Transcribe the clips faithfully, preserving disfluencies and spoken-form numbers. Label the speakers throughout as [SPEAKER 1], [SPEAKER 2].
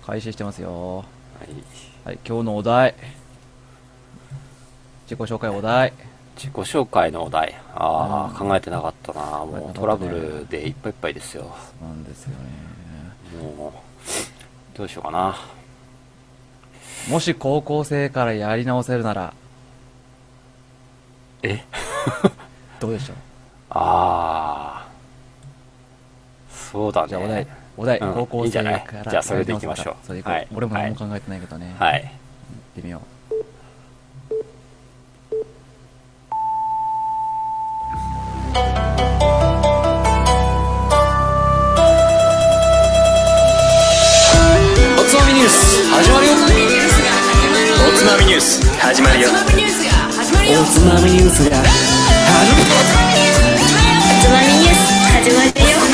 [SPEAKER 1] 開始してますよ。
[SPEAKER 2] はい、
[SPEAKER 1] はい、今日のお題、自己紹介お題。
[SPEAKER 2] 自己紹介のお題、ああ、
[SPEAKER 1] うん
[SPEAKER 2] 考えてなかったな。もうトラブルでいっぱいいっぱいですよ。
[SPEAKER 1] そうなんですよね。
[SPEAKER 2] もうどうしようかな。
[SPEAKER 1] もし高校生からやり直せるなら
[SPEAKER 2] え
[SPEAKER 1] どうでしょう。
[SPEAKER 2] ああ、そうだね。
[SPEAKER 1] じゃあお題、お題、
[SPEAKER 2] うん
[SPEAKER 1] 高校生から
[SPEAKER 2] いいんじゃないじゃあそれでいきましょう。
[SPEAKER 1] それでいこう、
[SPEAKER 2] はい
[SPEAKER 1] 俺も何も考えてないけどね。
[SPEAKER 2] はい。
[SPEAKER 1] 行ってみよう。
[SPEAKER 3] おつまみニュース始まるよ。おつまみニュース始まるよ。おつまみニュースが始まるよ。おつまみニュースが始まるよ。おつまみニュース始まるよ。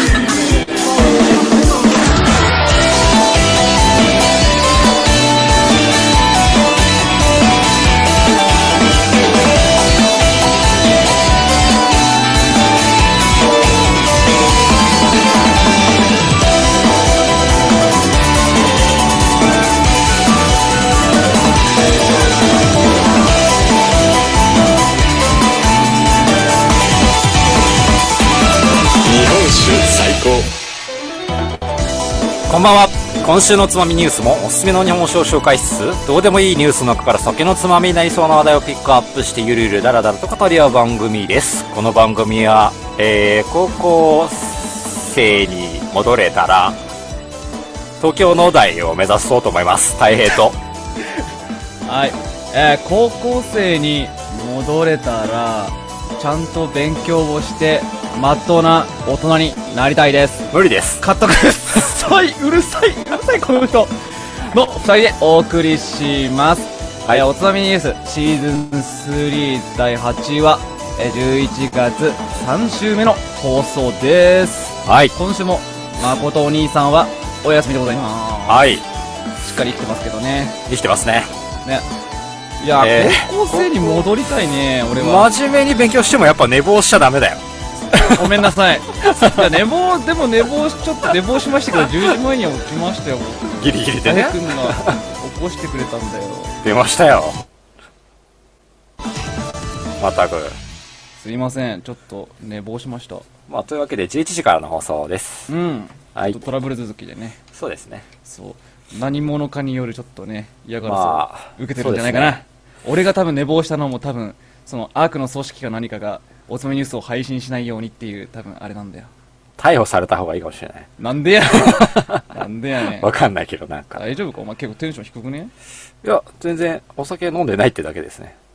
[SPEAKER 2] こんばんは。今週のつまみニュースもおすすめの日本酒を紹介しつつ、どうでもいいニュースの中から酒のつまみになりそうな話題をピックアップしてゆるゆるだらだらと語り合う番組です。この番組は、えー、高校生に戻れたら東京農大を目指そうと思います。太平と
[SPEAKER 1] はい、えー、高校生に戻れたらちゃんと勉強をしてまっとうな大人になりたいです。
[SPEAKER 2] 無理です。
[SPEAKER 1] カットください。うるさいうるさいこの人のふたりでお送りします。はい、おつまみニュースシーズンスリーだいはちわ、えー、じゅういちがつさん週目の放送です。
[SPEAKER 2] はい。
[SPEAKER 1] 今週も誠お兄さんはお休みでございます。
[SPEAKER 2] はい。
[SPEAKER 1] しっかり生きてますけどね。
[SPEAKER 2] 生きてますね。
[SPEAKER 1] ね。いや、
[SPEAKER 2] えー、
[SPEAKER 1] 高校生に戻りたいね、俺は。
[SPEAKER 2] 真面目に勉強してもやっぱ寝坊しちゃダメだよ。
[SPEAKER 1] ごめんなさい。いや、寝坊、でも寝坊し、ちょっと寝坊しましたけど、じゅうじまえには起きましたよ。
[SPEAKER 2] ギリギリでね。
[SPEAKER 1] 大君が起こしてくれたんだよ。
[SPEAKER 2] 出ましたよ。またく。
[SPEAKER 1] すいません、ちょっと寝坊しました。
[SPEAKER 2] まあ、というわけでじゅういちじからの放送です。
[SPEAKER 1] うん。
[SPEAKER 2] はい。
[SPEAKER 1] トラブル続きでね。
[SPEAKER 2] そうですね。
[SPEAKER 1] そう。何者かによるちょっとね、嫌がらせ
[SPEAKER 2] まあ、
[SPEAKER 1] を受けてるんじゃないかな。
[SPEAKER 2] ね、
[SPEAKER 1] 俺が多分寝坊したのも多分、そのアークの組織か何かが、おつまみニュースを配信しないようにっていう、多分あれなんだよ。
[SPEAKER 2] 逮捕された方がいいかもしれない。
[SPEAKER 1] なんでやなんでやねん。
[SPEAKER 2] わかんないけどなんか。
[SPEAKER 1] 大丈夫かお前結構テンション低くね。
[SPEAKER 2] いや、全然お酒飲んでないってだけですね。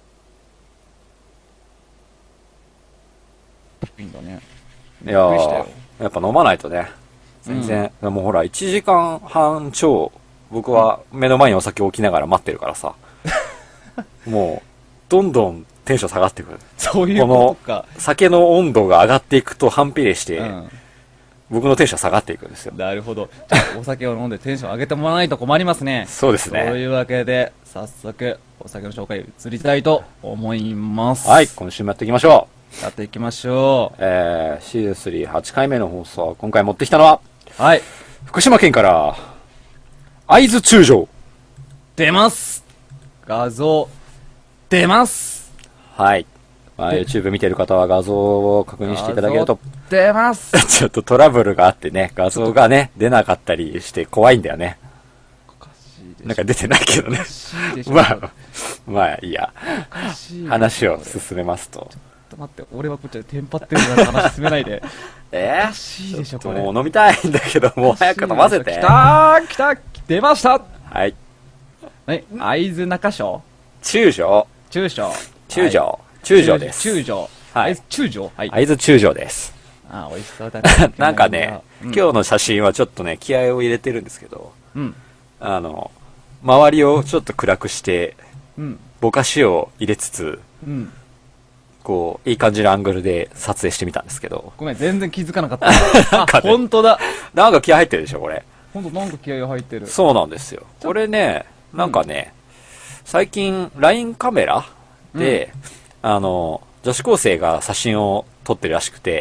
[SPEAKER 1] いいんだね。
[SPEAKER 2] いやー、
[SPEAKER 1] びっくりしたよ。
[SPEAKER 2] やっぱ飲まないとね。全然、うん、もうほら、いちじかんはん超、僕は目の前にお酒を置きながら待ってるからさ。もう、どんどんテンション下がってくる。
[SPEAKER 1] そういうことか。
[SPEAKER 2] この酒の温度が上がっていくと反比例して、うん、僕のテンション下がっていくんですよ。
[SPEAKER 1] なるほど。じゃあお酒を飲んでテンション上げてもらわないと困りますね。
[SPEAKER 2] そうですね。
[SPEAKER 1] というわけで、早速、お酒の紹介移りたいと思います。
[SPEAKER 2] はい、今週もやっていきましょ
[SPEAKER 1] う。やっていきましょう。
[SPEAKER 2] えー、シーズンスリーはちかいめの放送、今回持ってきたのは、
[SPEAKER 1] はい。
[SPEAKER 2] 福島県から、会津中将。
[SPEAKER 1] 出ます。画像、出ます。
[SPEAKER 2] はい。まあ、YouTube 見てる方は画像を確認していただけると。
[SPEAKER 1] 出ます。
[SPEAKER 2] ちょっとトラブルがあってね、画像がね、出なかったりして怖いんだよね。
[SPEAKER 1] おかしいでしょ。
[SPEAKER 2] なんか出てないけどね。
[SPEAKER 1] おかしいでしょ。
[SPEAKER 2] まあ、まあいいや。
[SPEAKER 1] おかしい。
[SPEAKER 2] 話を進めますと。
[SPEAKER 1] ちょっと待って、俺はこっちでテンパってるから話進めないで。
[SPEAKER 2] えー、
[SPEAKER 1] おかしいでしょ、これ。
[SPEAKER 2] もう飲みたいんだけど、もう早く飲ませて。
[SPEAKER 1] 来たー来た出ました
[SPEAKER 2] はい。
[SPEAKER 1] え、会津中将
[SPEAKER 2] 中将。
[SPEAKER 1] 中将。
[SPEAKER 2] 中将。中将です。
[SPEAKER 1] 中将。はい。中将はい。
[SPEAKER 2] 会津中将です。
[SPEAKER 1] あ、美味しそうだ
[SPEAKER 2] ね。なんかね、今日の写真はちょっとね、気合を入れてるんですけど、
[SPEAKER 1] うん。
[SPEAKER 2] あの、周りをちょっと暗くして、うん。ぼかしを入れつつ、うん。こう、いい感じのアングルで撮影してみたんですけど。
[SPEAKER 1] ごめん、全然気づかなかった。なんか、ね、ほんとだ。
[SPEAKER 2] なんか気合入ってるでしょ、これ。
[SPEAKER 1] ほんと、なんか気合入ってる。
[SPEAKER 2] そうなんですよ。これね、なんかね、うん、最近、ライン カメラで、うん、あの、女子高生が写真を撮ってるらしくて、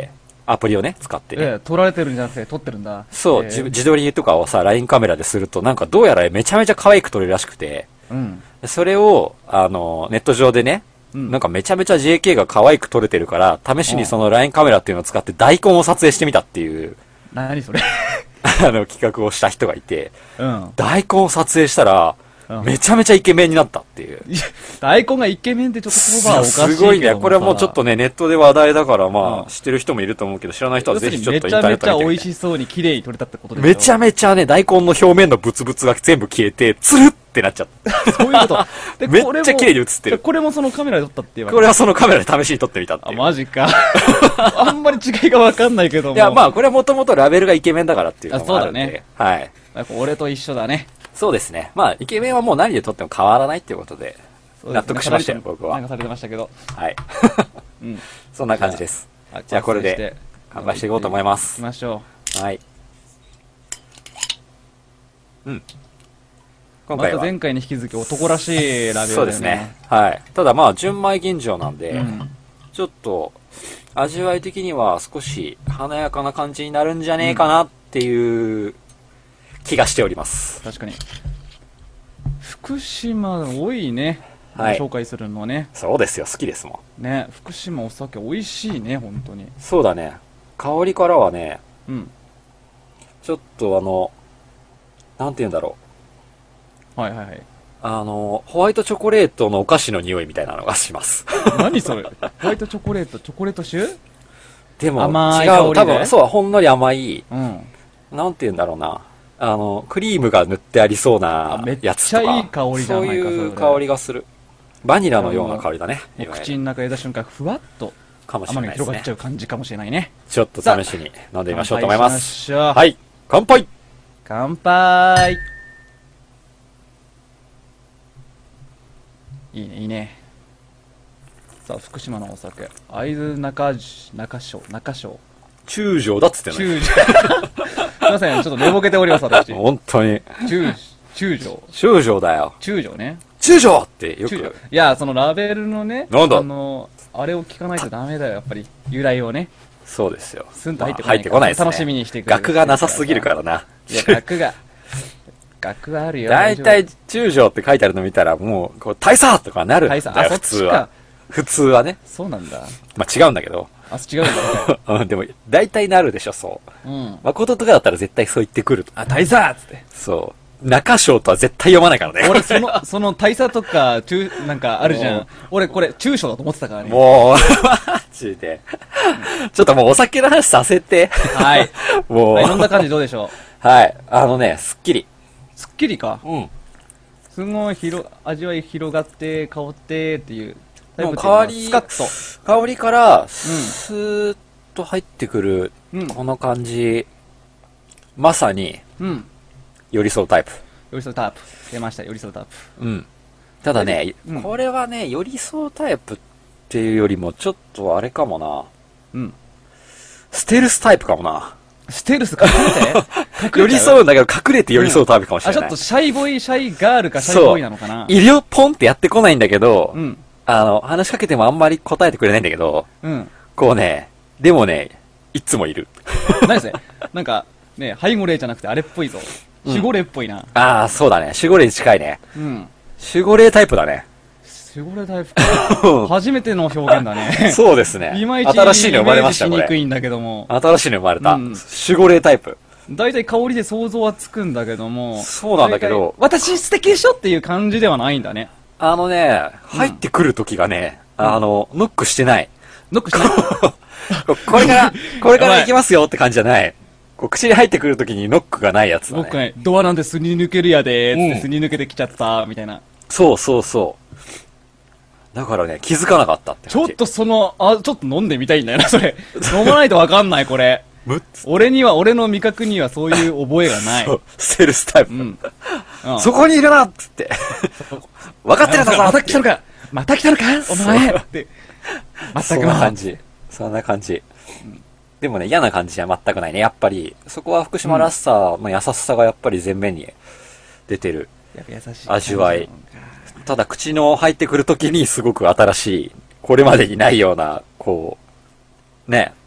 [SPEAKER 2] アプリをね、使ってね。
[SPEAKER 1] ええ、撮られてるんじゃなくて撮ってるんだ。
[SPEAKER 2] そう、
[SPEAKER 1] ええ、
[SPEAKER 2] 自自撮りとかをさ、ライン カメラですると、なんかどうやらめちゃめちゃ可愛く撮れるらしくて、
[SPEAKER 1] うん。
[SPEAKER 2] それを、あの、ネット上でね、うん、なんかめちゃめちゃ ジェーケー が可愛く撮れてるから、試しにその ライン カメラっていうのを使って大根を撮影してみたっていう、
[SPEAKER 1] 何それ
[SPEAKER 2] あの、企画をした人がいて、
[SPEAKER 1] うん。
[SPEAKER 2] 大根を撮影したら、うん、めちゃめちゃイケメンになったっていう。
[SPEAKER 1] いや、大根がイケメンってちょっと言葉はおかしいけどもさ。
[SPEAKER 2] すごいね。これはもうちょっとね、ネットで話題だからまあ、うん、知ってる人もいると思うけど、知らない人はぜひちょっとインターネットで見てみて。
[SPEAKER 1] めちゃめちゃ美味しそうに綺麗に撮れたってことですよ。
[SPEAKER 2] めちゃめちゃね、大根の表面のブツブツが全部消えて、ツルってなっちゃった。
[SPEAKER 1] そういうこと。で
[SPEAKER 2] めっちゃ綺麗に映ってる。
[SPEAKER 1] これもそのカメラで撮ったっていう。
[SPEAKER 2] これはそのカメラで試しに撮ってみたっていう。
[SPEAKER 1] あ、マジか。あんまり違いがわかんないけども。
[SPEAKER 2] いや、まあ、これはもともとラベルがイケメンだからっていうのもあるんで。
[SPEAKER 1] あ、そうだね。
[SPEAKER 2] はい。
[SPEAKER 1] やっぱ俺と一緒だね。
[SPEAKER 2] そうですね。まあ、イケメンはもう何で撮っても変わらないっていうことで、納得しましたよ、僕は。
[SPEAKER 1] なんかされてましたけど。
[SPEAKER 2] はい。
[SPEAKER 1] うん。
[SPEAKER 2] そんな感じです。じゃあ、これで、乾杯していこうと思います。
[SPEAKER 1] 行きましょ
[SPEAKER 2] う。はい。うん。今回は。
[SPEAKER 1] また前回に引き続き男らしいラベルで、ね。
[SPEAKER 2] そうですね。はい。ただまあ、純米吟醸なんで、うん、ちょっと、味わい的には少し華やかな感じになるんじゃねえかなっていう、気がしております。
[SPEAKER 1] 確かに。福島多いね。はい。紹介するのね。
[SPEAKER 2] そうですよ。好きですもん。
[SPEAKER 1] ね。福島お酒美味しいね、本当に。
[SPEAKER 2] そうだね。香りからはね、
[SPEAKER 1] うん。
[SPEAKER 2] ちょっとあの、なんて言うんだろ
[SPEAKER 1] う。はいはいはい。
[SPEAKER 2] あの、ホワイトチョコレートのお菓子の匂いみたいなのがします。
[SPEAKER 1] 何それホワイトチョコレート、チョコレート酒
[SPEAKER 2] でも、
[SPEAKER 1] 甘い香りで
[SPEAKER 2] 違う。多分、そう、ほんのり甘い。
[SPEAKER 1] うん。
[SPEAKER 2] なんて言うんだろうな。あの、クリームが塗ってありそうなやつとか。
[SPEAKER 1] めっちゃいい香りじゃないか。
[SPEAKER 2] そういう香りがする。バニラのような香りだね。
[SPEAKER 1] 口の中入れた瞬間、ふわっと甘みが広がっちゃう感じかもしれないね。
[SPEAKER 2] ちょっと試しに飲んでみましょうと思います。
[SPEAKER 1] はい。
[SPEAKER 2] 乾杯
[SPEAKER 1] 乾杯いいね、いいね。さあ、福島のお酒。会津中、中庄、中庄。
[SPEAKER 2] 中将だっつってね。
[SPEAKER 1] 中将。すいません、ちょっと寝ぼけております、私。
[SPEAKER 2] 本当に。
[SPEAKER 1] 中、中将。
[SPEAKER 2] 中将だよ。
[SPEAKER 1] 中将ね。
[SPEAKER 2] 中将ってよく。い
[SPEAKER 1] や、そのラベルのね、
[SPEAKER 2] なんだ
[SPEAKER 1] あの、あれを聞かないとダメだよ、やっぱり。由来をね。
[SPEAKER 2] そうですよ。
[SPEAKER 1] スンと入ってこない。
[SPEAKER 2] 入ってこないですね。
[SPEAKER 1] 楽しみにしてくれる。
[SPEAKER 2] 額がなさすぎるからな。
[SPEAKER 1] いや、額が。額はあるよ。
[SPEAKER 2] だいたい中将って書いてあるの見たら、もう、こう、大佐とかなるんだよ、普通は。普通はね。
[SPEAKER 1] そうなんだ。
[SPEAKER 2] まあ違うんだけど。
[SPEAKER 1] あ、違うんだ。
[SPEAKER 2] うん、でも、大体なるでしょ、そう。うん。誠とかだったら絶対そう言ってくると。
[SPEAKER 1] あ、大佐っつって。
[SPEAKER 2] そう。中章とは絶対読まないからね。
[SPEAKER 1] 俺、その、その大佐とか、中、なんかあるじゃん。俺、これ、中章だと思ってたからね。
[SPEAKER 2] もう、マジで。ちょっともうお酒の話させて。
[SPEAKER 1] はい。
[SPEAKER 2] もう。
[SPEAKER 1] 飲んだ感じどうでしょ
[SPEAKER 2] う。はい。あのね、すっきり。
[SPEAKER 1] すっきりか。
[SPEAKER 2] うん。
[SPEAKER 1] すごい広、味わい広がって、香ってっていう。
[SPEAKER 2] でも香り、
[SPEAKER 1] スカッ
[SPEAKER 2] と。香りから、スーッと入ってくる、この感じ、まさに、
[SPEAKER 1] うん。
[SPEAKER 2] 寄り添うタイプ。
[SPEAKER 1] 寄り添うタイプ。出ました、寄り添うタイプ。
[SPEAKER 2] うん。ただね、うん、これはね、寄り添うタイプっていうよりも、ちょっとあれかもな。
[SPEAKER 1] うん。
[SPEAKER 2] ステルスタイプかもな。
[SPEAKER 1] ステルス隠れて
[SPEAKER 2] 寄り添うんだけど隠れて寄り添うタイプかもしれない。
[SPEAKER 1] うん、あ、ちょっとシャイボーイ、シャイガールかシャイボーイなのかな。
[SPEAKER 2] 医療ポンってやってこないんだけど、
[SPEAKER 1] うん。
[SPEAKER 2] あの、話しかけてもあんまり答えてくれないんだけど、
[SPEAKER 1] うん。
[SPEAKER 2] こうね、でもね、いつもいる。
[SPEAKER 1] 何ですね。なんか、ね、背後霊じゃなくてあれっぽいぞ。守護霊っぽいな。うん、
[SPEAKER 2] ああ、そうだね。守護霊に近いね。
[SPEAKER 1] うん。
[SPEAKER 2] 守護霊タイプだね。
[SPEAKER 1] 守護霊タイプか。初めての表現だね。
[SPEAKER 2] そうですね。
[SPEAKER 1] いまいち
[SPEAKER 2] 新しいの生まれましたね。
[SPEAKER 1] しにくいんだけども。
[SPEAKER 2] 新しいの生まれた。うん、守護霊タイプ。
[SPEAKER 1] だいたい香りで想像はつくんだけども。
[SPEAKER 2] そうなんだけど。
[SPEAKER 1] 私素敵でしょっていう感じではないんだね。
[SPEAKER 2] あのね、入ってくる時がね、うん、あの、ノックしてない。
[SPEAKER 1] ノックしてない
[SPEAKER 2] これから、これから行きますよって感じじゃない。こう口に入ってくる時にノックがないやつだね。
[SPEAKER 1] ノックない。ドアなんですり抜けるやでーってすり抜けてきちゃった、みたいな。
[SPEAKER 2] そうそうそう。だからね、気づかなかったって
[SPEAKER 1] ちょっとその、あ、ちょっと飲んでみたいんだよな、それ。飲まないとわかんない、これ。俺には、俺の味覚にはそういう覚えがない。そう、
[SPEAKER 2] ステルスタイプ。
[SPEAKER 1] うん
[SPEAKER 2] うん、そこにいるなっつって。分かってるんだぞ
[SPEAKER 1] また来たのかまた来たのかお前って。
[SPEAKER 2] 全くそんな感じ。そんな感じ。うん、でもね、嫌な感じは全くないね。やっぱり、そこは福島らしさの優しさがやっぱり前面に出てる味わい。ただ口の入ってくるときにすごく新しい、これまでにないような、こう、ね、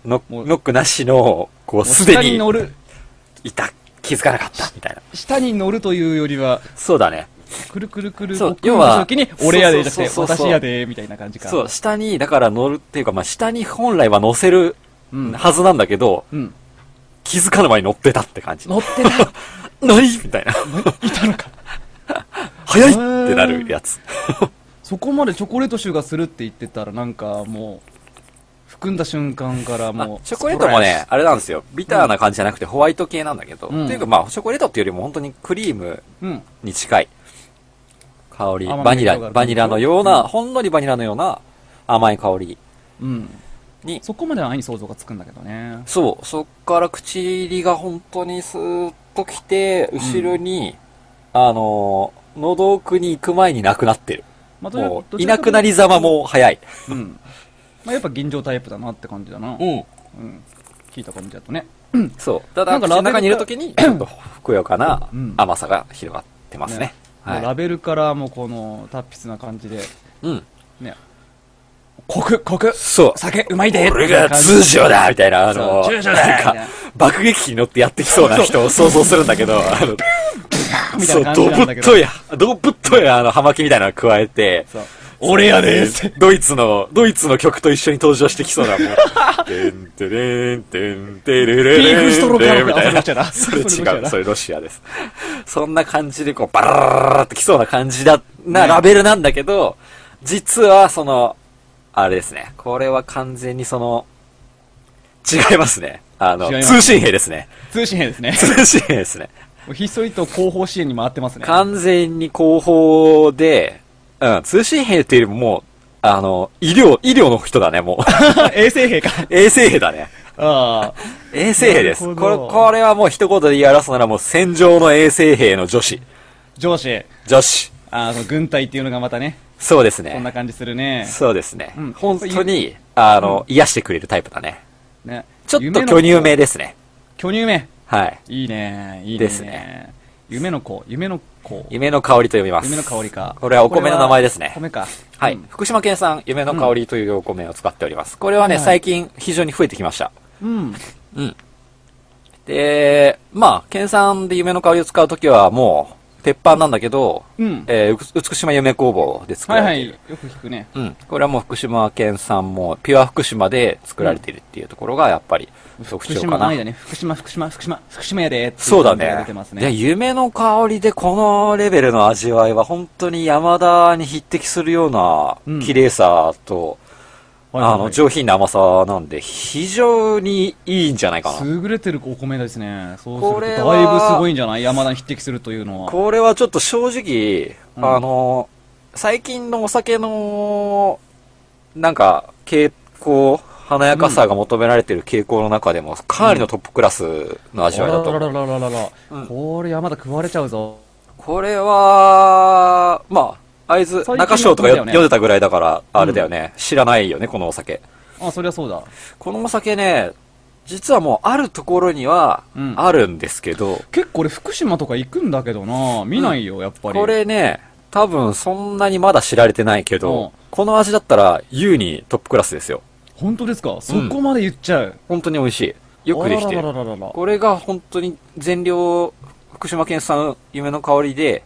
[SPEAKER 2] ノ
[SPEAKER 1] もう
[SPEAKER 2] ノックなしの、こう、
[SPEAKER 1] もう
[SPEAKER 2] すでに
[SPEAKER 1] 下に乗る、
[SPEAKER 2] いた、気づかなかった、みたいな。
[SPEAKER 1] 下に乗るというよりは、
[SPEAKER 2] そうだね。
[SPEAKER 1] くるくるくる、
[SPEAKER 2] そう
[SPEAKER 1] 奥に行く時に、俺やでじゃなくて、
[SPEAKER 2] そうそうそうそう
[SPEAKER 1] 私やで、みたいな感じか。
[SPEAKER 2] そう、下に、だから乗るっていうか、まあ、下に本来は乗せる
[SPEAKER 1] うん。
[SPEAKER 2] はずなんだけど、
[SPEAKER 1] うん。
[SPEAKER 2] 気づかぬ前に乗ってたって感じ。
[SPEAKER 1] 乗ってた。
[SPEAKER 2] 何みたいな。
[SPEAKER 1] いたのか。
[SPEAKER 2] 早いってなるやつ。
[SPEAKER 1] そこまでチョコレート臭がするって言ってたら、なんかもう、含んだ瞬間からもう。
[SPEAKER 2] チョコレートもね、あれなんですよ。ビターな感じじゃなくてホワイト系なんだけど。
[SPEAKER 1] うん
[SPEAKER 2] っていうかまあ、チョコレートっていうよりも本当にクリーム
[SPEAKER 1] うん。
[SPEAKER 2] に近い香り。
[SPEAKER 1] 甘み
[SPEAKER 2] バニラ、
[SPEAKER 1] が広がる
[SPEAKER 2] バニラのような、
[SPEAKER 1] うん
[SPEAKER 2] ほんのりバニラのような甘い香り
[SPEAKER 1] うん。
[SPEAKER 2] に。
[SPEAKER 1] そこまでは愛に想像がつくんだけどね。
[SPEAKER 2] そう、そっから口入りが本当にスーッときて、後ろに、あのー、喉奥に行く前になくなってる。
[SPEAKER 1] まあとりあえず
[SPEAKER 2] もう、いなくなりざまも早い。
[SPEAKER 1] うん。まあやっぱ銀醸タイプだなって感じだな。
[SPEAKER 2] うん。
[SPEAKER 1] うん。聞いた感じだとね。
[SPEAKER 2] そう。ただ、
[SPEAKER 1] なんかラベル
[SPEAKER 2] 口の中にいるときに、ちょっとふくよかな
[SPEAKER 1] うん
[SPEAKER 2] 甘さが広がってますね。はい。
[SPEAKER 1] もうラベルからもこの達筆な感じで、
[SPEAKER 2] うん。
[SPEAKER 1] ね。コク、コク、
[SPEAKER 2] そう。
[SPEAKER 1] 酒うまいで
[SPEAKER 2] 俺が通常だみたいな、あの、
[SPEAKER 1] そう通常だ
[SPEAKER 2] なんか
[SPEAKER 1] みたいな、
[SPEAKER 2] 爆撃機に乗ってやってきそうな人を想像するんだけど、あの、そう、
[SPEAKER 1] みたいな感じ
[SPEAKER 2] ど
[SPEAKER 1] なんだけど。
[SPEAKER 2] ぶっとい、どぶっとい、あの、葉巻みたいなの加えて、
[SPEAKER 1] そう。俺やでーって。
[SPEAKER 2] ドイツの、ドイツの曲と一緒に登場してきそうな、もう、てんてれんてんてれれ
[SPEAKER 1] ビーフストロガノフ
[SPEAKER 2] みたいな。
[SPEAKER 1] あそれロシアだ
[SPEAKER 2] それ
[SPEAKER 1] それロシア
[SPEAKER 2] 違う、
[SPEAKER 1] だ
[SPEAKER 2] それロシアです。そんな感じで、こう、バララララってきそうな感じだ、なラベルなんだけど、実は、その、あれですね。これは完全にその、違いますね。あの、
[SPEAKER 1] 違います
[SPEAKER 2] 通信兵ですね。
[SPEAKER 1] 通信兵ですね。
[SPEAKER 2] 通信兵ですね。
[SPEAKER 1] もうひっそりと後方支援に回ってますね。
[SPEAKER 2] 完全に後方で、うん、通信兵っていうよりももう、あの、医療、医療の人だね、もう。
[SPEAKER 1] 衛生兵か。
[SPEAKER 2] 衛生兵だね。
[SPEAKER 1] ああ。
[SPEAKER 2] 衛生兵です。
[SPEAKER 1] なる
[SPEAKER 2] これ、
[SPEAKER 1] ほど
[SPEAKER 2] これはもう一言で言い表すならもう戦場の衛生兵の女子。
[SPEAKER 1] 上司。
[SPEAKER 2] 女子。
[SPEAKER 1] ああ、その軍隊っていうのがまたね、
[SPEAKER 2] そうですね。
[SPEAKER 1] こんな感じするね。
[SPEAKER 2] そうですね。
[SPEAKER 1] うん
[SPEAKER 2] 本当に、あの、癒してくれるタイプだね。
[SPEAKER 1] ね。
[SPEAKER 2] ちょっと巨乳名ですね。
[SPEAKER 1] 巨乳名。
[SPEAKER 2] はい。
[SPEAKER 1] いいね。いいね。
[SPEAKER 2] ですね。
[SPEAKER 1] 夢の子、夢の子。
[SPEAKER 2] 夢の香りと呼びます。
[SPEAKER 1] 夢の香りか。
[SPEAKER 2] これはお米の名前ですね
[SPEAKER 1] これは米か。
[SPEAKER 2] はい、
[SPEAKER 1] うん
[SPEAKER 2] 福島県産夢の香りというお米を使っております。これはね、
[SPEAKER 1] はい
[SPEAKER 2] 最近非常に増えてきました。
[SPEAKER 1] うん。
[SPEAKER 2] うん。で、まあ、県産で夢の香りを使うときはもう、鉄板なんだけど、
[SPEAKER 1] うん。
[SPEAKER 2] えーうく、美島夢工房で作
[SPEAKER 1] はいはい。
[SPEAKER 2] られている。
[SPEAKER 1] よく聞くね。
[SPEAKER 2] うん。これはもう福島県産も、ピュア福島で作られているっていうところが、やっぱり、特
[SPEAKER 1] 福
[SPEAKER 2] 徴かな。
[SPEAKER 1] 島の間ね。福島、福島、福島、福島やでってい
[SPEAKER 2] そうだ
[SPEAKER 1] 感じが出
[SPEAKER 2] ね
[SPEAKER 1] てます
[SPEAKER 2] で、
[SPEAKER 1] ね。
[SPEAKER 2] 夢の香りでこのレベルの味わいは本当に山田に匹敵するような
[SPEAKER 1] うん
[SPEAKER 2] 綺麗さと、
[SPEAKER 1] はいはい
[SPEAKER 2] あの、上品な甘さなんで、非常にいいんじゃないかな。
[SPEAKER 1] 優れてるお米ですね。そうす
[SPEAKER 2] これは
[SPEAKER 1] るとだいぶすごいんじゃない山田に匹敵するというのは。
[SPEAKER 2] これはちょっと正直、
[SPEAKER 1] うん
[SPEAKER 2] あの、最近のお酒の、なんか、傾向、華やかさが求められている傾向の中でも、かなりのトップクラスの味わいだと思う。
[SPEAKER 1] あららららららら、
[SPEAKER 2] うん
[SPEAKER 1] これ山田食われちゃうぞ。
[SPEAKER 2] これは、まあ、会津、
[SPEAKER 1] 最近の
[SPEAKER 2] 中章とかよ
[SPEAKER 1] そうだよね
[SPEAKER 2] 読んでたぐらいだから、あれだよね、知らないよね、このお酒。
[SPEAKER 1] あ、そりゃそうだ。
[SPEAKER 2] このお酒ね、実はもうあるところには
[SPEAKER 1] うん
[SPEAKER 2] あるんですけど、
[SPEAKER 1] 結構俺福島とか行くんだけどな見ないよ、やっぱり。
[SPEAKER 2] これね、多分そんなにまだ知られてないけど、
[SPEAKER 1] うん
[SPEAKER 2] この味だったら優にトップクラスですよ。
[SPEAKER 1] 本当ですか、そこまで言っちゃう。
[SPEAKER 2] 本当に美味しい。よくできてる。
[SPEAKER 1] あらららららら
[SPEAKER 2] これが本当に全量、福島県産夢の香りで、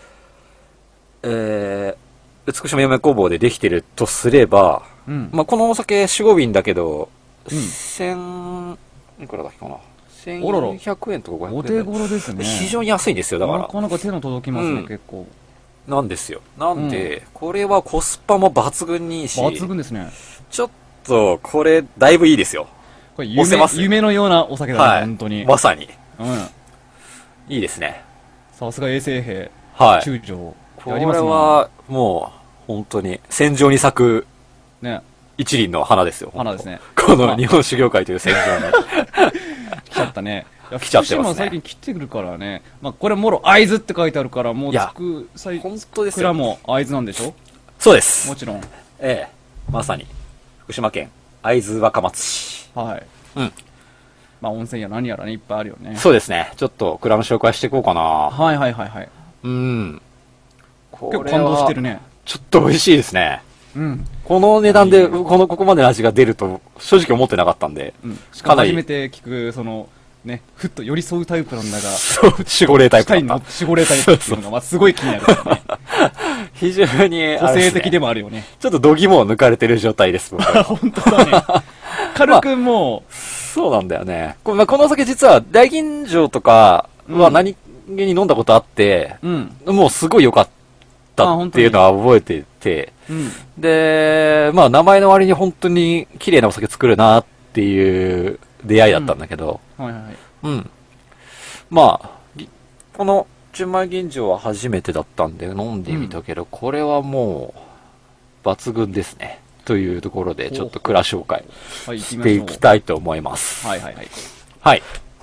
[SPEAKER 2] えー、美島夢工房でできてるとすれば、
[SPEAKER 1] うん。
[SPEAKER 2] まあ、このお酒よん、ごびんだけど、
[SPEAKER 1] うん
[SPEAKER 2] 千、いくらだっけかな。千
[SPEAKER 1] おろろ
[SPEAKER 2] よんひゃくえんとかごひゃ
[SPEAKER 1] お手
[SPEAKER 2] くえんだよ。
[SPEAKER 1] 頃ですね。
[SPEAKER 2] 非常に安いんですよ、だか
[SPEAKER 1] なかなか手の届きますね、
[SPEAKER 2] うん
[SPEAKER 1] 結構。
[SPEAKER 2] ら。なんですよ。なんで、これはコスパも抜群にいいし、
[SPEAKER 1] 抜群ですね。
[SPEAKER 2] ちょっと、これ、だいぶいいですよ。
[SPEAKER 1] これ夢
[SPEAKER 2] 押せます
[SPEAKER 1] 夢のようなお酒だね、
[SPEAKER 2] はい。
[SPEAKER 1] 本当に。
[SPEAKER 2] まさに。
[SPEAKER 1] うん。
[SPEAKER 2] いいですね。
[SPEAKER 1] さすが衛生兵、
[SPEAKER 2] はい。
[SPEAKER 1] 中将。
[SPEAKER 2] これ
[SPEAKER 1] やりますね。
[SPEAKER 2] は、もう、本当に、戦場に咲く
[SPEAKER 1] ね、
[SPEAKER 2] 一輪の花ですよ。
[SPEAKER 1] 花ですね。
[SPEAKER 2] この日本修行会という戦場に。
[SPEAKER 1] 来ちゃったね。いや
[SPEAKER 2] 来ちゃってますね
[SPEAKER 1] 福島最近来てくるからね。まあ、これもろ会津って書いてあるから、もう
[SPEAKER 2] いや
[SPEAKER 1] つく、最
[SPEAKER 2] 本当です
[SPEAKER 1] 蔵
[SPEAKER 2] よ。
[SPEAKER 1] も会津なんでしょ
[SPEAKER 2] そうです
[SPEAKER 1] も。ちろん。
[SPEAKER 2] ええ。まさに、福島県会津若松市。
[SPEAKER 1] はい。
[SPEAKER 2] うん。
[SPEAKER 1] まあ、温泉や何やらね、いっぱいあるよね。
[SPEAKER 2] そうですね。ちょっと蔵の紹介していこうかな。
[SPEAKER 1] はいはいはいはい。
[SPEAKER 2] うん。こ
[SPEAKER 1] 結構感動してるね。
[SPEAKER 2] ちょっと美味しいですね。
[SPEAKER 1] うん。
[SPEAKER 2] この値段で、この、ここまでの味が出ると、正直思ってなかったんで。
[SPEAKER 1] うん。しかも
[SPEAKER 2] かなり
[SPEAKER 1] 初めて聞く、その、ね、ふっと寄り添うタイプなんだが、
[SPEAKER 2] そう、守護霊タイプだった。
[SPEAKER 1] 下にの守護霊タイプっていうのが、まあ、すごい気になるからね。
[SPEAKER 2] 非常に、
[SPEAKER 1] 個性的で
[SPEAKER 2] も。
[SPEAKER 1] もあるよね。
[SPEAKER 2] ちょっと度肝を抜かれてる状態です、僕は。
[SPEAKER 1] 本当だね。カル君も、
[SPEAKER 2] そうなんだよね。こ,、まあ、このお酒実は大吟醸とかは何気に飲んだことあって、
[SPEAKER 1] うん。
[SPEAKER 2] もうすごい良かったっていうのは覚えてて、
[SPEAKER 1] うん。
[SPEAKER 2] で、まあ名前の割に本当に綺麗なお酒作るなっていう出会いだったんだけど、
[SPEAKER 1] はいはいはい。
[SPEAKER 2] うん。まあ、ぎこの純米吟醸は初めてだったんで飲んでみたけど、これはもう抜群ですね。というところでちょっと蔵紹介
[SPEAKER 1] はい、行き
[SPEAKER 2] してい
[SPEAKER 1] ましょう。
[SPEAKER 2] きたいと思います。
[SPEAKER 1] はいはいはい。
[SPEAKER 2] はい。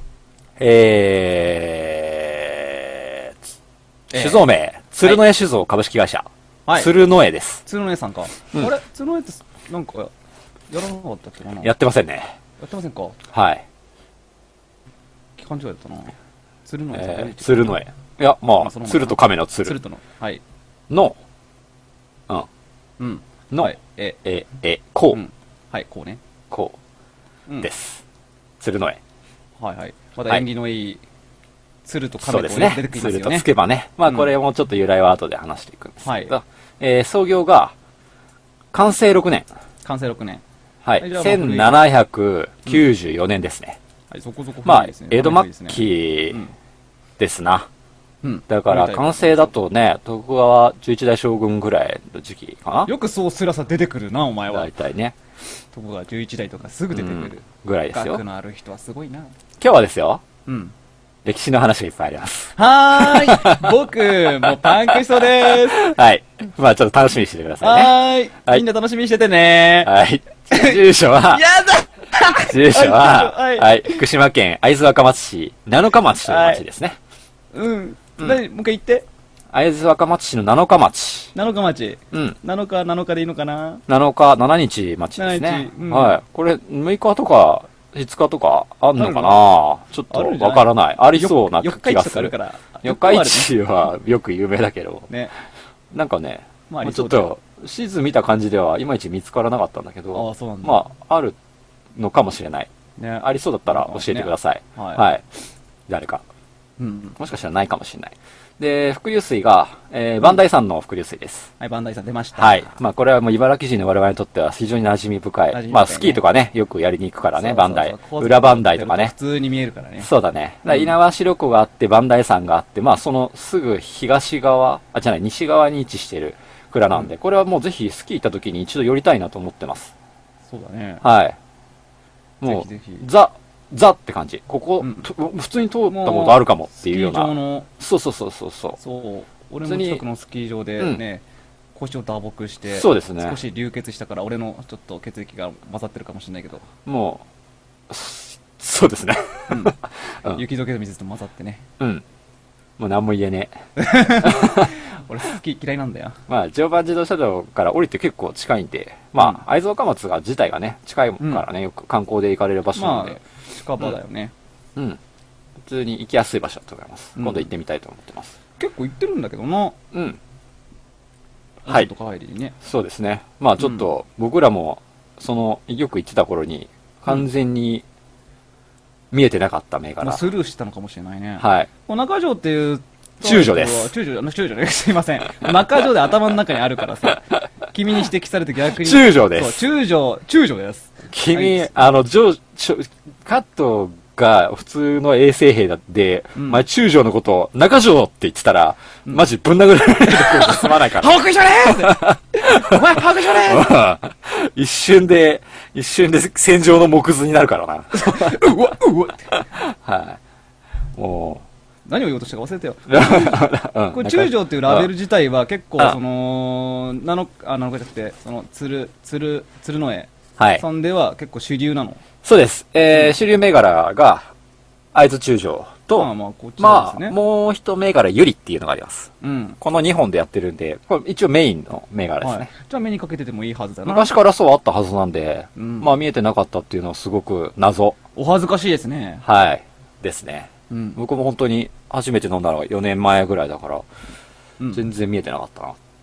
[SPEAKER 2] えー、
[SPEAKER 1] えー
[SPEAKER 2] 酒造名、鶴の江酒造株式会社。
[SPEAKER 1] はい。
[SPEAKER 2] 鶴の江です。
[SPEAKER 1] 鶴の絵さんか。
[SPEAKER 2] うん
[SPEAKER 1] あれ鶴の絵って、なんか、やらなかったっけかな
[SPEAKER 2] やってませんね。
[SPEAKER 1] やってませんか
[SPEAKER 2] はい。
[SPEAKER 1] 期間違いだったな。鶴の絵さん。
[SPEAKER 2] えー、鶴の江。いや、まあ、
[SPEAKER 1] あそのまま
[SPEAKER 2] 鶴と亀の鶴
[SPEAKER 1] 鶴との。はい。
[SPEAKER 2] の、うん、
[SPEAKER 1] うん。
[SPEAKER 2] の、
[SPEAKER 1] はい。え、
[SPEAKER 2] え、え、こう、
[SPEAKER 1] うん。はい、こうね。
[SPEAKER 2] こ
[SPEAKER 1] うん。
[SPEAKER 2] うです。鶴の江。
[SPEAKER 1] はいはい。また縁起のいい、鶴と亀と
[SPEAKER 2] そうですね。
[SPEAKER 1] ね出てきます
[SPEAKER 2] 鶴と
[SPEAKER 1] よね。
[SPEAKER 2] つけばね。まあ、
[SPEAKER 1] うん
[SPEAKER 2] これもちょっと由来は後で話していくんですけど、
[SPEAKER 1] は
[SPEAKER 2] えー創業が、完成ろくねん。
[SPEAKER 1] 完成ろくねん。
[SPEAKER 2] はい。
[SPEAKER 1] はいじゃあまあ古い
[SPEAKER 2] せんななひゃくきゅうじゅうよねんですね。
[SPEAKER 1] はい、そこそこ
[SPEAKER 2] まあ
[SPEAKER 1] 古いですね。、
[SPEAKER 2] 江戸末
[SPEAKER 1] 古いですね。
[SPEAKER 2] 期ですな。
[SPEAKER 1] うん。
[SPEAKER 2] だから、完成だとね、徳川じゅういち代将軍ぐらいの時期かな
[SPEAKER 1] よくそうすらさ出てくるな、お前は
[SPEAKER 2] 大。体ね。
[SPEAKER 1] ところがじゅういち代とかすぐ出てくる。
[SPEAKER 2] ぐらいですよ。
[SPEAKER 1] 学のある人はすごいな。
[SPEAKER 2] 今日はですよ、
[SPEAKER 1] うん。
[SPEAKER 2] 歴史の話がいっぱいあります。
[SPEAKER 1] はーい僕、もうパンクしそうでーす。
[SPEAKER 2] はい。まあちょっと楽しみにしててくださいね。
[SPEAKER 1] はーい。
[SPEAKER 2] はい
[SPEAKER 1] みんな楽しみにしててね
[SPEAKER 2] はい。住所は、
[SPEAKER 1] やだ
[SPEAKER 2] 住所は、
[SPEAKER 1] はい
[SPEAKER 2] はい。福島県会津若松市、七日町という町ですね。
[SPEAKER 1] うん。
[SPEAKER 2] うん
[SPEAKER 1] 何もう一回言って。
[SPEAKER 2] 会津若松市の七日町。
[SPEAKER 1] なのか町。
[SPEAKER 2] うん。
[SPEAKER 1] なのかなのかでいいのかな
[SPEAKER 2] なのか、しちにち町ですね
[SPEAKER 1] しちにち。うん
[SPEAKER 2] はい。これ、むいかとか、いつかとか、あんのかなちょっと
[SPEAKER 1] あるんじゃない
[SPEAKER 2] わからない。ありそうな気
[SPEAKER 1] 四日市
[SPEAKER 2] がする。
[SPEAKER 1] とかあるから。
[SPEAKER 2] 四日市はよく有名だけど、
[SPEAKER 1] ね。
[SPEAKER 2] なんかね、
[SPEAKER 1] まああ
[SPEAKER 2] まあちょっ
[SPEAKER 1] りそうだよ
[SPEAKER 2] と、地図見た感じでは、いまいち見つからなかったんだけ
[SPEAKER 1] あ
[SPEAKER 2] ど
[SPEAKER 1] あ、、そうなんだ。
[SPEAKER 2] まあ、あるのかもしれない。
[SPEAKER 1] ね。
[SPEAKER 2] ありそうだったら教えてください。
[SPEAKER 1] はい
[SPEAKER 2] はい。誰か。
[SPEAKER 1] うん。
[SPEAKER 2] もしかしたらないかもしれない。で、伏流水が、えー、磐梯山の伏流水です。
[SPEAKER 1] はい、バンダイさん出ました。
[SPEAKER 2] はい。まあ、これはもう茨城人の我々にとっては非常に馴染み深い。
[SPEAKER 1] 馴染み深いね
[SPEAKER 2] まあ、スキーとかね、よくやりに行くからね、
[SPEAKER 1] そうそうそう
[SPEAKER 2] 磐梯。裏磐梯とかね
[SPEAKER 1] 普。通に見えるからね。
[SPEAKER 2] そうだね。だから猪苗代湖があって、磐梯山があって、まあ、そのすぐ東側、あ、じゃない、西側に位置してる蔵なんで、これはもうぜひスキー行った時に一度寄りたいなと思ってます。
[SPEAKER 1] そうだね。
[SPEAKER 2] はい。もう
[SPEAKER 1] ぜひぜひ、
[SPEAKER 2] ザ、ザって感じ。ここ、
[SPEAKER 1] うん
[SPEAKER 2] と普通に通ったことあるかもっていうよう
[SPEAKER 1] スキー場
[SPEAKER 2] な。
[SPEAKER 1] の、
[SPEAKER 2] そうそうそうそうそう。
[SPEAKER 1] そう、俺も
[SPEAKER 2] 普通に
[SPEAKER 1] 近くのスキー場でね、腰を打撲して、
[SPEAKER 2] そうですね
[SPEAKER 1] 少し流血したから、俺のちょっと血液が混ざってるかもしれないけど、
[SPEAKER 2] もう、そそうですね。うん
[SPEAKER 1] 雪解けの水と混ざってね。
[SPEAKER 2] うん。もう何も言えねえ。
[SPEAKER 1] 俺スキー嫌いなんだよ。
[SPEAKER 2] まあ、常磐自動車道から降りて結構近いんで、まあ、会津若松が自体がね、近いからね、よく観光で行かれる場所な
[SPEAKER 1] まあ
[SPEAKER 2] ので、、
[SPEAKER 1] 近場だよね。
[SPEAKER 2] うん。普通に行きやすい場所だと思います。
[SPEAKER 1] うん
[SPEAKER 2] 今度行ってみたいと思ってます。
[SPEAKER 1] 結構行ってるんだけどな。
[SPEAKER 2] うん。はい
[SPEAKER 1] ちょっと帰りにね。
[SPEAKER 2] そうですね。まあ、ちょっと、僕らも、その、よく行ってた頃に、完全に見えてなかった銘柄。
[SPEAKER 1] もうスルーしたのかもしれないね。
[SPEAKER 2] はい。
[SPEAKER 1] もう中条っていう、
[SPEAKER 2] 中条です
[SPEAKER 1] 中条、あの中条ね、すいません。中条で頭の中にあるからさ、君に指摘されて逆に。
[SPEAKER 2] 中条です
[SPEAKER 1] そう、中条、中条です。
[SPEAKER 2] 君、
[SPEAKER 1] はい
[SPEAKER 2] あの、ジョー、ちょカットが普通の衛生兵だって、
[SPEAKER 1] うん
[SPEAKER 2] 前中条のことを中条って言ってたら、マジぶん殴られるとすまないから。
[SPEAKER 1] 把握しろねーってお前把握しろねーって
[SPEAKER 2] 一瞬で、一瞬で戦場の木図になるからな。
[SPEAKER 1] うわ、うわって
[SPEAKER 2] はい。も
[SPEAKER 1] 何を言おうとしたか忘れたよ。
[SPEAKER 2] う、うん
[SPEAKER 1] これ中条っていうラベル自体は結構
[SPEAKER 2] あ、
[SPEAKER 1] その、なの、あ、なのかじゃなくて、その、鶴、鶴、鶴の絵
[SPEAKER 2] はい。
[SPEAKER 1] さんでは結構主流なの。
[SPEAKER 2] そうです。えー、主流銘柄が、会津中条と、
[SPEAKER 1] まあまあ、こっち
[SPEAKER 2] まあ、
[SPEAKER 1] ですね。
[SPEAKER 2] もう一銘柄、ゆりっていうのがあります。
[SPEAKER 1] うん。
[SPEAKER 2] このにほんでやってるんで、これ一応メインの銘柄ですね。
[SPEAKER 1] はい。じゃあ目にかけててもいいはずだな。
[SPEAKER 2] 昔からそうあったはずなんで、
[SPEAKER 1] うん
[SPEAKER 2] まあ見えてなかったっていうのはすごく謎。
[SPEAKER 1] お恥ずかしいですね。
[SPEAKER 2] はい。ですね。
[SPEAKER 1] うん。
[SPEAKER 2] 僕も本当に初めて飲んだのがよねんまえぐらいだから、
[SPEAKER 1] うん
[SPEAKER 2] 全然見えてなかったなっ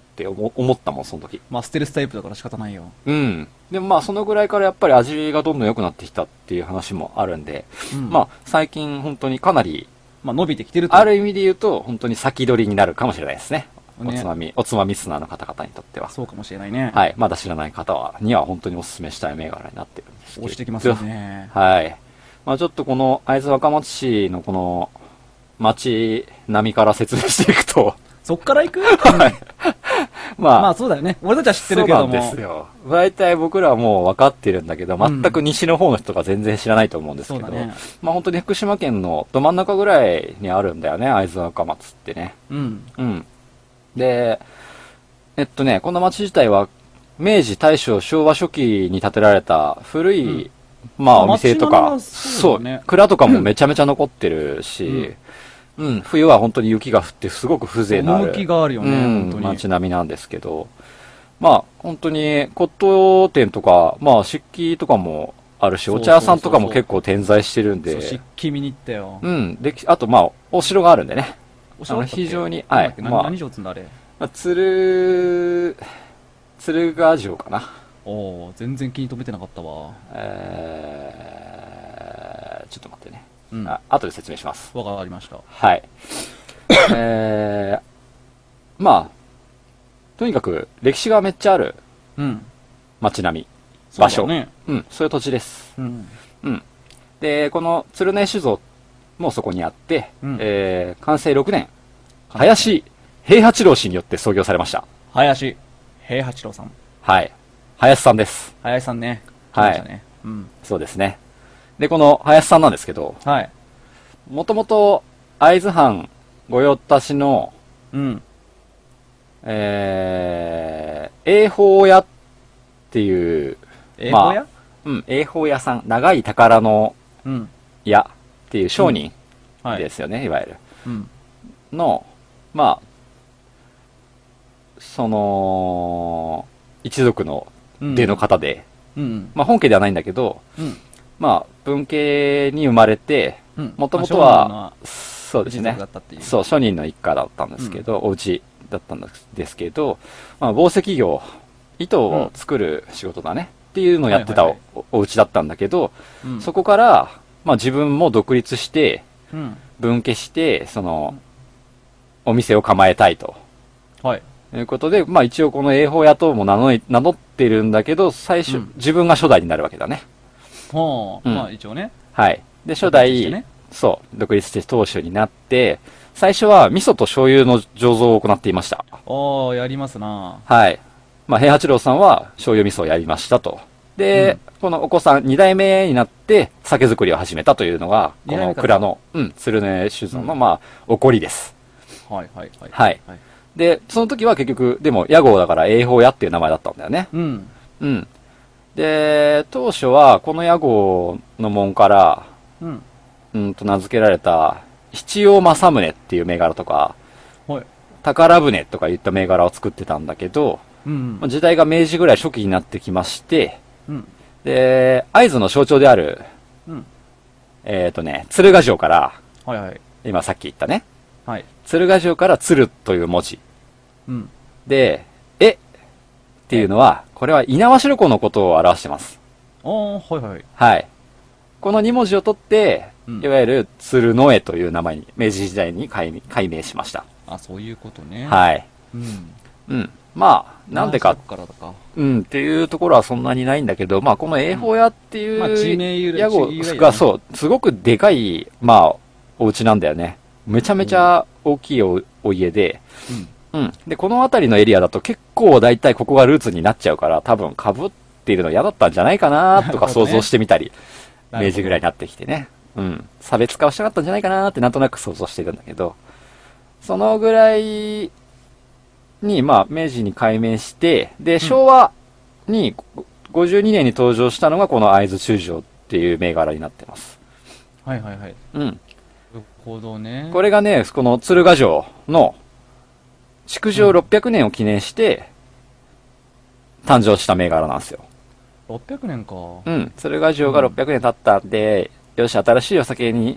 [SPEAKER 2] って思思ったもん、その時。
[SPEAKER 1] まあ、ステルスタイプだから仕方ないよ。
[SPEAKER 2] うん。でもまあ、そのぐらいからやっぱり味がどんどん良くなってきたっていう話もあるんで、
[SPEAKER 1] うん、
[SPEAKER 2] まあ、最近本当にかなり、
[SPEAKER 1] まあ、伸びてきてると。
[SPEAKER 2] ある意味で言うと、本当に先取りになるかもしれないですね。
[SPEAKER 1] ね
[SPEAKER 2] おつまみ、おつまみスナーの方々にとっては。
[SPEAKER 1] そうかもしれないね。
[SPEAKER 2] はい。まだ知らない方は、には本当にお勧めしたい銘柄になってるんですけど。
[SPEAKER 1] 押してきますよね。
[SPEAKER 2] はい。まあちょっとこの会津若松市のこの街並みから説明していくと。
[SPEAKER 1] そっから行く
[SPEAKER 2] はい。まあ。
[SPEAKER 1] まあそうだよね。俺たちは知ってるけども。
[SPEAKER 2] そうなんですよ。大体僕らはもう分かってるんだけど、全く西の方の人が全然知らないと思うんですけど。うん、ね、まあ本当に福島県のど真ん中ぐらいにあるんだよね、会津若松ってね。
[SPEAKER 1] うん。
[SPEAKER 2] うん。で、えっとね、この町自体は明治、大正、昭和初期に建てられた古い、うんまあお店とか、そう、ね、蔵とかもめちゃめちゃ残ってるし、うん、うん、冬は本当に雪が降ってすごく風情のある、
[SPEAKER 1] 趣があるよね、うん、本当に
[SPEAKER 2] 街並みなんですけど、まあ本当に骨董店とか、まあ漆器とかもあるし、お茶屋さんとかも結構点在してるんで、
[SPEAKER 1] そう漆器見に行ったよ。
[SPEAKER 2] うん、で、あとまあお城があるんでね。
[SPEAKER 1] お城
[SPEAKER 2] 非常に、
[SPEAKER 1] はい。
[SPEAKER 2] まあ、
[SPEAKER 1] 何城つんだあれ。
[SPEAKER 2] まあ、鶴、鶴ヶ城かな。
[SPEAKER 1] おお、全然気に留めてなかったわ。
[SPEAKER 2] えー、ちょっと待ってね。
[SPEAKER 1] うん。
[SPEAKER 2] あ、後で説明します。
[SPEAKER 1] わかりました。
[SPEAKER 2] はい。えー、まあ、とにかく歴史がめっちゃある。
[SPEAKER 1] うん。
[SPEAKER 2] 街並み。場所。
[SPEAKER 1] ね、
[SPEAKER 2] うん、そういう土地です。
[SPEAKER 1] うん。
[SPEAKER 2] うん。で、この鶴根酒造もそこにあって、うん、えー、完成ろくねん。林平八郎氏によって創業されました。
[SPEAKER 1] 林平八郎さん。
[SPEAKER 2] はい。林さんです。
[SPEAKER 1] 林さんね。
[SPEAKER 2] はい。
[SPEAKER 1] ね、うん。
[SPEAKER 2] そうですね。で、この林さんなんですけど、
[SPEAKER 1] はい。
[SPEAKER 2] もともと会津藩御用達の、
[SPEAKER 1] うん。
[SPEAKER 2] えー、栄宝屋っていう、
[SPEAKER 1] 栄宝屋、
[SPEAKER 2] まあ、うん、栄宝屋さん、長い宝の屋っていう商人ですよね、うん、はい、いわゆる。
[SPEAKER 1] うん。
[SPEAKER 2] の、まあ、その、一族の出の方で、
[SPEAKER 1] うんうん、
[SPEAKER 2] まあ本家ではないんだけど、
[SPEAKER 1] うん、
[SPEAKER 2] まあ文家に生まれて、もともとは、そうですね、そう、庶民の一家だったんですけど、うん、お家だったんですけど、まあ紡績業、糸を作る仕事だね、っていうのをやってた お,、はいはいはい、お家だったんだけど、うん、そこから、まあ自分も独立して、うん、分家して、その、お店を構えたいと。
[SPEAKER 1] はい。
[SPEAKER 2] ということで、まあ一応この栄宝屋とも名乗り、名乗ってるんだけど、最初、うん、自分が初代になるわけだね。
[SPEAKER 1] はあ、うん、まあ一応ね。
[SPEAKER 2] はい。で、初代、ね、そう、独立して当主になって、最初は味噌と醤油の醸造を行っていました。
[SPEAKER 1] ああ、やりますな。
[SPEAKER 2] はい。まあ平八郎さんは醤油味噌をやりましたと。で、うん、このお子さんに代目になって酒造りを始めたというのが、この蔵の、うん、鶴根酒造の、まあ、起こりです。
[SPEAKER 1] はいはいはい。
[SPEAKER 2] はい。はい、で、その時は結局、でも屋号だから栄宝屋っていう名前だったんだよね。
[SPEAKER 1] うん。
[SPEAKER 2] うん。で、当初はこの屋号の門から、
[SPEAKER 1] うん。
[SPEAKER 2] うんと名付けられた、七葉正宗っていう銘柄とか、
[SPEAKER 1] はい。
[SPEAKER 2] 宝船とかいった銘柄を作ってたんだけど、
[SPEAKER 1] うん、
[SPEAKER 2] うん。時代が明治ぐらい初期になってきまして、
[SPEAKER 1] うん。
[SPEAKER 2] で、会津の象徴である、
[SPEAKER 1] うん。
[SPEAKER 2] えっとね、鶴ヶ城から、
[SPEAKER 1] はいはい。
[SPEAKER 2] 今さっき言ったね。
[SPEAKER 1] はい。
[SPEAKER 2] 鶴ヶ城から鶴という文字。
[SPEAKER 1] うん。
[SPEAKER 2] で、えっていうのは、これは猪苗代湖のことを表してます。
[SPEAKER 1] ああ、はいはい。
[SPEAKER 2] はい。このに文字を取って、
[SPEAKER 1] うん、
[SPEAKER 2] いわゆる鶴の絵という名前に、明治時代に改改名しました。
[SPEAKER 1] あ、そういうことね。
[SPEAKER 2] はい。
[SPEAKER 1] うん。
[SPEAKER 2] うん。まあ、なんでか。
[SPEAKER 1] からだか。
[SPEAKER 2] うん、っていうところはそんなにないんだけど、まあ、この栄宝屋っていう、うん、まあ、地名由来屋号が、そう、すごくでかい、まあ、お家なんだよね。めちゃめちゃ大きい お, お家で、うん。うん。で、この辺りのエリアだと結構大体ここがルーツになっちゃうから、多分被っているの嫌だったんじゃないかなとか想像してみたり、ね、明治ぐらいになってきてね。うん。差別化をしたかったんじゃないかなってなんとなく想像してるんだけど、そのぐらいに、まあ、明治に改名して、で、昭和にごじゅうにねんに登場したのがこの会津中将っていう銘柄になってます。
[SPEAKER 1] はいはいはい。
[SPEAKER 2] うん。
[SPEAKER 1] なるほどね。
[SPEAKER 2] これがね、この鶴ヶ城の築城ろっぴゃくねんを記念して、誕生した銘柄なんですよ。
[SPEAKER 1] ろっぴゃくねんか。
[SPEAKER 2] うん。鶴ヶ城がろっぴゃくねん経ったんで、うん、よし、新しいお酒に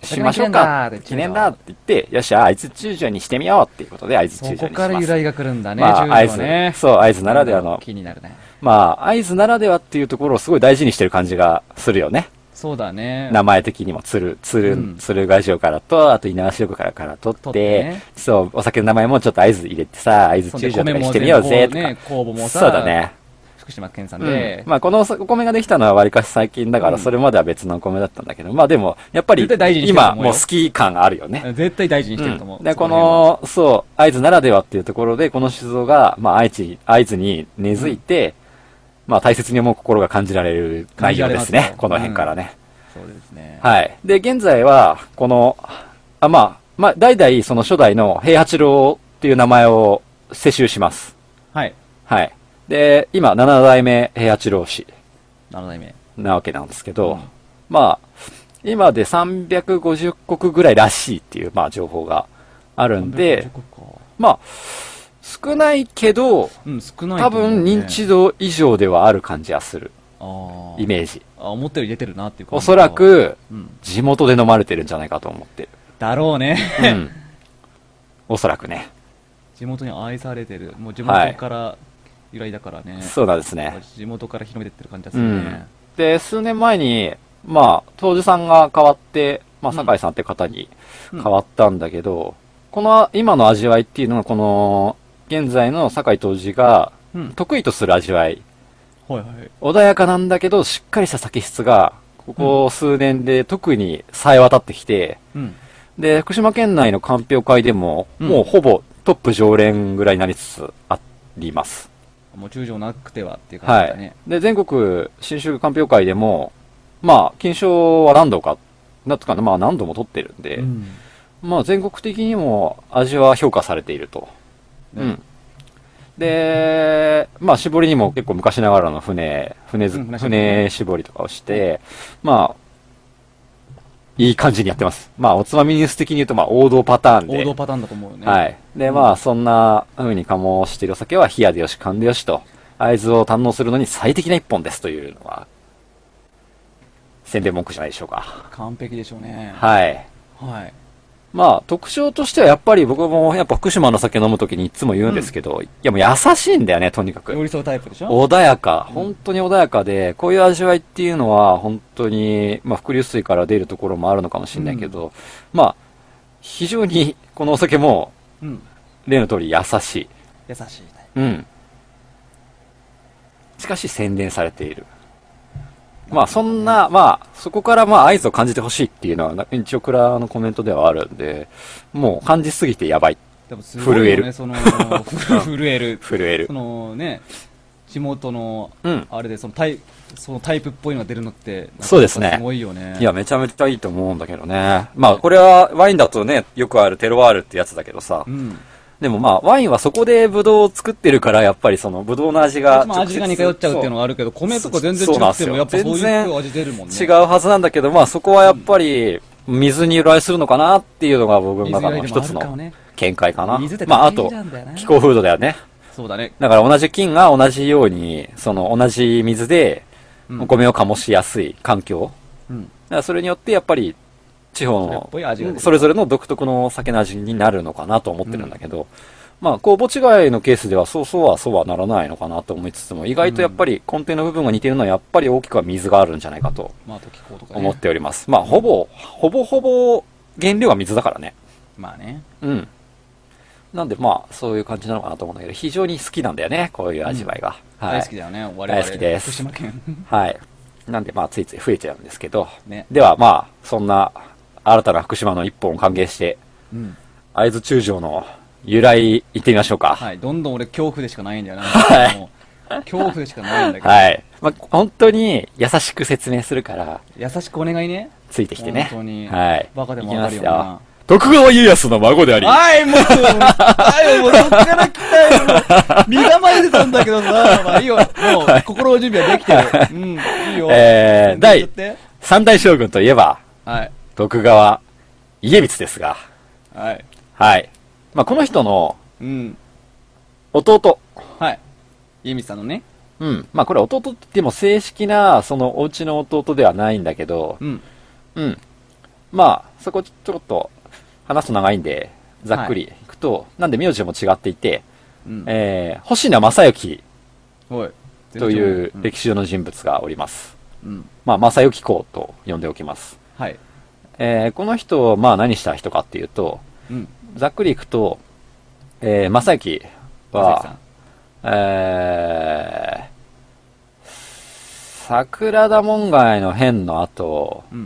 [SPEAKER 2] しましょうか。記念だって言って、よし、会津中将にしてみようっていうことで会津中将にします。
[SPEAKER 1] そこから由来が来るんだね、
[SPEAKER 2] まあ、会津、
[SPEAKER 1] ね。
[SPEAKER 2] そう、会津ならではの。
[SPEAKER 1] 気になるね。
[SPEAKER 2] まあ、会津ならではっていうところをすごい大事にしてる感じがするよね。
[SPEAKER 1] そうだね。
[SPEAKER 2] 名前的にも、鶴、鶴、うん、鶴ヶ城からと、あと稲橋横からから取って、ってね、そう、お酒の名前もちょっと会津入れてさ、会津中将とかしてみようぜ、とか。
[SPEAKER 1] ね、酵母もさ、
[SPEAKER 2] そうだね。
[SPEAKER 1] 福島県産で、
[SPEAKER 2] うん。まあ、このお米ができたのはわりかし最近だから、それまでは別のお米だったんだけど、うん、まあでも、やっぱり、今もう好き感あるよね。
[SPEAKER 1] 絶対大事にしてると思う。うん、
[SPEAKER 2] で、この、そう、会津ならではっていうところで、この酒造が、まあ、愛知、会津に根付いて、うん、まあ、大切に思う心が感じられる内容ですね。この辺からね。
[SPEAKER 1] うん、そうですね。
[SPEAKER 2] はい。で、現在は、この、あ、まあ、まあ、代々その初代の平八郎っていう名前を世襲します。
[SPEAKER 1] はい。
[SPEAKER 2] はい。で、今、七代目平八郎氏。
[SPEAKER 1] 七代目。
[SPEAKER 2] なわけなんですけど、うん、まあ、今でさんびゃくごじゅっこくぐらいらしいっていう、まあ、情報があるんで、まあ、少ないけど、
[SPEAKER 1] うん、少ない、
[SPEAKER 2] ね、多分認知度以上ではある感じはする。あイメージ。
[SPEAKER 1] あ、思ったより出てるなっていう
[SPEAKER 2] 感じ。おそらく、うん、地元で飲まれてるんじゃないかと思ってる。
[SPEAKER 1] だろうね。
[SPEAKER 2] うん。おそらくね。
[SPEAKER 1] 地元に愛されてる。もう地元から、はい由来だからね。
[SPEAKER 2] そうなんですね。
[SPEAKER 1] 地元から広めてってる感じですね、うん。
[SPEAKER 2] で、数年前に、まあ、当時さんが変わって、まあ、酒井さんって方に変わったんだけど、うん、この今の味わいっていうのが、この、現在の酒井当時が、得意とする味わい、
[SPEAKER 1] うん。はいはい。
[SPEAKER 2] 穏やかなんだけど、しっかりした酒質が、ここ数年で特に冴え渡ってきて、うん、で、福島県内の鑑評会でも、もうほぼトップ常連ぐらいになりつつあります。
[SPEAKER 1] もう中将なくてはっていう感じだね。
[SPEAKER 2] はい。で、全国新酒鑑評会でも、まあ、金賞は何度か、なんとかまあ何度も取ってるんで、うん、まあ全国的にも味は評価されていると。ね、うん。で、まあ絞りにも結構昔ながらの船、船ず、うん、船絞りとかをして、まあ、いい感じにやってます。まあ、おつまみニュース的に言うと、まあ、王道パターンで。
[SPEAKER 1] 王道パターンだと思うよね。
[SPEAKER 2] はい。で、まあ、そんな風に醸しているお酒は、冷やでよし、缶でよしと、会津を堪能するのに最適な一本ですというのは、宣伝文句じゃないでしょうか。
[SPEAKER 1] 完璧でしょうね。
[SPEAKER 2] はい。
[SPEAKER 1] はい。
[SPEAKER 2] まあ、特徴としてはやっぱり僕もやっぱ福島の酒飲むときにいつも言うんですけど、うん、いやもう優しいんだよね、とにかく。
[SPEAKER 1] 寄り添うタイプでしょ？
[SPEAKER 2] 穏やか。本当に穏やかで、こういう味わいっていうのは本当に、まあ、伏流水から出るところもあるのかもしれないけど、うん、まあ、非常にこのお酒も、うん、例の通り優しい。
[SPEAKER 1] 優しいね。
[SPEAKER 2] うん。しかし洗練されている。まあそんな、まあそこからまあ合図を感じてほしいっていうのは一応蔵のコメントではあるんで、もう感じすぎてやばい。
[SPEAKER 1] でもすごいよね、震える。その震える。
[SPEAKER 2] 震える。
[SPEAKER 1] そのね、地元のあれでそのタイ、そのタイプっぽいのが出るのって、
[SPEAKER 2] そうですね。
[SPEAKER 1] すごいよね。
[SPEAKER 2] いやめちゃめちゃいいと思うんだけどね。まあこれはワインだとね、よくあるテロワールってやつだけどさ。うん、でもまあ、ワインはそこでブドウを作ってるから、やっぱりそのブドウの味が。
[SPEAKER 1] まあ味が似通っちゃうっていうのがあるけど、米とか全然違ってもやっぱそういう味出るもんね。
[SPEAKER 2] 違うはずなんだけど、まあそこはやっぱり、水に由来するのかなっていうのが僕の中の一つの見解かな。まああと、気候風土だよね。
[SPEAKER 1] そうだね。
[SPEAKER 2] だから同じ菌が同じように、その同じ水で、お米を醸しやすい環境。うん。だからそれによってやっぱり、地方のそれぞれの独特の酒の味になるのかなと思ってるんだけど、うん、まあ酵母違いのケースではそうそうはそうはならないのかなと思いつつも、意外とやっぱり根底の部分が似ているのはやっぱり大きくは水があるんじゃないかと思っております。まあほぼほぼほぼ原料は水だからね。
[SPEAKER 1] まあね。
[SPEAKER 2] うん。なんでまあそういう感じなのかなと思うんだけど、非常に好きなんだよね、こういう味わいが。
[SPEAKER 1] うん、はい、大好きだよね。我々
[SPEAKER 2] 大好きです。
[SPEAKER 1] 福島県。
[SPEAKER 2] はい。なんでまあついつい増えちゃうんですけど、ね、ではまあそんな新たな福島の一本を歓迎して、うん、会津中将の由来行ってみましょうか。
[SPEAKER 1] はい、どんどん俺恐怖でしかないんだよな。はい。恐怖でしかないんだけど。
[SPEAKER 2] はい。まあ、本当に優しく説明するから。
[SPEAKER 1] 優しくお願いね。
[SPEAKER 2] ついてきてね。
[SPEAKER 1] 本当に。
[SPEAKER 2] はい。
[SPEAKER 1] バカでもわかるよな。
[SPEAKER 2] 徳川家康の孫であり。
[SPEAKER 1] はい、もう、はい、もうそっから来たよ。身構えてたんだけどさ、まあいいよ。もう、はい、心の準備はできてる。うん、いいよ。
[SPEAKER 2] えー、第三代将軍といえば、
[SPEAKER 1] はい。
[SPEAKER 2] 徳川家光ですが、
[SPEAKER 1] はい。
[SPEAKER 2] はい。まあ、この人の、
[SPEAKER 1] うん。
[SPEAKER 2] 弟。
[SPEAKER 1] はい。家光さんのね。
[SPEAKER 2] うん。まあ、これ弟って言っても正式な、その、お家の弟ではないんだけど、うん。うん。 まあ、そこちょっと話すと長いんで、ざっくりいくと、はい、なんで名字も違っていて、うん、えー、星名正幸という歴史上の人物がおります。うん、まあ、正幸公と呼んでおきます。はい。えー、この人、まあ何した人かっていうと、うん、ざっくりいくと、えー、正幸は、えー、桜田門外の変の後、うん、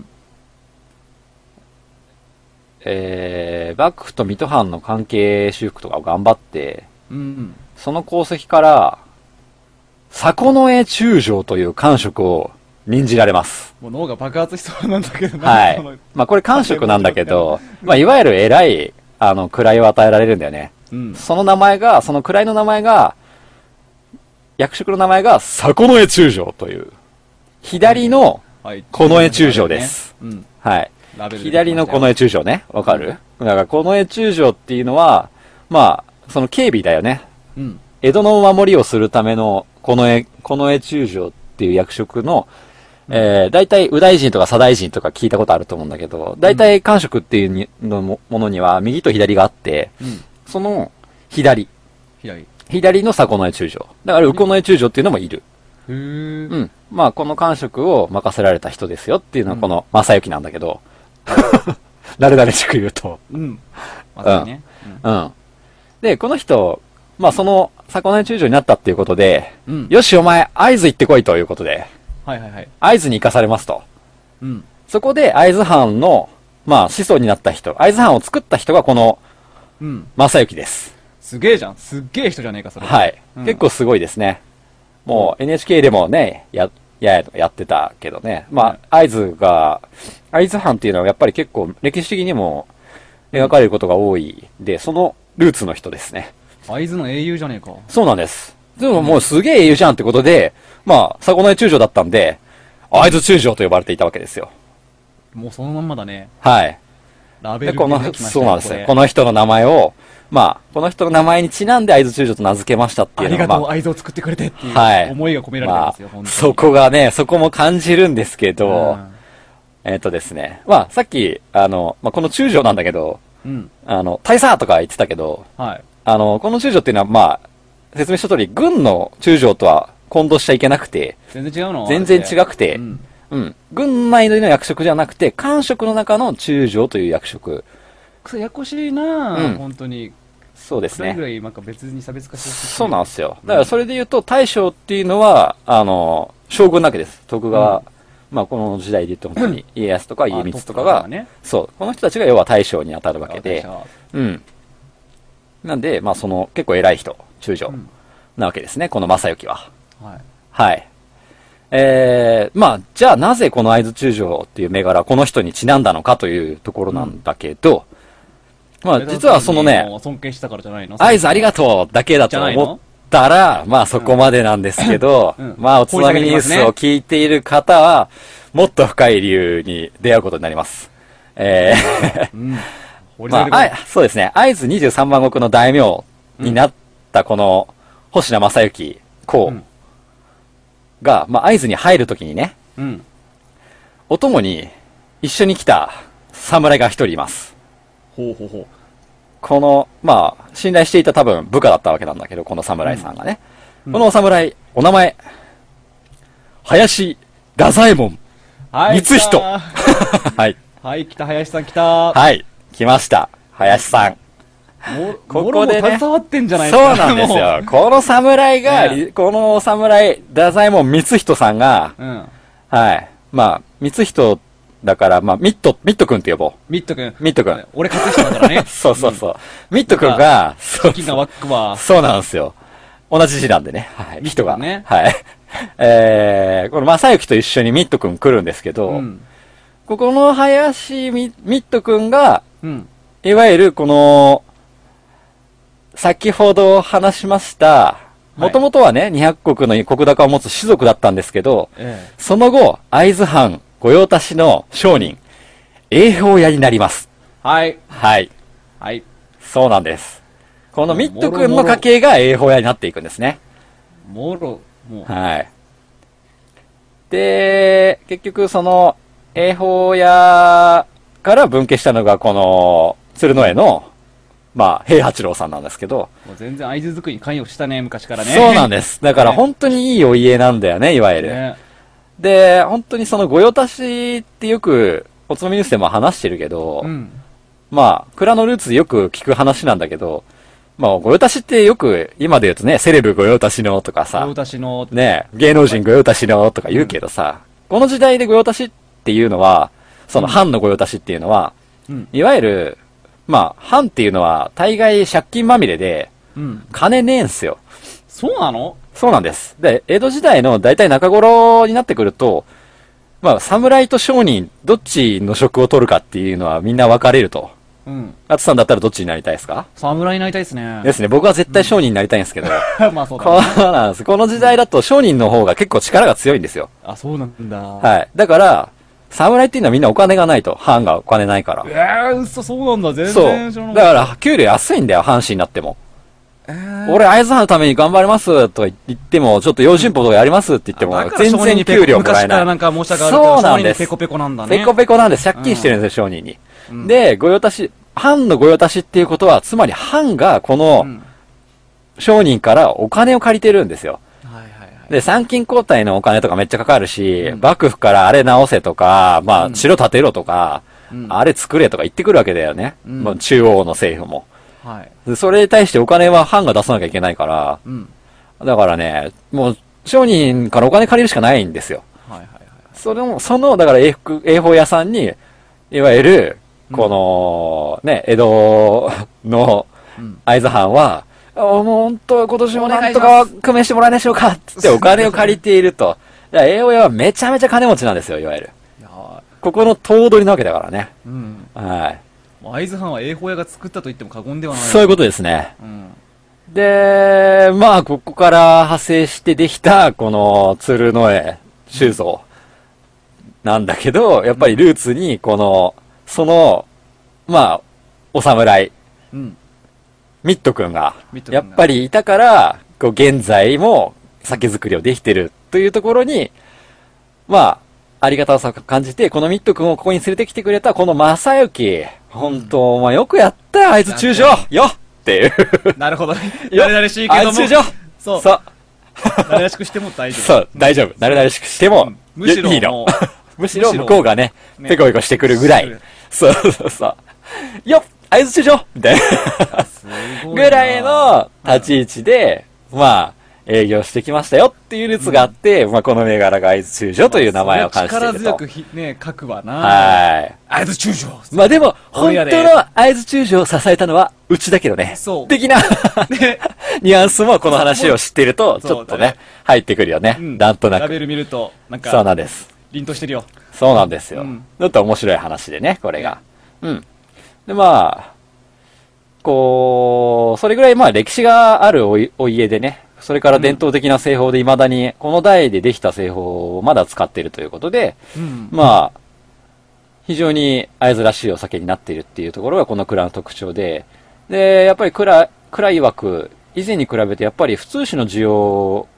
[SPEAKER 2] えー、幕府と水戸藩の関係修復とかを頑張って、うんうん、その功績から、迫江中将という官職を任じられます。
[SPEAKER 1] もう脳が爆発しそうなんだけどな。
[SPEAKER 2] はい。まあこれ官職なんだけど、まあいわゆる偉い、あの、位を与えられるんだよね。うん、その名前が、その位の名前が、役職の名前が、迫江中将という、左の近衛中将です。はい。左の近衛中将ね。わかる？うん、だから近衛中将っていうのは、まあ、その警備だよね。うん、江戸の守りをするための近衛、近衛中将っていう役職の、えー、大体、右大臣とか左大臣とか聞いたことあると思うんだけど、大体官職っていうのものには右と左があって、うん、その左。左。左の左近衛中将。だから右近衛中将っていうのもいる。へー。うん。まあ、この官職を任せられた人ですよっていうのはこの正幸なんだけど、誰々しく言うと。うん。正幸ね。うん。うん。で、この人、まあ、その左近衛中将になったっていうことで、うん、よしお前、会津行ってこいということで、はいはいはい。会津に行かされますと。うん。そこで会津藩の、まあ、子孫になった人、会津藩を作った人がこの、うん。正幸です。
[SPEAKER 1] すげえじゃん。すっげえ人じゃねえか、それ。
[SPEAKER 2] はい。うん、結構すごいですね。もう エヌエイチケー でもね、や、や、やってたけどね。まあ、会津が、会津藩っていうのはやっぱり結構歴史的にも描かれることが多いで、そのルーツの人ですね。
[SPEAKER 1] 会津の英雄じゃねえか。
[SPEAKER 2] そうなんです。でももうすげえ英雄じゃんってことで、まあ、迫江中将だったんで、会津中将と呼ばれていたわけですよ。
[SPEAKER 1] もうそのまんまだね。
[SPEAKER 2] はい。ラベルでこの、そうなんですよ。この人の名前を、まあ、この人の名前にちなんで会津中将と名付けましたっていうのが。
[SPEAKER 1] ありがとう、会津を作ってくれてっていう、はい、思いが込められてますよ、
[SPEAKER 2] まあ、そこがね、そこも感じるんですけど、うん、えっとですね、まあ、さっき、あの、まあ、この中将なんだけど、うん、あの、大佐とか言ってたけど、はい、あの、この中将っていうのは、まあ、説明した通り、軍の中将とは混同しちゃいけなくて、
[SPEAKER 1] 全然違うの
[SPEAKER 2] 全然違くて、うん、うん。軍内の役職じゃなくて、官職の中の中将という役職。
[SPEAKER 1] ややこしいなぁ、うん、本当に。
[SPEAKER 2] そうですね。
[SPEAKER 1] それぐらいなんか別に差別化して
[SPEAKER 2] そうなんですよ。だからそれで言うと、大将っていうのは、あの、将軍なわけです。徳川、うん、まあこの時代で言うと本当に家康とか家光とかが、ね、そう、この人たちが要は大将に当たるわけで、うん。なんで、まあその結構偉い人、中将なわけですね、この正幸は。はい。はい。えー、まあ、じゃあなぜこの会津中将っていう銘柄、この人にちなんだのかというところなんだけど、うん、まあ、実はそのね、
[SPEAKER 1] 尊敬したからじゃないの？
[SPEAKER 2] 会津ありがとうだけだと思ったら、まあそこまでなんですけど、うん、まあおつまみニュースを聞いている方は、もっと深い理由に出会うことになります。えー、うん、まあ、そうですね、会津にじゅうさんばん国の大名になったこの、星名正幸公、うんが、まあ、会津に入るときにね、うん。お供に一緒に来た侍が一人います。ほうほうほう。この、まあ、信頼していた多分部下だったわけなんだけど、この侍さんがね。うん、このお侍、お名前、林太左衛門、はい、光人。はい。
[SPEAKER 1] はい、来た、林さん来た。
[SPEAKER 2] はい、来ました。林さん。
[SPEAKER 1] ここでね、携わってんじゃない
[SPEAKER 2] ですか。そうなんですよ。この侍が、ね、この侍、太左衛門光人さんが、うん、はい。まあ、光人だから、まあ、ミット、ミット君って呼ぼう。
[SPEAKER 1] ミット君。
[SPEAKER 2] ミット君。
[SPEAKER 1] 俺勝人だからね。
[SPEAKER 2] そうそうそう。うん、ミット君が、
[SPEAKER 1] 好きなワックは。
[SPEAKER 2] そうなんですよ。同じ字なんでね。はい。人が。ね。はい。えー、この正幸と一緒にミット君来るんですけど、うん、ここの林ミット君が、うん、いわゆるこの、先ほど話しました、もともとはね、にひゃくこくの石高を持つ士族だったんですけど、ええ、その後、会津藩御用達の商人、栄宝屋になります。
[SPEAKER 1] はい。
[SPEAKER 2] はい。
[SPEAKER 1] はい。
[SPEAKER 2] そうなんです。このミット君の家系が栄宝屋になっていくんですね。
[SPEAKER 1] もろ、もう。
[SPEAKER 2] はい。で、結局その、栄宝屋から分家したのがこの、鶴の絵の、まあ、平八郎さんなんですけど。
[SPEAKER 1] もう全然合図作りに関与したね、昔からね。
[SPEAKER 2] そうなんです。だから本当にいいお家なんだよね、いわゆる。ね、で、本当にその御用達ってよく、おつまみニュースでも話してるけど、うん、まあ、蔵のルーツでよく聞く話なんだけど、まあ、御用達ってよく、今で言うとね、セレブ御用達のとかさ、
[SPEAKER 1] 御用達の、
[SPEAKER 2] ね、芸能人御用達のとか言うけどさ、うん、この時代で御用達っていうのは、その藩の御用達っていうのは、うん、いわゆる、まあ、藩っていうのは、大概借金まみれで、うん、金ねえんすよ。
[SPEAKER 1] そうなの？
[SPEAKER 2] そうなんです。で、江戸時代の大体中頃になってくると、まあ、侍と商人、どっちの職を取るかっていうのはみんな分かれると。うん。あつさんだったらどっちになりたいですか？
[SPEAKER 1] 侍になりたいですね。
[SPEAKER 2] ですね。僕は絶対商人になりたいんですけど。
[SPEAKER 1] うん、まあそうだね。
[SPEAKER 2] そうなんです。この時代だと商人の方が結構力が強いんですよ。
[SPEAKER 1] あ、そうなんだ。
[SPEAKER 2] はい。だから、侍っていうのはみんなお金がないと。藩がお金ないから。
[SPEAKER 1] えー、嘘、そうなんだ。全然知らなかった。
[SPEAKER 2] そう。だから、給料安いんだよ、藩士になっても。えー、俺、会津藩のために頑張りますとか言っても、ちょっと用心棒とかやりますって言っても、全然給料もらえない。
[SPEAKER 1] 昔からなんか申し訳あるけど、
[SPEAKER 2] そうなんです。
[SPEAKER 1] ペコペコなんだね。
[SPEAKER 2] ペコペコなんです。借金してるんですよ、商人に。うん、で、御用達、藩の御用達っていうことは、つまり藩がこの、商人からお金を借りてるんですよ。で、参勤交代のお金とかめっちゃかかるし、うん、幕府からあれ直せとか、まあ、うん、城建てろとか、うん、あれ作れとか言ってくるわけだよね。うん、まあ、中央の政府も。はい。で、それに対してお金は藩が出さなきゃいけないから、うん、だからね、もう、商人からお金借りるしかないんですよ。はいはいはい。その、その、だから英服、英宝屋さんに、いわゆる、この、うん、ね、江戸の会津藩は、もう本当今年もなんとか工面してもらえないでしょうかってお金を借りていると。栄養屋はめちゃめちゃ金持ちなんですよ、いわゆる。いやここの頭取なわけだからね。うん。はい。
[SPEAKER 1] 会津藩は栄宝屋が作ったと言っても過言ではない。
[SPEAKER 2] そういうことですね。うん。で、まあ、ここから派生してできた、この鶴の絵収蔵なんだけど、やっぱりルーツに、この、その、まあ、お侍。うん。ミット君が、やっぱりいたから、こう、現在も酒造りをできてるというところに、まあ、ありがたさを感じて、このミット君をここに連れてきてくれた、この正幸、本当、お前よくやったよ、あいつ中将よっていう。
[SPEAKER 1] なるほどね。慣れ慣れしいけども。あいつ中将そう。そう。慣れ慣しくしても大丈夫。
[SPEAKER 2] そう、大丈夫。慣れ慣れしくしても、むしろいいの。むしろ向こうがね、ペコペコしてくるぐらい。そうそうそう。よっ会津中将みたいな。ぐらいの立ち位置で、まあ、営業してきましたよっていうルーツがあって、うん、まあこの銘柄が会津中将という名前を冠していると。
[SPEAKER 1] 力強くね、書くわな。
[SPEAKER 2] はい。
[SPEAKER 1] 会津中将
[SPEAKER 2] まあでも、本当の会津中将を支えたのは、うちだけどね。そう。的な、ね、ニュアンスもこの話を知っていると、ちょっとね、入ってくるよね。うん、なんとなく。
[SPEAKER 1] ラベル見ると、なんか、
[SPEAKER 2] そうなんです。
[SPEAKER 1] 凛としてるよ。
[SPEAKER 2] そうなんですよ。うん、ちょっと面白い話でね、これが。うん。で、まあ、こう、それぐらいまあ歴史があるお, お家でね、それから伝統的な製法で未だに、この代でできた製法をまだ使っているということで、うん、まあ、非常に会津らしいお酒になっているっていうところがこの蔵の特徴で、で、やっぱり蔵、蔵曰く、以前に比べてやっぱり普通酒の需要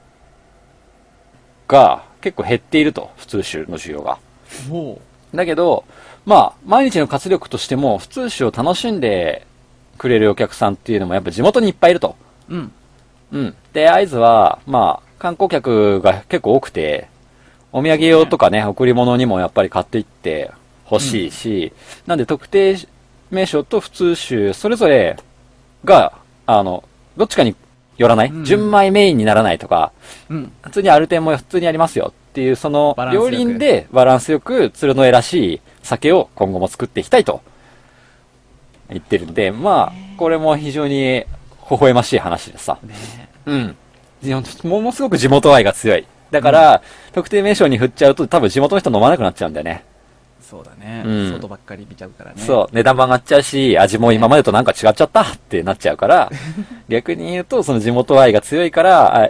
[SPEAKER 2] が結構減っていると、普通酒の需要が。だけど、まあ、毎日の活力としても、普通酒を楽しんでくれるお客さんっていうのもやっぱ地元にいっぱいいると。うん。うん。で、会津は、まあ、観光客が結構多くて、お土産用とかね、贈り物にもやっぱり買っていってほしいし、うん、なんで特定名称と普通酒、それぞれが、あの、どっちかによらない、うん、純米メインにならないとか、うん、普通にある点も普通にありますよっていう、その、両輪でバランスよく鶴の絵らしい酒を今後も作っていきたいと言ってるんで、まあ、これも非常に微笑ましい話でさ。ね、うん。ものすごく地元愛が強い。だから、うん、特定名称に振っちゃうと多分地元の人飲まなくなっちゃうんだよね。
[SPEAKER 1] そうだね。うん、外ばっかり見ちゃうからね。
[SPEAKER 2] そう。値段も上がっちゃうし、味も今までとなんか違っちゃったってなっちゃうから、逆に言うとその地元愛が強いから、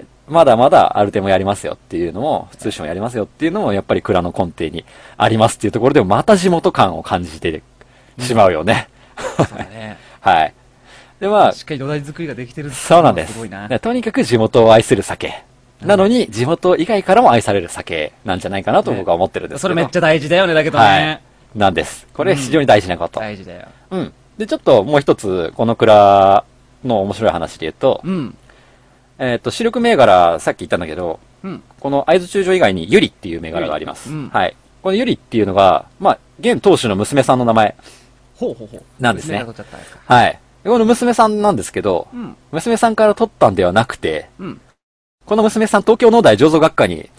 [SPEAKER 2] まだまだある程度やりますよっていうのも、普通酒もやりますよっていうのも、やっぱり蔵の根底にありますっていうところでも、また地元感を感じてしまうよね。
[SPEAKER 1] そうだね。
[SPEAKER 2] はい。で、まあ。
[SPEAKER 1] しっかり土台作りができてる。
[SPEAKER 2] そうなんです。すごいな。とにかく地元を愛する酒。なのに、地元以外からも愛される酒なんじゃないかなと僕は思ってるんですけど、
[SPEAKER 1] ね、それめっちゃ大事だよね、だけどね。はい。
[SPEAKER 2] なんです。これ非常に大事なこと。
[SPEAKER 1] 大事だよ。
[SPEAKER 2] うん。で、ちょっともう一つ、この蔵の面白い話で言うと、
[SPEAKER 1] うん。
[SPEAKER 2] えっと、主力銘柄、さっき言ったんだけど、
[SPEAKER 1] うん。
[SPEAKER 2] この会津中将以外にユリっていう銘柄があります。
[SPEAKER 1] うん。
[SPEAKER 2] はい。このユリっていうのが、まあ、現当主の娘さんの名前
[SPEAKER 1] ほうほうほう。
[SPEAKER 2] なんですね。
[SPEAKER 1] 娘が取っちゃったんですか。
[SPEAKER 2] はい。この娘さんなんですけど、
[SPEAKER 1] うん。
[SPEAKER 2] 娘さんから取ったんではなくて、
[SPEAKER 1] うん。
[SPEAKER 2] この娘さん東京農大醸造学科に、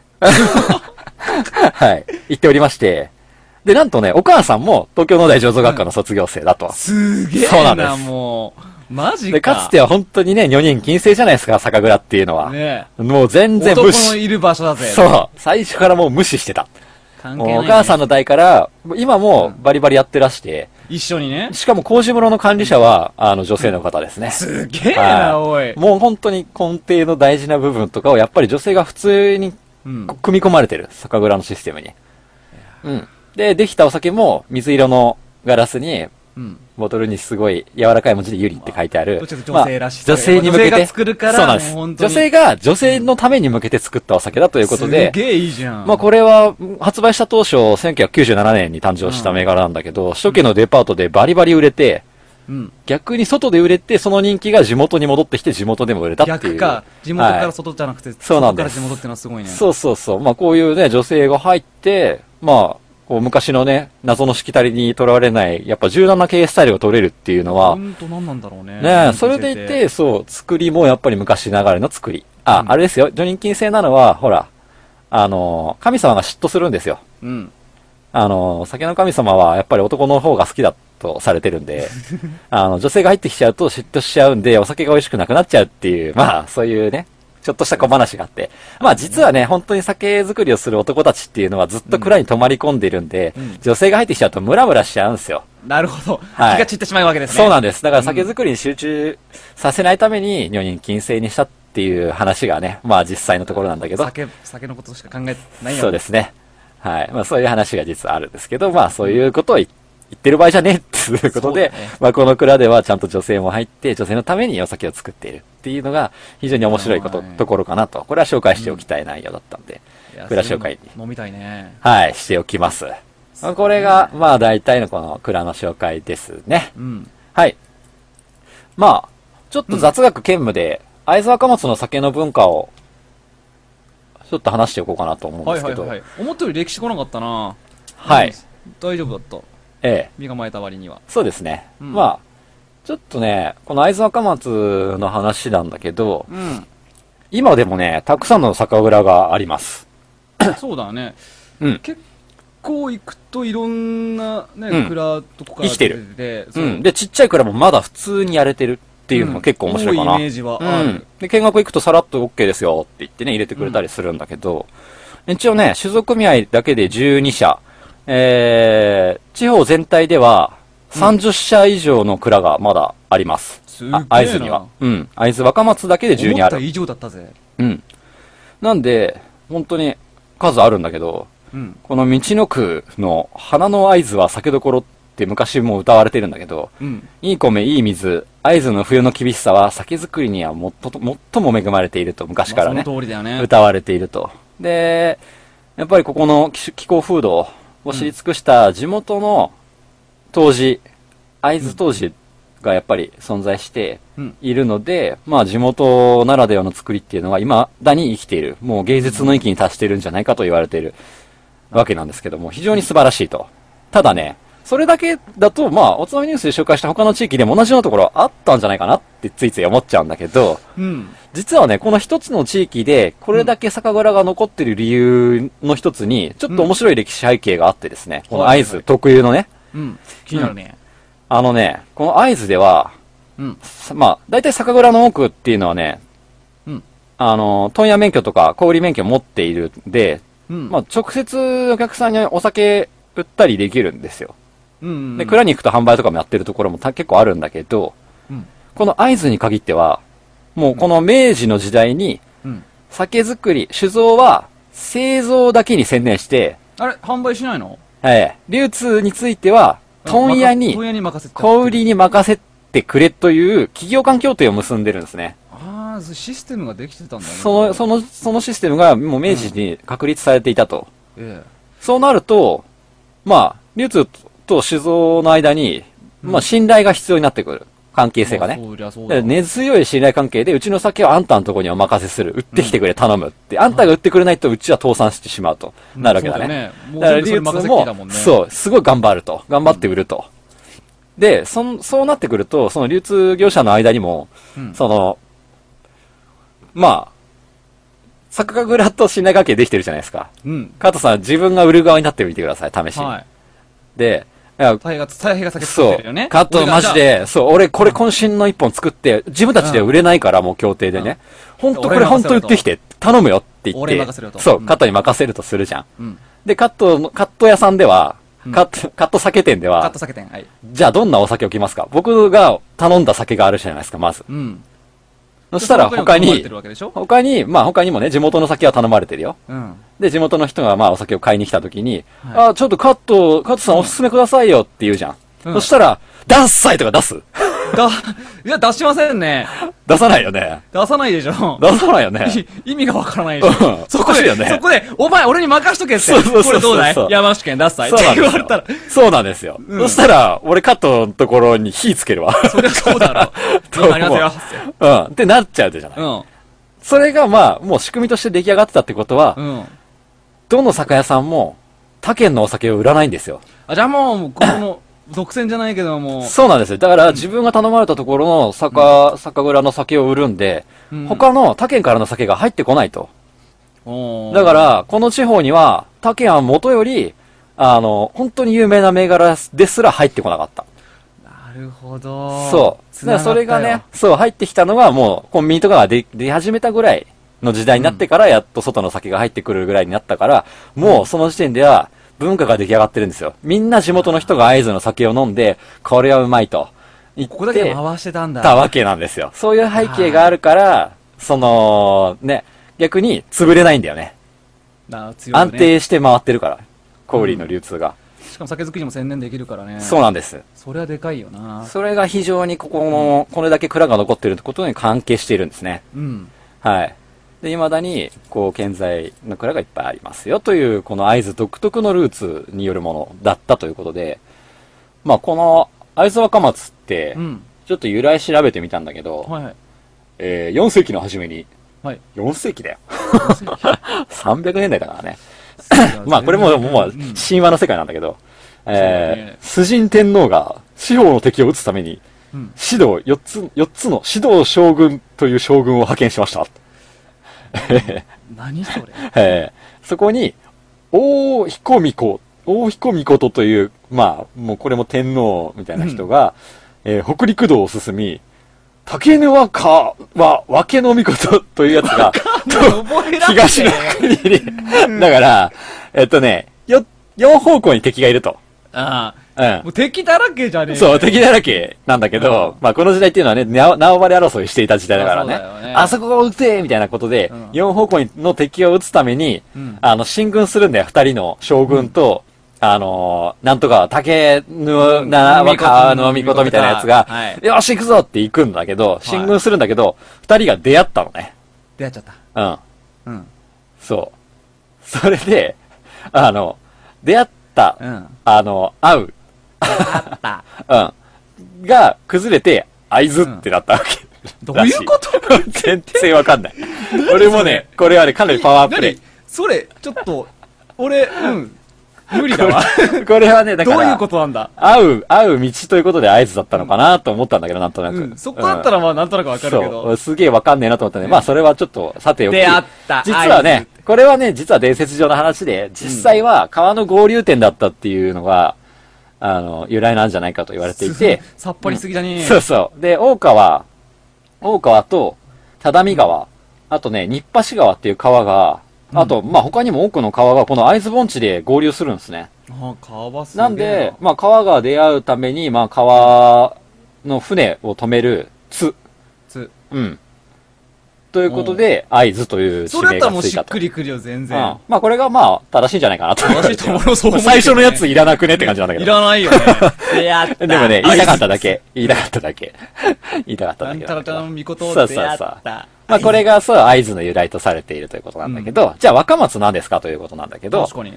[SPEAKER 2] はい、行っておりまして、で、なんとね、お母さんも東京農大醸造学科の卒業生だと。
[SPEAKER 1] すげえな、
[SPEAKER 2] そうなんです。
[SPEAKER 1] もう。マジか。
[SPEAKER 2] で、かつては本当にね、女人禁制じゃないですか、酒蔵っていうのは。
[SPEAKER 1] ねえ。
[SPEAKER 2] もう全然無視。
[SPEAKER 1] 男のいる場所だぜ。
[SPEAKER 2] そう。最初からもう無視してた。
[SPEAKER 1] 関係ない、ね。
[SPEAKER 2] お母さんの代から、今もバリバリやってらして、
[SPEAKER 1] うん、一緒にね。
[SPEAKER 2] しかも麹室の管理者は、あの、女性の方ですね。
[SPEAKER 1] すげえな、おい。
[SPEAKER 2] もう本当に根底の大事な部分とかを、やっぱり女性が普通に、組み込まれてる、酒蔵のシステムに。うん。で、できたお酒も、水色のガラスに、うん、ボトルにすごい柔らかい文字でユリって書いてある。
[SPEAKER 1] まあ、女性らしい、
[SPEAKER 2] まあ、女性に向けて。
[SPEAKER 1] 女性が作るから、
[SPEAKER 2] そうなんです。女性が女性のために向けて作ったお酒だということで。
[SPEAKER 1] すげえいいじゃん。
[SPEAKER 2] まあこれは、発売した当初、せんきゅうひゃくきゅうじゅうななねんに誕生した銘柄なんだけど、うん、首都圏のデパートでバリバリ売れて、うん、逆に外で売れて、その人気が地元に戻ってきて地元でも売れたっていう。
[SPEAKER 1] 逆か。地元から外じゃなくて、はい、
[SPEAKER 2] そうなんです。
[SPEAKER 1] 外から地元ってのはすごいね。
[SPEAKER 2] そうそうそう。まあこういうね、女性が入って、まあ、こう昔のね、謎のしきたりにとらわれない、やっぱ柔軟な経営スタイルが取れるっていうのは、
[SPEAKER 1] 本当何なんだろうね。
[SPEAKER 2] ねえ、それでいて、そう、作りもやっぱり昔ながらの作り。あ、うん、あれですよ、女人禁制なのは、ほら、あの、神様が嫉妬するんですよ。うん。あの、酒の神様はやっぱり男の方が好きだとされてるんで、あの、女性が入ってきちゃうと嫉妬しちゃうんで、お酒が美味しくなくなっちゃうっていう、まあ、そういうね、ちょっとした小話があって。まあ実はね、本当に酒造りをする男たちっていうのはずっと蔵に泊まり込んでるんで、うん、女性が入ってきちゃうとムラムラしちゃうんですよ。
[SPEAKER 1] なるほど。はい、気が散ってしまうわけですね。
[SPEAKER 2] そうなんです。だから酒造りに集中させないために女人禁制にしたっていう話がね、まあ実際のところなんだけど。
[SPEAKER 1] 酒、酒のことしか考えてないよ。
[SPEAKER 2] そうですね。はい。まあそういう話が実はあるんですけど、まあそういうことを言って、言ってる場合じゃねえっていうことで、ね、まあこの蔵ではちゃんと女性も入って、女性のためにお酒を作っているっていうのが非常に面白いこと、ところかなと。これは紹介しておきたい内容だったんで、うん、蔵紹介に。
[SPEAKER 1] 飲みたいね。
[SPEAKER 2] はい、しておきます。これが、まあ大体のこの蔵の紹介ですね。うん、はい。まあ、ちょっと雑学兼務で、会津若松の酒の文化を、ちょっと話しておこうかなと思うんですけど。はいはいはい。
[SPEAKER 1] 思ったより歴史来なかったな。
[SPEAKER 2] はい。うん、
[SPEAKER 1] 大丈夫だった。
[SPEAKER 2] ええ。
[SPEAKER 1] 身構えた割には。
[SPEAKER 2] そうですね。うん、まあ、ちょっとね、この会津若松の話なんだけど、うん、今でもね、たくさんの酒蔵があります。
[SPEAKER 1] そうだね。
[SPEAKER 2] うん。
[SPEAKER 1] 結構行くといろんなね、うん、蔵とか
[SPEAKER 2] 生きてる。うん。で、ちっちゃい蔵もまだ普通にやれてるっていうのが結構面白いかな。
[SPEAKER 1] うん、多いイメージはある、うん。
[SPEAKER 2] で、見学行くとさらっと OK ですよって言ってね、入れてくれたりするんだけど、うん、一応ね、酒造組合だけでじゅうにしゃ、えー、地方全体ではさんじゅっしゃ以上の蔵がまだあります。
[SPEAKER 1] すげえな。
[SPEAKER 2] 会津には。うん。会津若松だけでじゅうにある。
[SPEAKER 1] 思った以上だったぜ。
[SPEAKER 2] うん。なんで、本当に数あるんだけど、うん、この道の区の花の会津は酒どころって昔も歌われてるんだけど、うん、いい米、いい水、会津の冬の厳しさは酒造りにはもっと最も恵まれていると昔からね、まあ、その通りだよね。歌われていると。で、やっぱりここの気候風土を知り尽くした地元の杜氏、会津杜氏がやっぱり存在しているので、うん、まあ地元ならではの作りっていうのは未だに生きている。もう芸術の域に達しているんじゃないかと言われているわけなんですけども、非常に素晴らしいと。ただね、それだけだと、まあ、おつまみニュースで紹介した他の地域でも同じようなところあったんじゃないかなってついつい思っちゃうんだけど、うん、実はね、この一つの地域で、これだけ酒蔵が残ってる理由の一つに、ちょっと面白い歴史背景があってですね、うん、この会津特有のね、
[SPEAKER 1] うん、気になるね、
[SPEAKER 2] うん。あのね、この会津では、うん、まあ、大体酒蔵の多くっていうのはね、うん、あの、問屋免許とか小売免許を持っているんで、うん、まあ、直接お客さんにお酒売ったりできるんですよ。うんうんうん、で、蔵に行くと販売とかもやってるところも結構あるんだけど、うん、この会津に限っては、もうこの明治の時代に、酒造り、酒造は製造だけに専念して、
[SPEAKER 1] あれ販売しないの？
[SPEAKER 2] ええ。流通については、問屋に、小売りに任せてくれという企業間協定を結んでるんですね。
[SPEAKER 1] ああ、システムができてたんだね。
[SPEAKER 2] その、その、そのシステムがもう明治に確立されていたと。うん、ええ。そうなると、まあ、 流通と酒造の間に、まあ信頼が必要になってくる。関係性がね。
[SPEAKER 1] そうりゃそうだ。
[SPEAKER 2] 根強い信頼関係で、うちの酒はあんたのところにお任せする。売ってきてくれ、頼むって。あんたが売ってくれないとうちは倒産してしまうと。なるわけだね。
[SPEAKER 1] もう
[SPEAKER 2] だから
[SPEAKER 1] 全部それ任せっきりだもんね。
[SPEAKER 2] そう、すごい頑張ると。頑張って売ると。で、そん、そうなってくると、その流通業者の間にも、その、まあ、酒蔵と信頼関係できてるじゃないですか。
[SPEAKER 1] うん。
[SPEAKER 2] 加藤さん、自分が売る側になってみてください、試しに。
[SPEAKER 1] はい。
[SPEAKER 2] で、いや、
[SPEAKER 1] 大平が、大平が酒作ってるよね。
[SPEAKER 2] 加藤マジで、そう、俺これ渾身の一本作って、自分たちで売れないからもう協定でね。ほんとこれほんと売ってきて、頼むよって言って、
[SPEAKER 1] 俺任せると。
[SPEAKER 2] そう、カットに任せるとするじゃん。
[SPEAKER 1] うん。
[SPEAKER 2] で、カットの、カット屋さんでは、カット、カット酒店では、
[SPEAKER 1] カット酒店、はい。
[SPEAKER 2] じゃあどんなお酒を来ますか？僕が頼んだ酒があるじゃないですか、まず。
[SPEAKER 1] うん。
[SPEAKER 2] そしたら他に、他に、まあ他にもね、地元の酒は頼まれてるよ。
[SPEAKER 1] うん。
[SPEAKER 2] で、地元の人がまあお酒を買いに来た時に、はい、あ、ちょっとカット、カットさんおすすめくださいよって言うじゃん。うん、そしたら、ダッサイとか出す
[SPEAKER 1] だ、いや、出しませんね。
[SPEAKER 2] 出さないよね。
[SPEAKER 1] 出さないでしょ。
[SPEAKER 2] 出さないよね。
[SPEAKER 1] 意味がわからないでしょ。
[SPEAKER 2] うん、そこで、
[SPEAKER 1] そこで、お前俺に任しとけって。
[SPEAKER 2] そうそうそうそう。
[SPEAKER 1] これどうだい山梨県出すさいって言われたら。
[SPEAKER 2] そうなんですよ。うん、そしたら、俺カットのところに火つけるわ。
[SPEAKER 1] そりゃそうだろ。今ありますよ。
[SPEAKER 2] うん。ってなっちゃうじゃない。うん。それがまあ、もう仕組みとして出来上がってたってことは、うん。どの酒屋さんも、他県のお酒を売らないんですよ。
[SPEAKER 1] あ、じゃあもう、この、独占じゃないけども。
[SPEAKER 2] そうなんですよ。だから、自分が頼まれたところの酒、うん、酒蔵の酒を売るんで、うん、他の他県からの酒が入ってこないと。だから、この地方には、他県は元より、あの、本当に有名な銘柄ですら入ってこなかった。
[SPEAKER 1] なるほど。
[SPEAKER 2] そう。だからそれがね、そう、入ってきたのがもう、コンビニとかが出、出始めたぐらいの時代になってから、やっと外の酒が入ってくるぐらいになったから、うん、もうその時点では、文化が出来上がってるんですよ。みんな地元の人が会津の酒を飲んで、これはうまいと言って。
[SPEAKER 1] ここだけ回してたんだ。
[SPEAKER 2] たわけなんですよ。そういう背景があるから、その、ね、逆に潰れないんだよね。
[SPEAKER 1] な強いね。
[SPEAKER 2] 安定して回ってるから。小売の流通が、
[SPEAKER 1] うん。しかも酒造りも専念できるからね。
[SPEAKER 2] そうなんです。
[SPEAKER 1] それはでかいよな。
[SPEAKER 2] それが非常にここの、これだけ蔵が残ってるってことに関係しているんですね。うん。はい。で、未だに、こう、健在の蔵がいっぱいありますよという、この会津独特のルーツによるものだったということで、まあ、この会津若松って、ちょっと由来調べてみたんだけど、はいはい、えー、よん世紀の初めに、はい、よん世紀だよ。さんびゃくねんだいだからね。まあ、これも、もう、神話の世界なんだけど、えー、崇神天皇が四方の敵を討つために、指導よっつ、よっつの指導将軍という将軍を派遣しました。
[SPEAKER 1] 何それ、
[SPEAKER 2] えー、そこに、大彦巫女、大彦巫女という、まあ、もうこれも天皇みたいな人が、うん、えー、北陸道を進み、竹沼かは、分けの巫女というやつが、東の国に、だから、えっとね、よ、四方向に敵がいると。
[SPEAKER 1] ああ。うん。もう敵だらけじゃねえ
[SPEAKER 2] そう、敵だらけなんだけど、うん、まあこの時代っていうのはね、縄張り争いしていた時代だからね。あ, ねあそこを撃てみたいなことで、うん、四方向の敵を撃つために、うん、あの、進軍するんだよ、二人の将軍と、うん、あのー、なんとか、竹ぬ、な、わかのみことみたいなやつが、はい、よし行くぞって行くんだけど、進軍するんだけど、二、はい、人が出会ったのね。
[SPEAKER 1] 出会っちゃった。
[SPEAKER 2] うん。うん。そう。それで、あの、出会った、うん、あの、会う。
[SPEAKER 1] あった。
[SPEAKER 2] うん。が、崩れて、会津ってなったわけ、
[SPEAKER 1] うん。どういうこと
[SPEAKER 2] 全然わかんない。俺もね、これはね、かなりパワーアップで。
[SPEAKER 1] それ、ちょっと、俺、うん。無理だわ。
[SPEAKER 2] これはね、だから。
[SPEAKER 1] どういうことなんだ
[SPEAKER 2] 会う、会う道ということで会津だったのかなと思ったんだけど、なんとなく。うん、
[SPEAKER 1] そこだったらまあなんとなくわかるけど。
[SPEAKER 2] そう。すげえわかんねえなと思ったね。まあそれはちょっと、さておき。
[SPEAKER 1] 出会った。
[SPEAKER 2] 実はね、これはね、実は伝説上の話で、実際は川の合流点だったっていうのが、あの、由来なんじゃないかと言われていて。
[SPEAKER 1] さっぱりすぎだね、
[SPEAKER 2] うん。そうそう。で、大川、大川と、只見川、あとね、日橋川っていう川が、あと、うん、まあ、他にも多くの川がこの会津盆地で合流するんですね。
[SPEAKER 1] あ、川すげえな。
[SPEAKER 2] なんで、まあ、川が出会うために、まあ、川の船を止める、津。
[SPEAKER 1] 津。
[SPEAKER 2] うん。ということで、会津という地名がついたと。
[SPEAKER 1] それだったらもうしっくりくるよ、全然。うん。
[SPEAKER 2] まあ、これがまあ、正しいんじゃないかなと。
[SPEAKER 1] 正しいと思う、そう思う、ね。
[SPEAKER 2] 最初のやついらなくねって感じなんだけど。
[SPEAKER 1] いらないよね。出会った。
[SPEAKER 2] でもね、言いたかっただけ。言いたかっただけ。言いたかっただけ。
[SPEAKER 1] なんたらちゃんのみことを出会った。そうそうそう。
[SPEAKER 2] まあ、これがそう、会津の由来とされているということなんだけど、うん、じゃあ若松なんですかということなんだけど、
[SPEAKER 1] 確かに。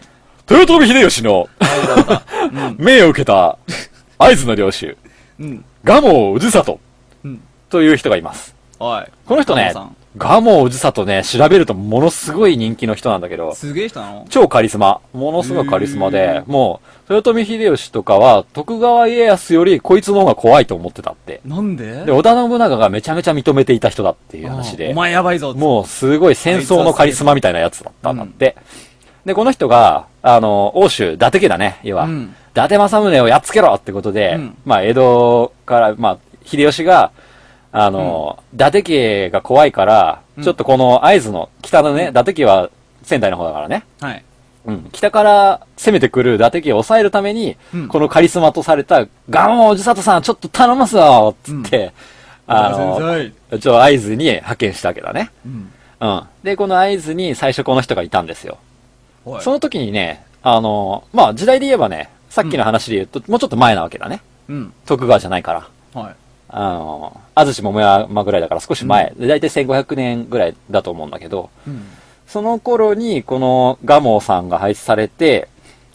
[SPEAKER 2] 豊臣秀吉の命を受けた会津の領主、
[SPEAKER 1] うん。
[SPEAKER 2] 蒲生氏里
[SPEAKER 1] うん。
[SPEAKER 2] という人がいます。
[SPEAKER 1] はい。
[SPEAKER 2] この人ね、蒲生氏里ね、調べるとものすごい人気の人なんだけど、
[SPEAKER 1] すげえ人なの？
[SPEAKER 2] 超カリスマ。ものすごいカリスマで、もう、豊臣秀吉とかは、徳川家康よりこいつの方が怖いと思ってたって。
[SPEAKER 1] なんで？
[SPEAKER 2] で、織田信長がめちゃめちゃ認めていた人だっていう話で。
[SPEAKER 1] お前やばいぞ。
[SPEAKER 2] もうすごい戦争のカリスマみたいなやつだったんだって。うん、で、この人が、あの、欧州、伊達家だね、要は。うん、伊達政宗をやっつけろってことで、うん、まあ、江戸から、まあ、秀吉が、あの、うん、伊達家が怖いから、うん、ちょっとこの会津の北のね、伊達家は仙台の方だからね。はい。うん。北から攻めてくる伊達家を抑えるために、うん、このカリスマとされた、蒲生氏里さんちょっと頼ますよつって、うん、あの、ちょ、会津に派遣したわけだね。うん。うん。で、この会津に最初この人がいたんですよ。その時にね、あの、まあ、時代で言えばね、さっきの話で言うと、うん、もうちょっと前なわけだね。うん。徳川じゃないから。はい。あの、安土桃山ぐらいだから少し前、うん、だいたいせんごひゃくねんぐらいだと思うんだけど、うん、その頃にこの蒲生さんが配置されて、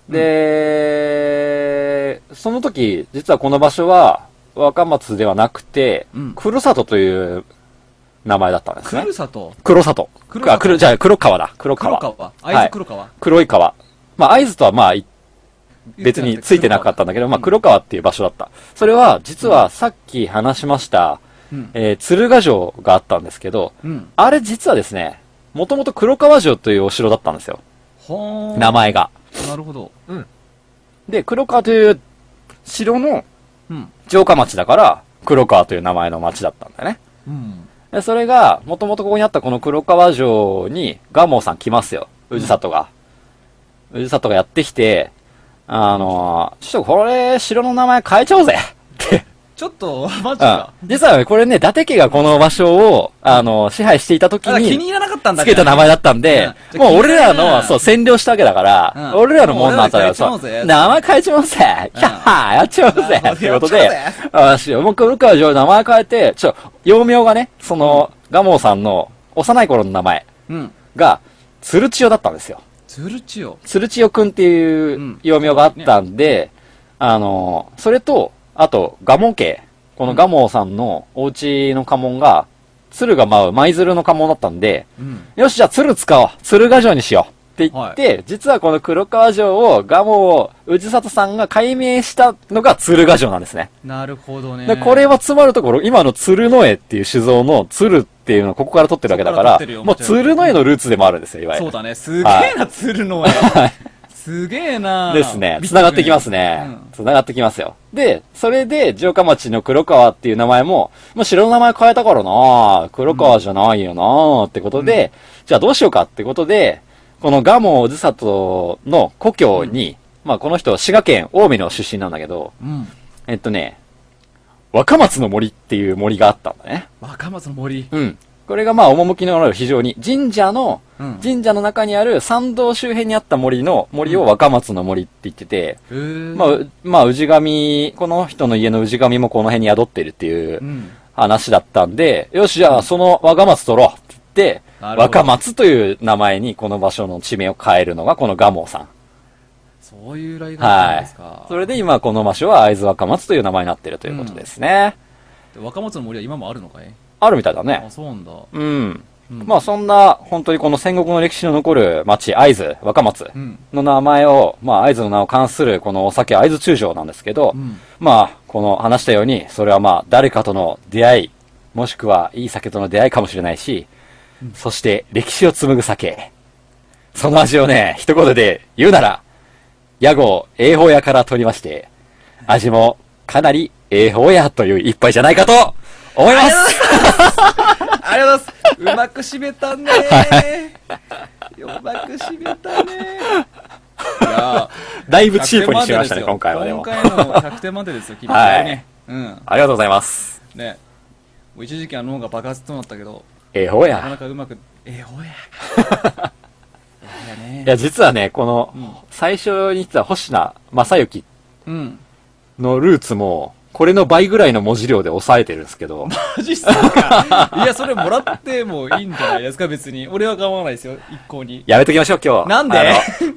[SPEAKER 2] で、うん、その時、実はこの場所は若松ではなくて、うん、黒里という名前だったんですね。
[SPEAKER 1] 黒里
[SPEAKER 2] 黒里。黒里。あ、黒、じゃあ黒川だ。黒川。
[SPEAKER 1] 黒川。会津黒川、はい、
[SPEAKER 2] 黒い川。まあ、会津とはまあ、別についてなかったんだけど、まあ、黒川っていう場所だった。それは、実はさっき話しました、うん、えー、鶴ヶ城があったんですけど、うん、あれ実はですね、もともと黒川城というお城だったんですよ。名前が。
[SPEAKER 1] なるほど。
[SPEAKER 2] うん。で、黒川という城の城下町だから、黒川という名前の町だったんだよね。うん。で、それが、もともとここにあったこの黒川城に、蒲生さん来ますよ。氏里が。氏里がやってきて、あのー、ちょっとこれ、城の名前変えちゃおうぜって。
[SPEAKER 1] ちょっと、マジか。
[SPEAKER 2] うん、実はね、これね、伊達家がこの場所を、あのー、支配していた時に、
[SPEAKER 1] 気に入らなかったんだ
[SPEAKER 2] つけた名前だったんで、うん、もう俺らの、そう、占領したわけだから、うん、俺らのもんなんだよ、そう。名前変えちゃおうぜ、うん、キャッハーやっちゃおうぜっていうことで、あしもう黒川城名前変えて、ちょ、幼名がね、その、蒲生さんの幼い頃の名前が、鶴千代だったんですよ。
[SPEAKER 1] 鶴千代
[SPEAKER 2] 鶴千代くんっていう幼名があったんで、うん、あの、それと、あと、蒲生家。この蒲生さんのお家の家紋が、鶴が舞う舞鶴の家紋だったんで、うん、よし、じゃあ鶴使おう。鶴ヶ城にしよう。って言って、はい、実はこの黒川城を蒲生氏里さんが改名したのが鶴ヶ城なんですね。
[SPEAKER 1] なるほどね。
[SPEAKER 2] で、これはつまるところ、今の鶴の絵っていう酒造の鶴っていうのをここから取ってるわけだから、もう鶴の絵のルーツでもあるんですよ、いわゆる。
[SPEAKER 1] そうだね。すげえな、鶴の絵。はい、すげえな。
[SPEAKER 2] ですね。繋がってきますね。うん、繋がってきますよ。で、それで、城下町の黒川っていう名前も、もう城の名前変えたからな黒川じゃないよなってことで、うん、じゃあどうしようかってことで、この蒲生氏里の故郷に、うん、まあこの人、滋賀県近江の出身なんだけど、うん、えっとね、若松の森っていう森があったんだね。
[SPEAKER 1] 若松の森。
[SPEAKER 2] うん。これがまあ趣のある非常に、神社の、うん、神社の中にある参道周辺にあった森の、森を若松の森って言ってて、うん、まあ、まあ、氏神、この人の家の氏神もこの辺に宿ってるっていう話だったんで、うん、よし、じゃあその若松取ろうって言って、若松という名前にこの場所の地名を変えるのがこの蒲生さん。
[SPEAKER 1] そういう由来があるんですか。はい。
[SPEAKER 2] それで今この場所は会津若松という名前になっているということですね。
[SPEAKER 1] うん、若松の森は今もあるのかい？
[SPEAKER 2] あるみたいだね。
[SPEAKER 1] あ、そうなんだ。
[SPEAKER 2] うん。うん、まあそんな本当にこの戦国の歴史の残る町会津若松の名前を、うん、まあ会津の名を冠するこのお酒会津中将なんですけど、うん、まあこの話したようにそれはまあ誰かとの出会いもしくはいい酒との出会いかもしれないし、うん、そして歴史を紡ぐ酒。その味をね、一言で言うなら、屋号栄宝屋から取りまして、味もかなり栄宝屋という一杯じゃないかと思います。
[SPEAKER 1] ありがとうございます。うまく締めたねー。うまく締めたねー。いや
[SPEAKER 2] だいぶチープにしましたね、今回はでも。
[SPEAKER 1] 今回のひゃくてん満点ですよ、君。はい。うん。
[SPEAKER 2] ありがとうございます。
[SPEAKER 1] ね。もう一時期は脳が爆発となったけど、
[SPEAKER 2] 栄宝屋。
[SPEAKER 1] なかなかうまく、栄宝屋。
[SPEAKER 2] いや、実はね、この、うん、最初に言ってた星名正幸のルーツも、これの倍ぐらいの文字量で抑えてるんですけど。
[SPEAKER 1] マジっすか。いや、それもらってもいいんじゃないですか、別に。俺は構わないですよ、一向に。
[SPEAKER 2] やめときましょう、今日。
[SPEAKER 1] なんで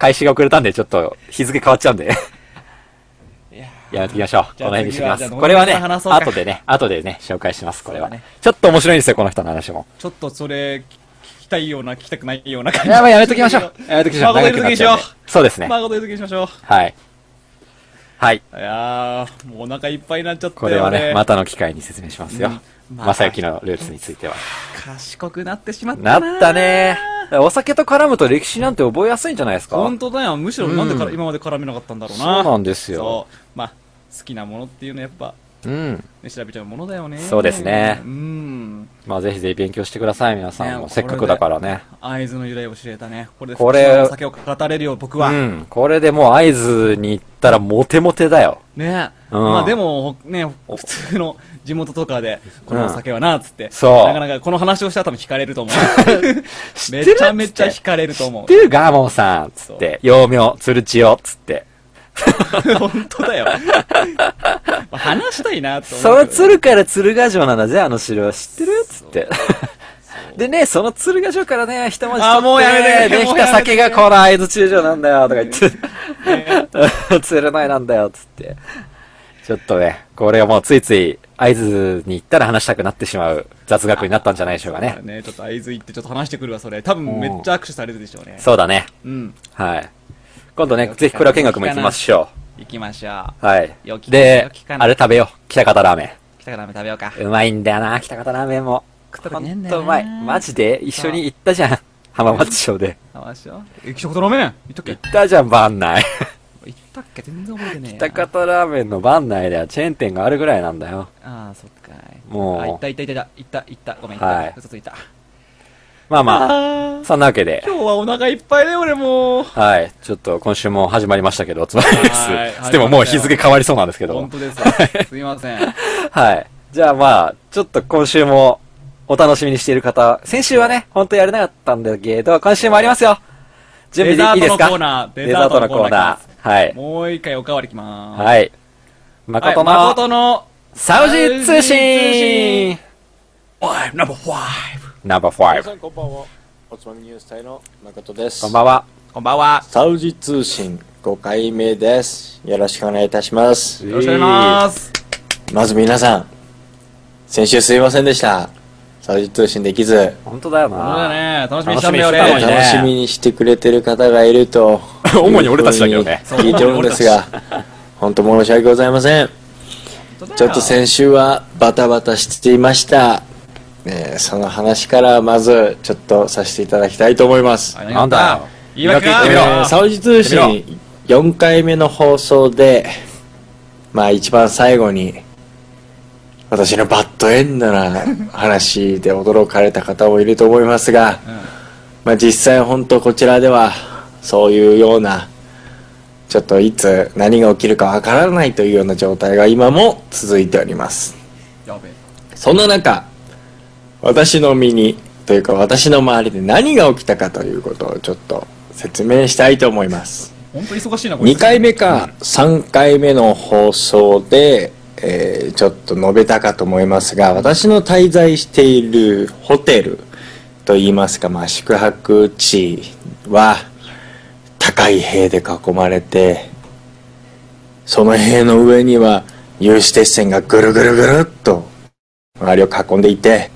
[SPEAKER 2] 開始が遅れたんで、ちょっと日付変わっちゃうんで。
[SPEAKER 1] いや
[SPEAKER 2] やめていきましょう。この辺にします。
[SPEAKER 1] じゃあ
[SPEAKER 2] これはね、
[SPEAKER 1] 話そうか
[SPEAKER 2] 後でね、後でね、紹介します、これは。
[SPEAKER 1] そうだね
[SPEAKER 2] ちょっと面白いんですよ、この人の話も。
[SPEAKER 1] ちょっとそれ、聞きたいような、聞きたくないような感じ。
[SPEAKER 2] やばい、やめときましょう。やめときましょう。
[SPEAKER 1] 誠に続きにしよう
[SPEAKER 2] 長くなっちゃうんでそうですね。
[SPEAKER 1] 誠に続きにしましょう。
[SPEAKER 2] はい。はい。
[SPEAKER 1] いやー、もうお腹いっぱいになっちゃったよ
[SPEAKER 2] これはね、ま
[SPEAKER 1] た。
[SPEAKER 2] たの機会に説明しますよ。
[SPEAKER 1] うんまあ
[SPEAKER 2] まさゆきのルーツについては。
[SPEAKER 1] 賢くなってしまった
[SPEAKER 2] な
[SPEAKER 1] な。
[SPEAKER 2] ったね。お酒と絡むと歴史なんて覚えやすいんじゃないですか。
[SPEAKER 1] 本当だよ。むしろなんでから、
[SPEAKER 2] うん
[SPEAKER 1] 今まで絡めなかったんだろうな。
[SPEAKER 2] そうなんですよ。
[SPEAKER 1] そう。まあ、好きなものっていうのはやっぱ、
[SPEAKER 2] うん。
[SPEAKER 1] ね、調べちゃうものだよね。
[SPEAKER 2] そうですね
[SPEAKER 1] うん。
[SPEAKER 2] まあぜひぜひ勉強してください、皆さんも。
[SPEAKER 1] ね
[SPEAKER 2] せっかくだからね。
[SPEAKER 1] 合図の由来を知れたね。これで
[SPEAKER 2] これ
[SPEAKER 1] 福島のお酒を語れるよ、僕は。
[SPEAKER 2] うん。これでもう合図に行ったらモテモテだよ。
[SPEAKER 1] ね
[SPEAKER 2] うん
[SPEAKER 1] まあでも、ね、普通の地元とかで、このお酒はな、つって。
[SPEAKER 2] そう
[SPEAKER 1] なかなかこの話をしたら多分惹かれると思う。め
[SPEAKER 2] ってる
[SPEAKER 1] ちゃめちゃ惹かれると思う
[SPEAKER 2] 知っ。てるガーモンさんつって。幼名、つるちよつって。
[SPEAKER 1] 本当だよ。話したいなと思うけど。
[SPEAKER 2] その鶴から鶴ヶ城なんだぜ、あの城は。知ってるつって。でね、その鶴ヶ城からね、一文字取って、
[SPEAKER 1] あもうやめて
[SPEAKER 2] できた酒がこの会津中城なんだよ、とか言って。鶴内なんだよ、つって。ちょっとね、これがもうついつい会津に行ったら話したくなってしまう雑学になったんじゃないでしょうかね。
[SPEAKER 1] ね、ちょっと合図行ってちょっと話してくるわ、それ。多分めっちゃ握手されるでしょうね。
[SPEAKER 2] そうだね。
[SPEAKER 1] うん。
[SPEAKER 2] はい。今度ね、ぜひ蔵見学も行きましょ
[SPEAKER 1] 行きましょ
[SPEAKER 2] う。はい
[SPEAKER 1] よき。
[SPEAKER 2] で
[SPEAKER 1] よきか、な
[SPEAKER 2] あれ食べよう。北方ラーメン。
[SPEAKER 1] う。来たから食べようか。
[SPEAKER 2] うまいんだよな、北方ラーメンも。
[SPEAKER 1] 食ったことねえ
[SPEAKER 2] ほ
[SPEAKER 1] んだよな
[SPEAKER 2] んとうまい。マジで一緒に行ったじゃん。浜松町で。
[SPEAKER 1] あ、ましょう。え、一言飲めん行ったっけ
[SPEAKER 2] 行ったじゃん、番内。
[SPEAKER 1] 行ったっけ全然覚えてねえや。
[SPEAKER 2] 北方ラーメンの番内ではチェーン店があるぐらいなんだよ。
[SPEAKER 1] ああ、そっかい。
[SPEAKER 2] もう
[SPEAKER 1] あ、行った行った行った。行った行った。ごめん、行
[SPEAKER 2] はい
[SPEAKER 1] った。嘘ついた。
[SPEAKER 2] まあまあ、
[SPEAKER 1] あー
[SPEAKER 2] そんなわけで。
[SPEAKER 1] 今日はお腹いっぱいだよ、俺もう。
[SPEAKER 2] はい。ちょっと今週も始まりましたけど、つまりで
[SPEAKER 1] はい
[SPEAKER 2] す。でももう日付変わりそうなんですけど
[SPEAKER 1] 本。当です。すいません。
[SPEAKER 2] はい。じゃあまあ、ちょっと今週もお楽しみにしている方、先週はね、本当やれなかったんだけど、今週もありますよ。準備でいいですか？
[SPEAKER 1] デザートのコーナー
[SPEAKER 2] デザートのコーナー。はい。
[SPEAKER 1] もう一回おかわりきまーす。
[SPEAKER 2] はい。
[SPEAKER 1] はい。
[SPEAKER 2] 誠
[SPEAKER 1] 誠
[SPEAKER 2] の
[SPEAKER 1] の
[SPEAKER 2] サウジ通信
[SPEAKER 1] おい、ナンバーファイ
[SPEAKER 2] ナンバー
[SPEAKER 4] 皆
[SPEAKER 2] ファイブ。
[SPEAKER 4] さんこんばんは。おつまみニュース隊の誠です。
[SPEAKER 2] こんばんは。
[SPEAKER 1] ブ。こんばんは。
[SPEAKER 4] サウジ通信ごかいめです。よろしくお願いいたします。
[SPEAKER 1] よろしくお願いします。
[SPEAKER 4] まず皆さん、先週すいませんでした。サウジ通信できず、
[SPEAKER 2] 本当だよ
[SPEAKER 1] そうだ
[SPEAKER 2] な。
[SPEAKER 1] ね。楽しみにしたんだよ、俺。
[SPEAKER 2] 楽しみにしてたのにね
[SPEAKER 4] 楽しみにしてくれてる方がいると、
[SPEAKER 2] 主に俺たちだけどね
[SPEAKER 4] いうふうに聞いてるんですが、本当申し訳ございません。ちょっと先週はバタバタしていました。えーその話からまずちょっとさせていただきたいと思います。
[SPEAKER 1] あ
[SPEAKER 2] なんだよ
[SPEAKER 1] 言い訳か
[SPEAKER 2] 言い訳言ってみろ
[SPEAKER 4] えーサウジ通信よんかいめの放送で、まあ一番最後に私のバッドエンドな話で驚かれた方もいると思いますが、まあ実際本当こちらではそういうようなちょっといつ何が起きるかわからないというような状態が今も続いております。
[SPEAKER 1] やべえ。
[SPEAKER 4] そんな中、私の身にというか私の周りで何が起きたかということをちょっと説明したいと思います。
[SPEAKER 1] 本当忙しいな、これ。
[SPEAKER 4] にかいめかさんかいめの放送で、えーちょっと述べたかと思いますが、私の滞在しているホテルといいますか、まあ、宿泊地は高い塀で囲まれて、その塀の上には有刺鉄線がぐるぐるぐるっと周りを囲んでいて、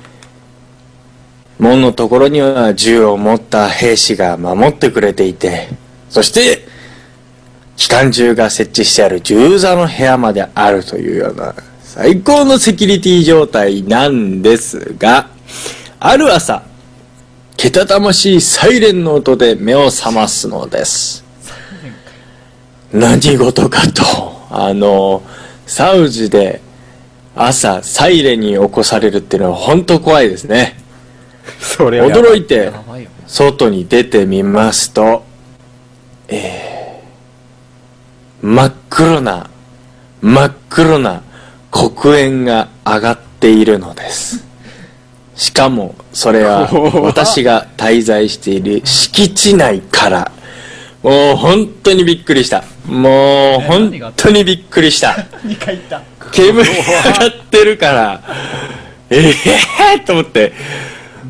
[SPEAKER 4] 門のところには銃を持った兵士が守ってくれていて、そして機関銃が設置してある銃座の部屋まであるというような最高のセキュリティ状態なんですが、ある朝けたたましいサイレンの音で目を覚ますのです。何事かと、あのサウジで朝サイレンに起こされるっていうのは本当怖いですね。
[SPEAKER 2] それはやば
[SPEAKER 4] 驚いて
[SPEAKER 1] やばいよ。
[SPEAKER 4] 外に出てみますと、えー、真っ黒な真っ黒な黒煙が上がっているのです。しかもそれは私が滞在している敷地内から、もう本当にびっくりした。もう本当にびっくりした。
[SPEAKER 1] にかい行った。
[SPEAKER 4] 煙が上がってるから、ええー、と思って、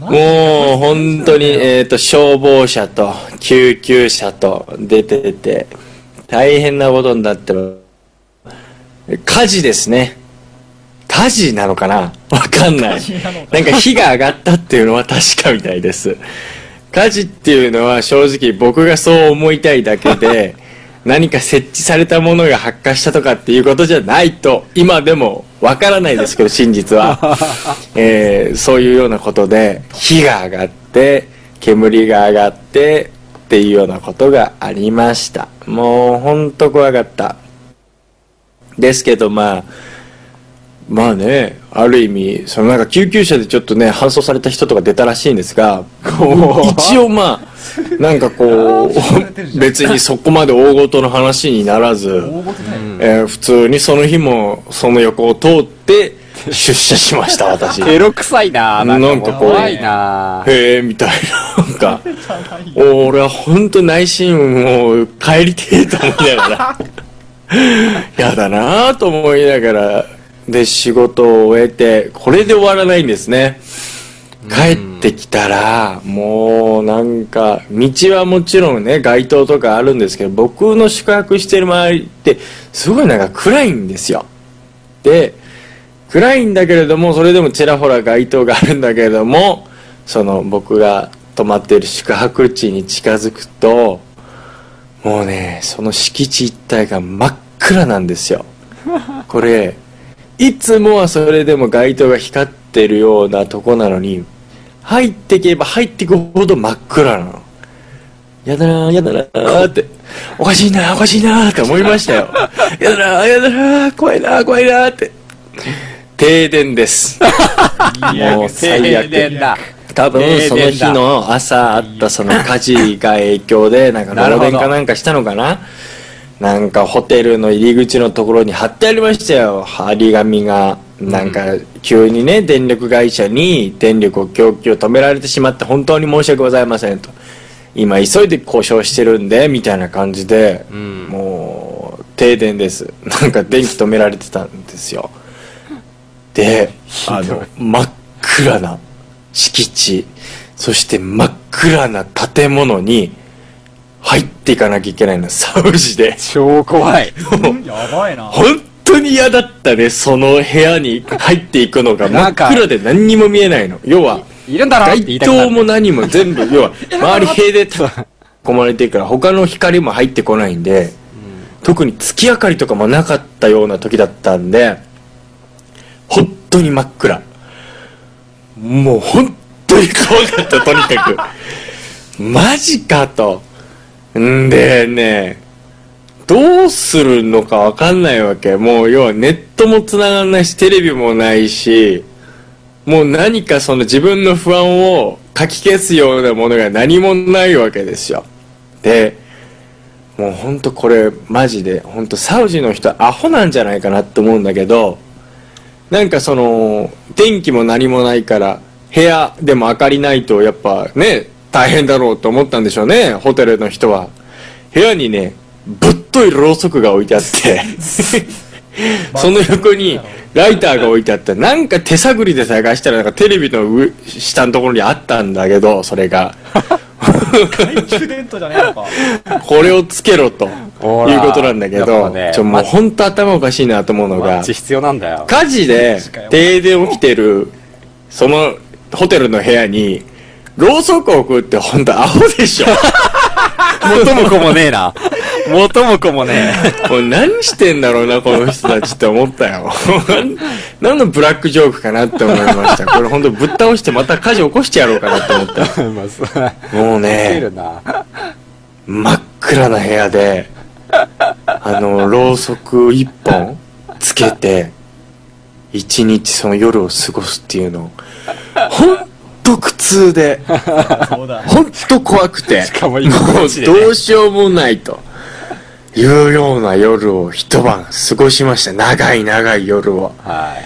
[SPEAKER 4] もう本当に、えーと、消防車と救急車と出てて、大変なことになってる。火事ですね。火事なのかなわかんない。なんか火が上がったっていうのは確かみたいです。火事っていうのは正直僕がそう思いたいだけで、何か設置されたものが発火したとかっていうことじゃないと今でもわからないですけど、真実は、えー、そういうようなことで火が上がって煙が上がってっていうようなことがありました。もうほんと怖かったですけど、まあまあね、ある意味そのなんか救急車でちょっとね搬送された人とか出たらしいんですが、一応まあなんかこう別にそこまで大事の話にならず、えー、普通にその日もその横を通って出社しました私。
[SPEAKER 2] エロ臭いな、
[SPEAKER 4] なんかこう
[SPEAKER 2] 怖いな、
[SPEAKER 4] へえみたいな、なんか俺は本当内心もう帰りてえと思いながらやだなと思いながらで仕事を終えて、これで終わらないんですね。帰ってきたらもうなんか道はもちろんね街灯とかあるんですけど、僕の宿泊してる周りってすごいなんか暗いんですよ。で暗いんだけれども、それでもちらほら街灯があるんだけれども、その僕が泊まっている宿泊地に近づくともうね、その敷地一帯が真っ暗なんですよ。これいつもはそれでも街灯が光ってるようなとこなのに、入っていけば入っていくほど真っ暗なの。やだなやだなーって、おかしいなおかしいなーって思いましたよ。やだなやだな怖いな怖いなーって。停電です。もう最悪。
[SPEAKER 2] 停電だ。
[SPEAKER 4] 多分その日の朝あったその火事が影響でなんか漏電かなんかしたのかな。なんかホテルの入り口のところに貼ってありましたよ、張り紙が。なんか急にね、電力会社に電力を供給を止められてしまって本当に申し訳ございませんと、今急いで交渉してるんでみたいな感じで、うん、もう停電です。なんか電気止められてたんですよ。で、あの真っ暗な敷地、そして真っ暗な建物に入っていかなきゃいけないの、サウジで。
[SPEAKER 2] 超怖い。
[SPEAKER 1] やばいな。
[SPEAKER 4] 本当に嫌だったね、その部屋に入っていくのが。真っ暗で何にも見えないの。要は、
[SPEAKER 2] いるんだろ
[SPEAKER 4] 街灯も何も全部、要は、周り塀で囲まれてるから、他の光も入ってこないんで、うん、特に月明かりとかもなかったような時だったんで、本当に真っ暗。もう本当に怖かった、とにかく。マジかと。んでね、どうするのかわかんないわけ。もう要はネットも繋がんないし、テレビもないし、もう何かその自分の不安をかき消すようなものが何もないわけですよ。で、もうほんとこれマジで、ほんとサウジの人アホなんじゃないかなって思うんだけど、なんかその、電気も何もないから、部屋でも明かりないとやっぱね、大変だろうと思ったんでしょうね、ホテルの人は。部屋にね、ぶっといろうそくが置いてあってその横にライターが置いてあって、なんか手探りで探したらなんかテレビの上下のところにあったんだけど、それが
[SPEAKER 1] 懐中電灯じゃねえのか
[SPEAKER 4] これをつけろということなんだけど、ね、ちょもう本当頭おかしいなと思うのが、
[SPEAKER 2] 必要なんだよ。
[SPEAKER 4] 火事で停電起きてるそのホテルの部屋にろうそくを置くって本当アホでしょ
[SPEAKER 2] 元も子もねえな。元も子もね
[SPEAKER 4] え。もう何してんだろうなこの人たちって思ったよ。何のブラックジョークかなって思いました。これ本当ぶっ倒してまた火事起こしてやろうかなって思ったもうね、真っ暗な部屋であのろうそく一本つけて一日その夜を過ごすっていうのほんと苦痛でほんと怖くて、
[SPEAKER 2] しかも今
[SPEAKER 4] もうどうしようもないというような夜を一晩過ごしました。長い長い夜を、はい、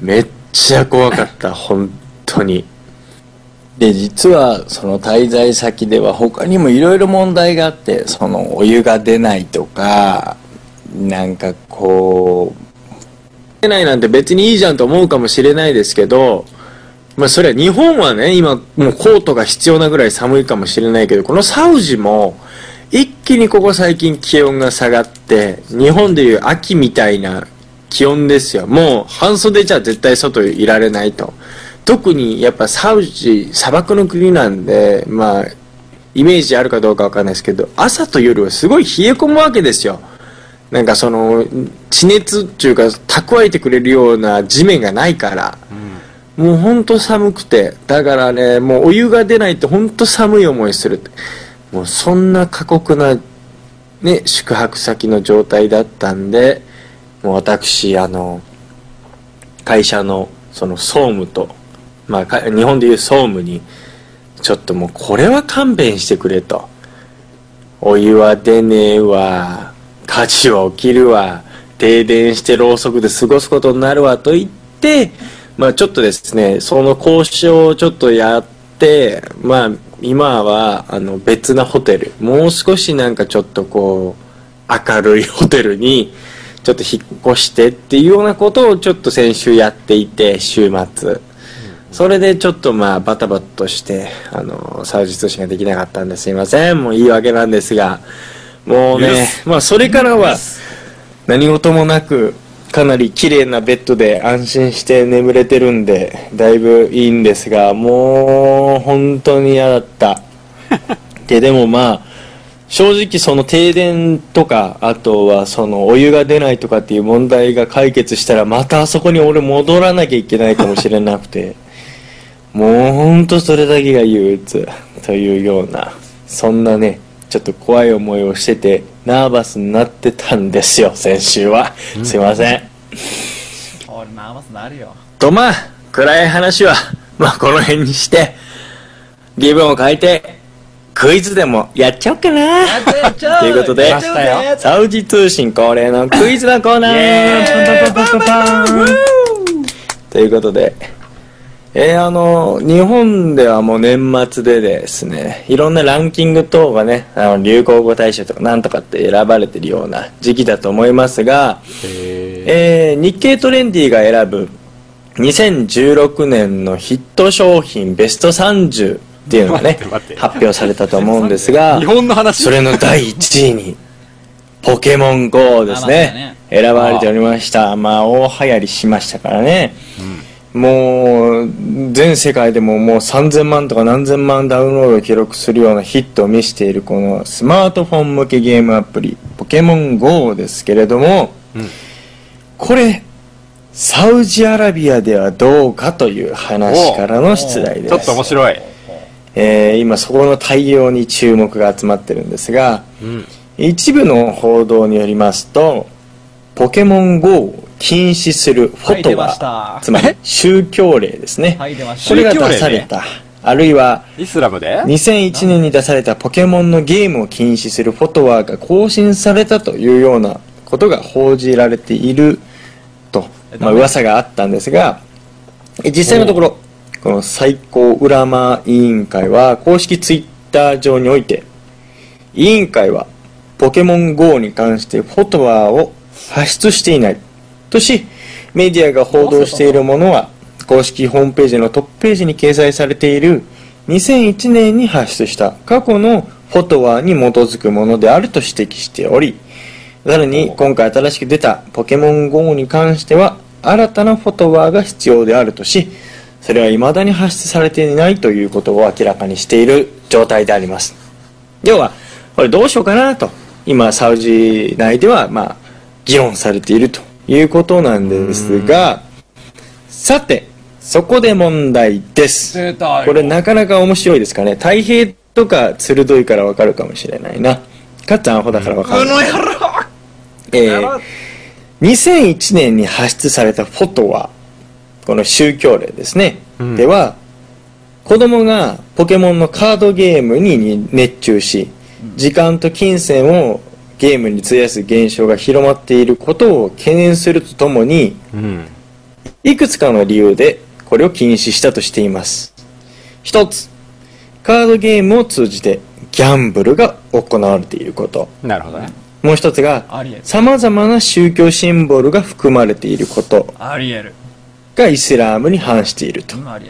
[SPEAKER 4] めっちゃ怖かった本当に。で実はその滞在先では他にもいろいろ問題があって、そのお湯が出ないとか、なんかこう出ないなんて別にいいじゃんと思うかもしれないですけど、 まあそれは日本はね、今もうコートが必要なぐらい寒いかもしれないけど、このサウジも一気にここ最近気温が下がって、日本でいう秋みたいな気温ですよ。もう半袖じゃ絶対外いられないと。特にやっぱサウジ、砂漠の国なんで、まあ、イメージあるかどうかわかんないですけど、朝と夜はすごい冷え込むわけですよ。なんかその、地熱っていうか蓄えてくれるような地面がないから、うん、もうほんと寒くて、だからね、もうお湯が出ないとほんと寒い思いする。もうそんな過酷な、ね、宿泊先の状態だったんで、もう私、あの、会社のその総務と、まあ、日本でいう総務に、ちょっともうこれは勘弁してくれと。お湯は出ねえわ。火事は起きるわ。停電してろうそくで過ごすことになるわと言って、まあちょっとですね、その交渉をちょっとやって、まあ今はあの別なホテル、もう少しなんかちょっとこう明るいホテルにちょっと引っ越してっていうようなことをちょっと先週やっていて、週末。それでちょっとまあバタバタとしてあのサウジ通信ができなかったんですいません。もう言い訳なんですが、もうね、まあそれからは何事もなくかなり綺麗なベッドで安心して眠れてるんでだいぶいいんですが、もう本当に嫌だったで、でもまあ正直その停電とか、あとはそのお湯が出ないとかっていう問題が解決したらまたあそこに俺戻らなきゃいけないかもしれなくてもうほんとそれだけが憂鬱というような、そんなねちょっと怖い思いをしててナーバスになってたんですよ先週は、うん、すいません。
[SPEAKER 1] 俺ナーバスなるよ
[SPEAKER 4] と、まあ暗い話はまあこの辺にして気分を変えてクイズでもやっちゃおうかなということでサウジ通信恒例のクイズのコーナーパンパンパンパンパンということで、えー、あの日本ではもう年末でですね、いろんなランキング等がね、あの流行語大賞とかなんとかって選ばれてるような時期だと思いますが、えー、日経トレンディが選ぶにせんじゅうろくねんのヒット商品ベストさんじゅうっていうのがね発表されたと思うんですが、
[SPEAKER 2] 日本の話、
[SPEAKER 4] それのだいいちいにポケモン ゴー ですね、選ばれておりました。まあ大流行りしましたからね、うん、もう全世界でももうさんぜんまんとか何千万ダウンロードを記録するようなヒットを見せているこのスマートフォン向けゲームアプリポケモン ゴー ですけれども、うん、これサウジアラビアではどうかという話からの出題です。
[SPEAKER 2] ちょっと面白い。
[SPEAKER 4] えー、今そこの対応に注目が集まってるんですが、うん、一部の報道によりますとポケモン ゴー を禁止するフォトは、つまり宗教令ですね、はい、これが出された、ね、あるいは
[SPEAKER 2] イスラムで
[SPEAKER 4] にせんいちねんに出されたポケモンのゲームを禁止するフォトワーが更新されたというようなことが報じられていると、まあ、噂があったんですが、実際のところこの最高ウラマ委員会は公式ツイッター上において、委員会はポケモン ゴー に関してフォトワーを発出していないとし、メディアが報道しているものは公式ホームページのトップページに掲載されているにせんいちねんに発出した過去のフォトワーに基づくものであると指摘しており、さらに今回新しく出たポケモン ゴー に関しては新たなフォトワーが必要であるとし、それは未だに発出されていないということを明らかにしている状態であります。要はこれどうしようかなと今サウジ内ではまあ議論されているということなんですが、さてそこで問題です。これなかなか面白いですかね。太平とか鋭いからわかるかもしれないな。かつアンホだからわかる。えー、にせんいちねんに発出されたフォトはこの宗教令ですね、うん、では子供がポケモンのカードゲームに熱中し、時間と金銭をゲームに費やす現象が広まっていることを懸念するとともに、うん、いくつかの理由でこれを禁止したとしています。一つ、カードゲームを通じてギャンブルが行われていること。
[SPEAKER 2] なるほどね。
[SPEAKER 4] もう一つがさまざまな宗教シンボルが含まれていること。
[SPEAKER 1] ありえる。
[SPEAKER 4] がイスラームに反していると。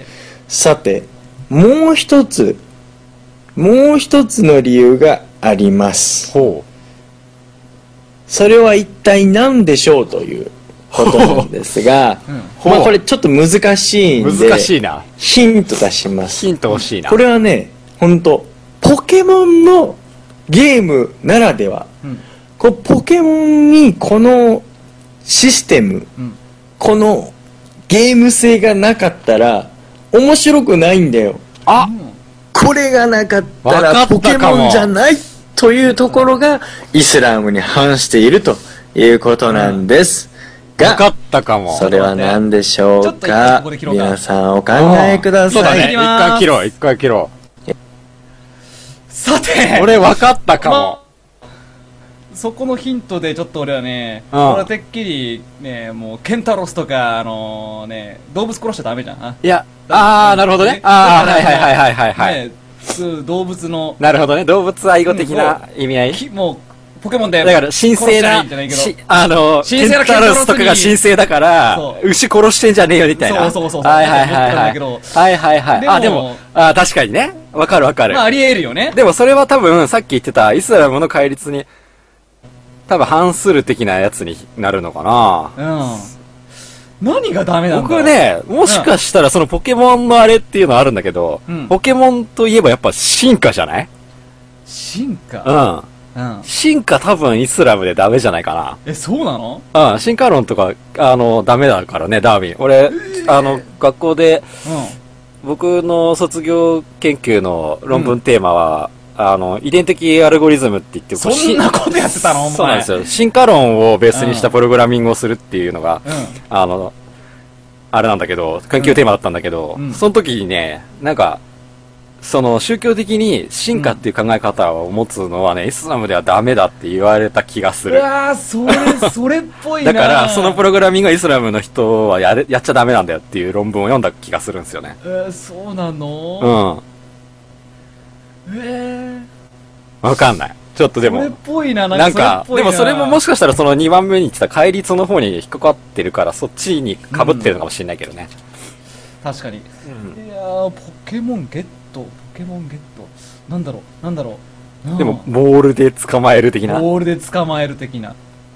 [SPEAKER 4] さて、もう一つ、もう一つの理由があります。
[SPEAKER 2] ほう。
[SPEAKER 4] それは一体何でしょうということなんですが、うん、まあこれちょっと難しいんで、
[SPEAKER 2] 難しいな。
[SPEAKER 4] ヒント出します。
[SPEAKER 2] ヒント欲しいな。
[SPEAKER 4] これはね、ほんと、ポケモンのゲームならでは、うん、こうポケモンにこのシステム、うん、このゲーム性がなかったら面白くないんだよ。
[SPEAKER 2] あ、
[SPEAKER 4] これがなかったらポケモンじゃないというところがイスラムに反しているということなんです、うん、が、
[SPEAKER 2] 分かったかも。
[SPEAKER 4] それは何でしょうか。皆さんお考えください。
[SPEAKER 2] そうだね、一回切ろう、一回切ろう。
[SPEAKER 1] さて、
[SPEAKER 2] 俺分かったかも、ま、
[SPEAKER 1] そこのヒントでちょっと俺はね、うん、俺はてっきりね、もうケンタロスとかあのー、ね、動物殺しちゃダメじゃん。
[SPEAKER 2] いや、ああ、なるほどね。ああ、はいはいはいはいはいはい。
[SPEAKER 1] ね、動物の、
[SPEAKER 2] なるほどね、動物愛護的な意味合い。
[SPEAKER 1] うん、もうポケモンで
[SPEAKER 2] だから神聖な、あのケンタロスとかが神聖だから牛殺してんじゃねえよみたいな。
[SPEAKER 1] そうそうそう。
[SPEAKER 2] はいはいはいはい。はいはいはい。あ、でも、あ、確かにね。わかるわかる。
[SPEAKER 1] まああり得るよね。
[SPEAKER 2] でもそれは多分さっき言ってたイスラムの戒律に多分反する的なやつになるのかな。うん。
[SPEAKER 1] 何がダメなんだろう。
[SPEAKER 2] 僕ね、もしかしたらそのポケモンのあれっていうのはあるんだけど、うん、ポケモンといえばやっぱ進化じゃない？
[SPEAKER 1] 進化？
[SPEAKER 2] うん。うん、進化多分イスラムでダメじゃないかな。
[SPEAKER 1] え、そうなの？
[SPEAKER 2] うん、進化論とか、あの、ダメだからね、ダーウィン。俺、えー、あの、学校で、うん、僕の卒業研究の論文テーマは、うん、あの、遺伝的アルゴリズムって言って、
[SPEAKER 1] そんなことやってたの？お前。
[SPEAKER 2] そうなんですよ。進化論をベースにしたプログラミングをするっていうのが、うん、あの、あれなんだけど、研究テーマだったんだけど、うん、その時にね、なんか、その宗教的に進化っていう考え方を持つのはね、うん、イスラムではダメだって言われた気がする。
[SPEAKER 1] うわー、それ、それっぽいな。
[SPEAKER 2] だから、そのプログラミングはイスラムの人はやれ、やっちゃダメなんだよっていう論文を読んだ気がするんですよね。
[SPEAKER 1] えー、そうなの？うん。え
[SPEAKER 2] ー。わかんない。ちょっとでも。
[SPEAKER 1] それっぽいな、
[SPEAKER 2] なんか、でもそれももしかしたらそのにばんめに言ってた戒律の方に引っかかってるから、そっちに被ってるのかもしれないけどね。
[SPEAKER 1] うん、確かに。うん、いやー、ポケモンゲット。ポケモンゲットなんだろうなんだろう、うん、
[SPEAKER 2] でもボールで捕まえる的な
[SPEAKER 1] ボールで捕まえる的な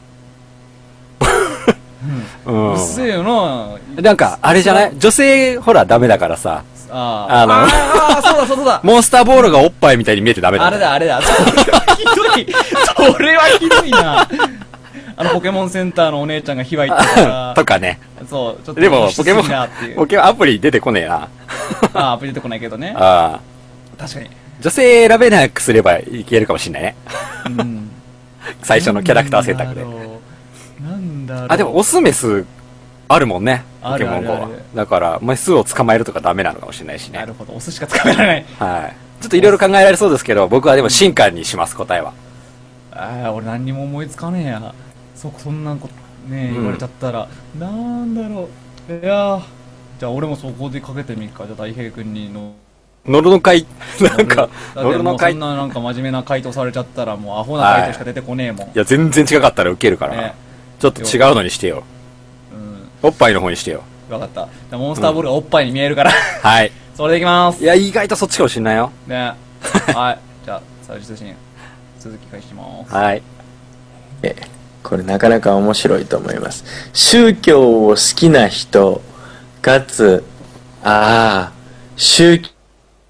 [SPEAKER 1] うん、うっせえよな。
[SPEAKER 2] なんかあれじゃない、女性ほらダメだからさ、
[SPEAKER 1] ああのあそうだそうだ
[SPEAKER 2] モンスターボールがおっぱいみたいに見えてダメだ、
[SPEAKER 1] あれだあれだそれはひどいそれはひどいなあのポケモンセンターのお姉ちゃんが卑猥ってた
[SPEAKER 2] とかね。
[SPEAKER 1] そう、ちょっと
[SPEAKER 2] でもポケモンポケモンアプリ出てこねえな。
[SPEAKER 1] あ、アプリ出てこないけどね。
[SPEAKER 2] ああ、
[SPEAKER 1] 確かに。
[SPEAKER 2] 女性選べなくすればいけるかもしれないね。うん、最初のキャラクター選択で。
[SPEAKER 1] なんだろう。
[SPEAKER 2] あ、でもオスメスあるもんね。ポケモン ゴー は。だからメスを捕まえるとかダメなのかもしれないしね。
[SPEAKER 1] なるほど、オスしか捕まえられない。
[SPEAKER 2] はい。ちょっといろいろ考えられそうですけど、僕はでも進化にします、答えは。
[SPEAKER 1] ああ、俺何にも思いつかねえや。そそんなことね言われちゃったら、うん、なんだろう。いやじゃあ俺もそこでかけてみるか。じゃあ大平君にの
[SPEAKER 2] 乗るのかいなんか
[SPEAKER 1] 乗るのかい。そんななんか真面目な回答されちゃったらもうアホな回答しか出てこねえもん。
[SPEAKER 2] はい、いや全然違かったらウケるから、ね、ちょっと違うのにしてよ。うん、おっぱいの方にしてよ。
[SPEAKER 1] 分かった。じゃあモンスターボールがおっぱいに見えるから、うん、
[SPEAKER 2] はい
[SPEAKER 1] それでいきます。
[SPEAKER 2] いや意外とそっちかもしんないよ
[SPEAKER 1] ねはいじゃあ最終通信続き返します。
[SPEAKER 2] はい。
[SPEAKER 4] えこれなかなか面白いと思います。宗教を好きな人かつああ宗教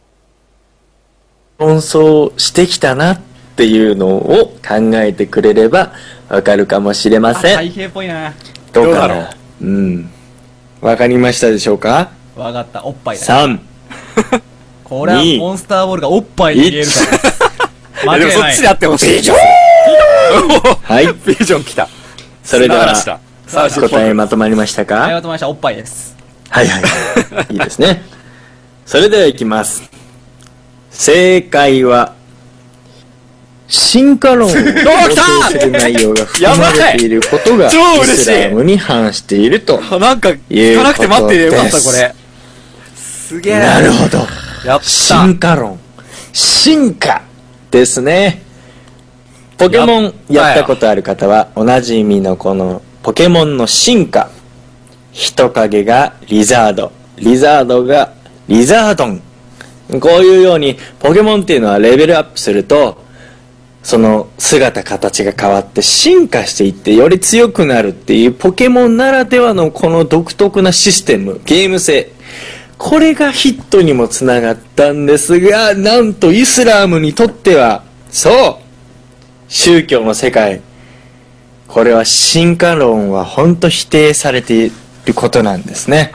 [SPEAKER 4] 論争してきたなっていうのを考えてくれればわかるかもしれません。
[SPEAKER 1] 太平っぽいな。
[SPEAKER 4] どうかな。うんわかりましたでしょうか。
[SPEAKER 1] わかった。おっぱいだ、ね、
[SPEAKER 4] さん
[SPEAKER 1] これはモンスターボールがおっぱいに見えるから
[SPEAKER 2] 間違いない。でもそっちであってほしい。ビジョン
[SPEAKER 4] はい
[SPEAKER 2] ビジョン来た。
[SPEAKER 4] それでは答えまとまりましたか。
[SPEAKER 1] はいまとまりました。おっぱいです。
[SPEAKER 4] はいはいいいですね。それではいきます。正解は進化論を肯定する内容が含まれていることがイスラムに反しているということです。
[SPEAKER 2] なんか聞かなくて待っているよかったこれ。すげえ。
[SPEAKER 4] なるほど。
[SPEAKER 2] やった。
[SPEAKER 4] 進化論。進化ですね。ポケモンやったことある方はおなじみのこのポケモンの進化。人影がリザード、リザードがリザードン。こういうようにポケモンっていうのはレベルアップするとその姿形が変わって進化していってより強くなるっていうポケモンならではのこの独特なシステム、ゲーム性、これがヒットにもつながったんですが、なんとイスラムにとってはそう宗教の世界、これは進化論は本当否定されていることなんですね。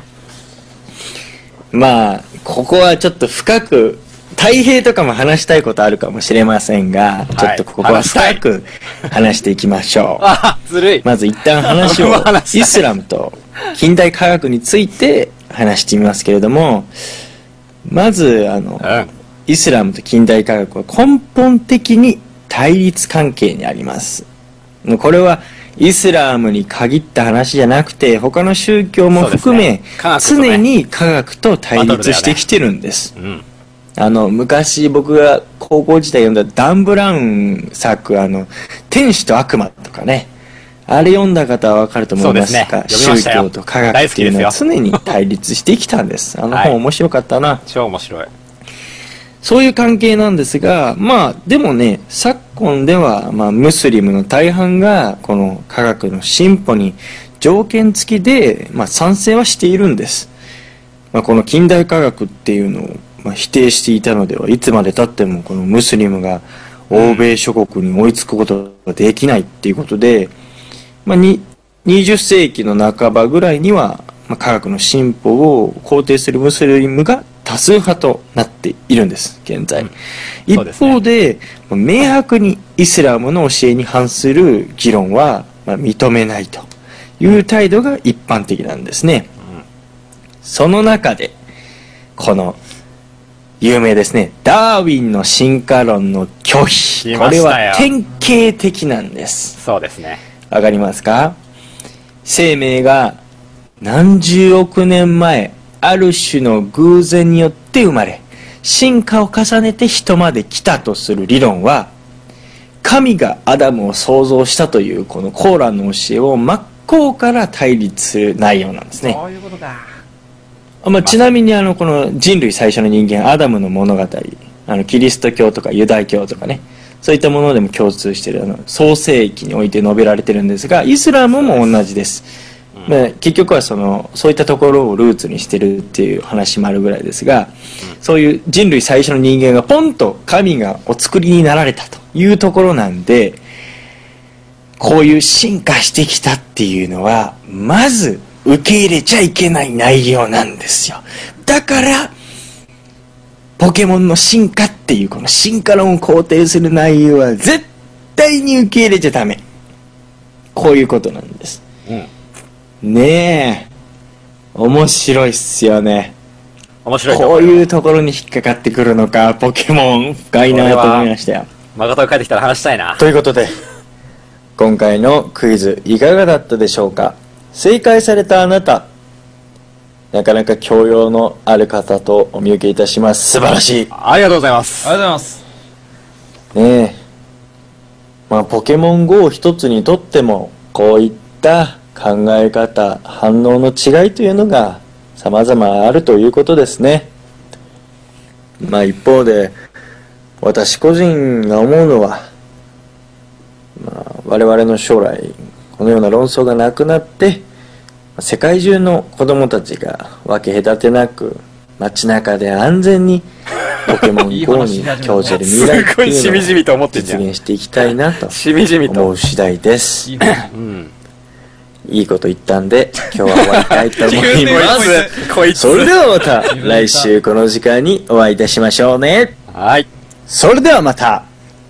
[SPEAKER 4] まあここはちょっと深く太平とかも話したいことあるかもしれませんが、はい、ちょっとここは深く話していきましょう。
[SPEAKER 2] あ、ずるい。
[SPEAKER 4] まず一旦話をイスラムと近代科学について話してみますけれども、まずあの、うん、イスラムと近代科学は根本的に対立関係にあります。これはイスラムに限った話じゃなくて他の宗教も含め、ね、常に科学と対立してきてるんです、ね。うん、あの昔僕が高校時代読んだダン・ブラウン作、あの天使と悪魔とかね、あれ読んだ方は分かると思いますが、
[SPEAKER 2] ね、宗
[SPEAKER 4] 教と科学っていうのは常に対立してきたんです。あの本面白かったな、はい、
[SPEAKER 2] 超面白い。
[SPEAKER 4] そういう関係なんですが、まあでもね、昨今では、まあ、ムスリムの大半がこの科学の進歩に条件付きで、まあ、賛成はしているんです。まあ、この近代科学っていうのを、まあ、否定していたのでは、いつまでたってもこのムスリムが欧米諸国に追いつくことができないっていうことで、まあ、ににじゅっ世紀の半ばぐらいには、まあ、科学の進歩を肯定するムスリムが多数派となっているんです現在、うん、一方で、ね、明白にイスラムの教えに反する議論は、まあ、認めないという態度が一般的なんですね、うん、その中でこの有名ですね、ダーウィンの進化論の拒否、これは典型的なんです。
[SPEAKER 2] そうですね、
[SPEAKER 4] わかりますか？生命が何十億年前ある種の偶然によって生まれ進化を重ねて人まで来たとする理論は、神がアダムを創造したというこのコーランの教えを真っ向から対立する内容なんですね。
[SPEAKER 1] そういうことか。
[SPEAKER 4] まあ、ちなみにあのこの人類最初の人間アダムの物語、あのキリスト教とかユダヤ教とかね、そういったものでも共通しているあの創世記において述べられてるんですが、イスラムも同じです。まあ、結局はそのそういったところをルーツにしてるっていう話もあるぐらいですが、そういう人類最初の人間がポンと神がお作りになられたというところなんで、こういう進化してきたっていうのはまず受け入れちゃいけない内容なんですよ。だからポケモンの進化っていうこの進化論を肯定する内容は絶対に受け入れちゃダメ、こういうことなんです、うん、ねえ面白いっすよね。
[SPEAKER 2] 面白い。
[SPEAKER 4] こういうところに引っかかってくるのか、ポケモン深いなと思いましたよ。
[SPEAKER 2] 誠が帰ってきたら話したいな。
[SPEAKER 4] ということで今回のクイズいかがだったでしょうか。正解されたあなた、なかなか教養のある方とお見受けいたします。素晴らしい。
[SPEAKER 2] ありがとうございます。
[SPEAKER 1] ありがとうございます。
[SPEAKER 4] ねえ、まあポケモン ゴー 一つにとってもこういった考え方、反応の違いというのが様々あるということですね。まあ一方で私個人が思うのは、まあ、我々の将来このような論争がなくなって世界中の子供たちが分け隔てなく街中で安全にポケモン ゴー に興じる未来っていうのを実現していきたいなと思う次第です。いいね、うん、いいこと言ったんで今日は終わりたいと思いますそれではまた来週この時間にお会いいたしましょうね。
[SPEAKER 2] はい、
[SPEAKER 4] それではまた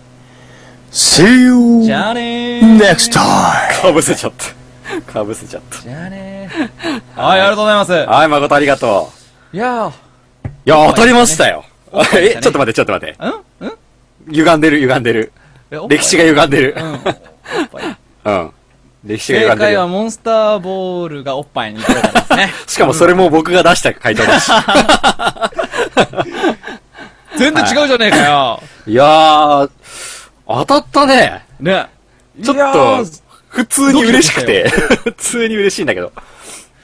[SPEAKER 4] See you
[SPEAKER 1] じゃあね
[SPEAKER 4] next time。
[SPEAKER 2] かぶせちゃったかぶせちゃった。
[SPEAKER 1] じゃあねはい、ありがとうございます。
[SPEAKER 2] はい、誠ありがと
[SPEAKER 1] う。いやー
[SPEAKER 2] いや当たりましたよ。え、ちょっと待ってちょっと待って。
[SPEAKER 1] んん
[SPEAKER 2] 歪んでる歪んでる。歴史が歪んでる。うん。うん。歴史が歪んでる。
[SPEAKER 1] 正解はモンスターボールがおっぱいに取れたんですね。
[SPEAKER 2] しかもそれも僕が出した回答だし。
[SPEAKER 1] 全然違うじゃねえかよ。
[SPEAKER 2] いやー、当たったね。
[SPEAKER 1] ね。
[SPEAKER 2] ちょっと、普通に嬉しくて。普通に嬉しいんだけど。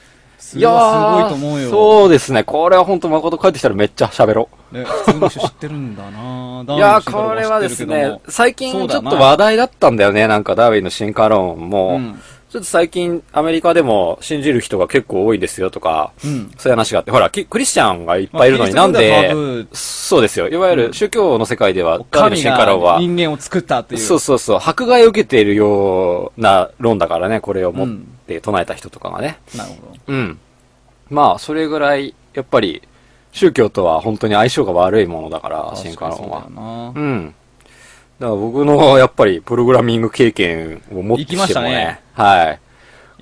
[SPEAKER 1] それはすごいと思うよ。
[SPEAKER 2] そうですね。これは本当誠帰ってきたらめっちゃ喋ろう。
[SPEAKER 1] ね、普通の人知ってるんだな
[SPEAKER 2] いやー、これはですね、最近ちょっと話題だったんだよね。なんかダーウィンの進化論も、うん、ちょっと最近アメリカでも信じる人が結構多いですよとか、うん、そういう話があって、ほら、クリスチャンがいっぱいいるのになんで、そうですよ。いわゆる宗教の世界では、ダーウィンの進化論は、
[SPEAKER 1] 人間を作ったっていう。
[SPEAKER 2] そうそうそう、迫害を受けているような論だからね、これを持って唱えた人とかがね。
[SPEAKER 1] なるほど。
[SPEAKER 2] うん。まあ、それぐらい、やっぱり、宗教とは本当に相性が悪いものだから、進化論は。うん。だから僕の、やっぱり、プログラミング経験を持ってしてもね。行きましたね。はい。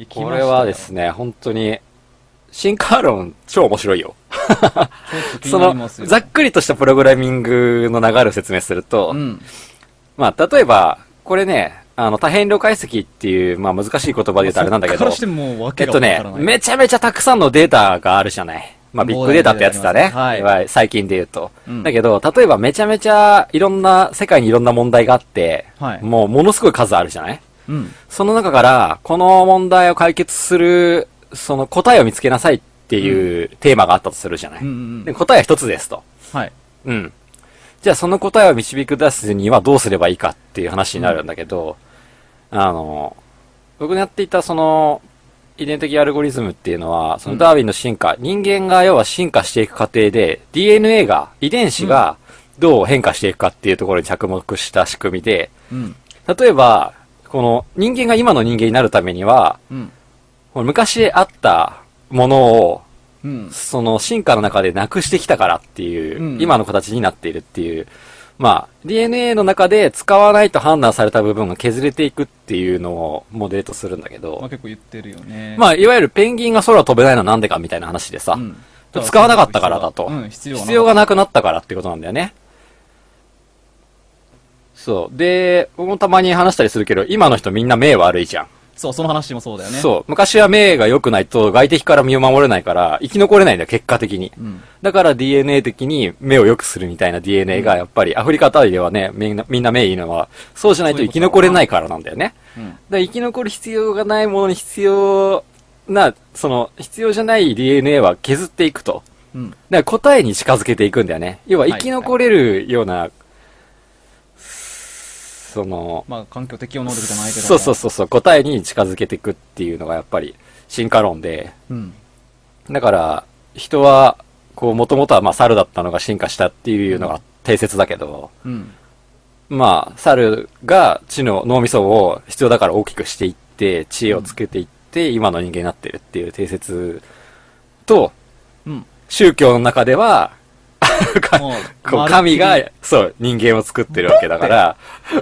[SPEAKER 2] これはですね、本当に、進化論、超面白いよ。その、ざっくりとしたプログラミングの流れを説明すると、うん、まあ、例えば、これね、あの、多変量解析っていう、まあ難しい言葉で言うとあれなんだけど、えっとね、めちゃめちゃたくさんのデータがあるじゃない。まあビッグデータってやつだね。はい。最近で言うと。うん、だけど、例えばめちゃめちゃいろんな、世界にいろんな問題があって、はい、もうものすごい数あるじゃない。うん、その中から、この問題を解決する、その答えを見つけなさいっていうテーマがあったとするじゃない。うんうん、で答えは一つですと。はい。うん。じゃあその答えを導き出すにはどうすればいいかっていう話になるんだけど、うん、あの、僕のやっていたその、遺伝的アルゴリズムっていうのは、そのダーウィンの進化、うん、人間が要は進化していく過程で、ディーエヌエー が、遺伝子がどう変化していくかっていうところに着目した仕組みで、うん、例えば、この人間が今の人間になるためには、うん、昔あったものを、うん、その進化の中でなくしてきたからっていう、うん、今の形になっているっていう、まあ、ディーエヌエー の中で使わないと判断された部分が削れていくっていうのをモデルとするんだけど。
[SPEAKER 1] まあ結構言ってるよね。
[SPEAKER 2] まあ、いわゆるペンギンが空を飛べないのはなんでかみたいな話でさ、うん、使わなかったからだと、うん、必要。必要がなくなったからってことなんだよね。そう。で、僕もたまに話したりするけど、今の人みんな目悪いじゃん。
[SPEAKER 1] そう、その話もそうだよね。
[SPEAKER 2] そう。昔は目が良くないと外敵から身を守れないから、生き残れないんだよ、結果的に。うん、だから ディーエヌエー 的に目を良くするみたいな ディーエヌエー がやっぱりアフリカあたりではね、みんな、みんな目いいのは、そうじゃないと生き残れないからなんだよね。うん、だから生き残る必要がないものに必要な、その、必要じゃない ディーエヌエー は削っていくと。うん、だから答えに近づけていくんだよね。要は生き残れるような、はいはい、その、
[SPEAKER 1] まあ、環境適応能力じゃないけど。
[SPEAKER 2] そうそうそうそう、答えに近づけていくっていうのがやっぱり進化論で。うん。だから、人は、こう、もともとはまあ、猿だったのが進化したっていうのが定説だけど、うん。まあ、猿が知の脳みそを必要だから大きくしていって、知恵をつけていって、うん、今の人間になってるっていう定説と、うん。宗教の中では、こう神が、そう、人間を作ってるわけだから、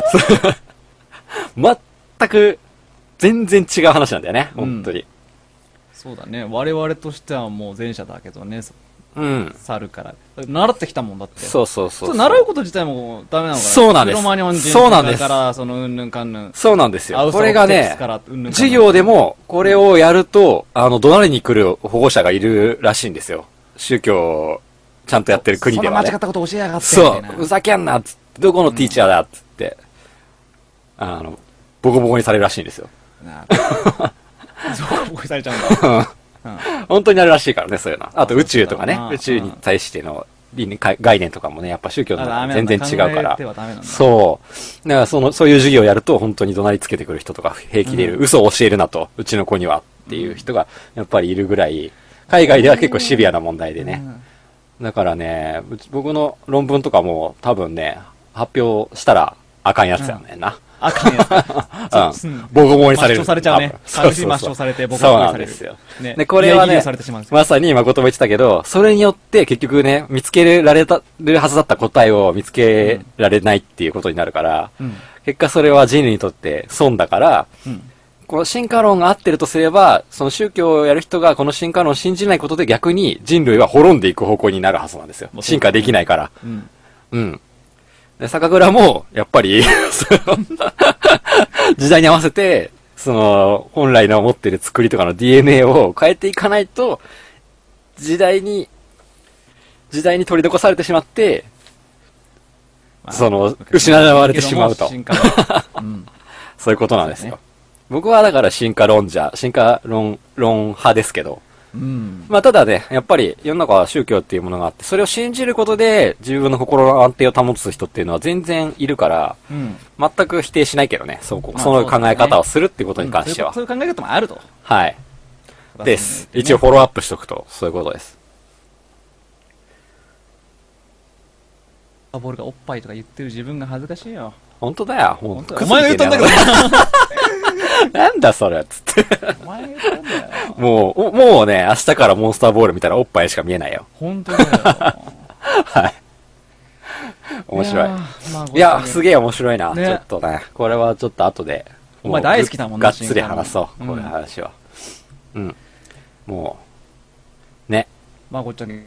[SPEAKER 2] 全く、全然違う話なんだよね、本当に。うん、
[SPEAKER 1] そうだね。我々としてはもう前者だけどね、
[SPEAKER 2] うん。
[SPEAKER 1] 猿から。習ってきたもんだって。
[SPEAKER 2] そうそうそうそう。
[SPEAKER 1] 習うこと自体もダメなのかな。
[SPEAKER 2] そうなんです。
[SPEAKER 1] そうなんです。から、その、うんぬんかんぬん。
[SPEAKER 2] そうなんですよ。これがね、授業でも、これをやると、あの、怒鳴りに来る保護者がいるらしいんですよ。宗教、ちゃんとやってる国ではね。
[SPEAKER 1] そんな間違ったこと教えやがって。
[SPEAKER 2] そう、ふざけんなっつって、どこのティーチャーだっつって、うん、あの、ボコボコにされるらしいんですよ。
[SPEAKER 1] ボコボコにされちゃうんだ。
[SPEAKER 2] うん、本当になるらしいからね、そういうの。あと宇宙とかね、宇宙に対しての概念とかもね、やっぱ宗教と全然違うから。そう。だからその、そういう授業をやると本当に怒鳴りつけてくる人とか平気でいる。うん、嘘を教えるなと、うちの子にはっていう人がやっぱりいるぐらい、海外では結構シビアな問題でね。うん、だからね、僕の論文とかも多分ね、発表したらあかんやつやねんな。うん
[SPEAKER 1] あかんや
[SPEAKER 2] つ。うん。ボコボコにされる。
[SPEAKER 1] 抹消されちゃうね。そうそう。抹消されてボコボコにされる。
[SPEAKER 2] そうなんですよ。ね。で、これはね、まさに誠も言ってたけど、それによって結局ね、見つけられた、るはずだった答えを見つけられないっていうことになるから、うん、結果それは人類にとって損だから、うん、この進化論が合ってるとすれば、その宗教をやる人がこの進化論を信じないことで逆に人類は滅んでいく方向になるはずなんですよ。進化できないから。うん。うん。で、酒蔵も、やっぱり、時代に合わせて、その、本来の持ってる作りとかの ディーエヌエー を変えていかないと、時代に、時代に取り残されてしまって、その、失われてしまうと。うん、そういうことなんですよ。僕はだから進化論者、進化論、論派ですけど、
[SPEAKER 1] うん。
[SPEAKER 2] まあただね、やっぱり世の中は宗教っていうものがあって、それを信じることで自分の心の安定を保つ人っていうのは全然いるから、
[SPEAKER 1] うん。
[SPEAKER 2] 全く否定しないけどね、そうこ
[SPEAKER 1] まあ
[SPEAKER 2] その考
[SPEAKER 1] そうだね
[SPEAKER 2] え方をするっていうことに関しては。
[SPEAKER 1] うんそういうそういう考え方もあると。
[SPEAKER 2] はい。です。一応フォローアップしとくと、そういうことです。
[SPEAKER 1] ボールがおっぱいとか言ってる自分が恥ずかしいよ。
[SPEAKER 2] 本当だよ、ほんと。
[SPEAKER 1] 本当だお前が言ったんだけど
[SPEAKER 2] なんだそれ、つって。
[SPEAKER 1] お前が言ったんだよ。
[SPEAKER 2] もう、おもうね、明日からモンスターボール見たらおっぱいしか見えないよ。
[SPEAKER 1] 本当だよ。
[SPEAKER 2] はい。面白い。
[SPEAKER 1] やーまあ
[SPEAKER 2] いや、すげえ面白いな。
[SPEAKER 1] ね
[SPEAKER 2] ちょっとね、これはちょっと後で。
[SPEAKER 1] お前大好きだもんね
[SPEAKER 2] がっつり話そう、
[SPEAKER 1] うん
[SPEAKER 2] こういう話は。うん。もう、ね。
[SPEAKER 1] まあこっちゃんに。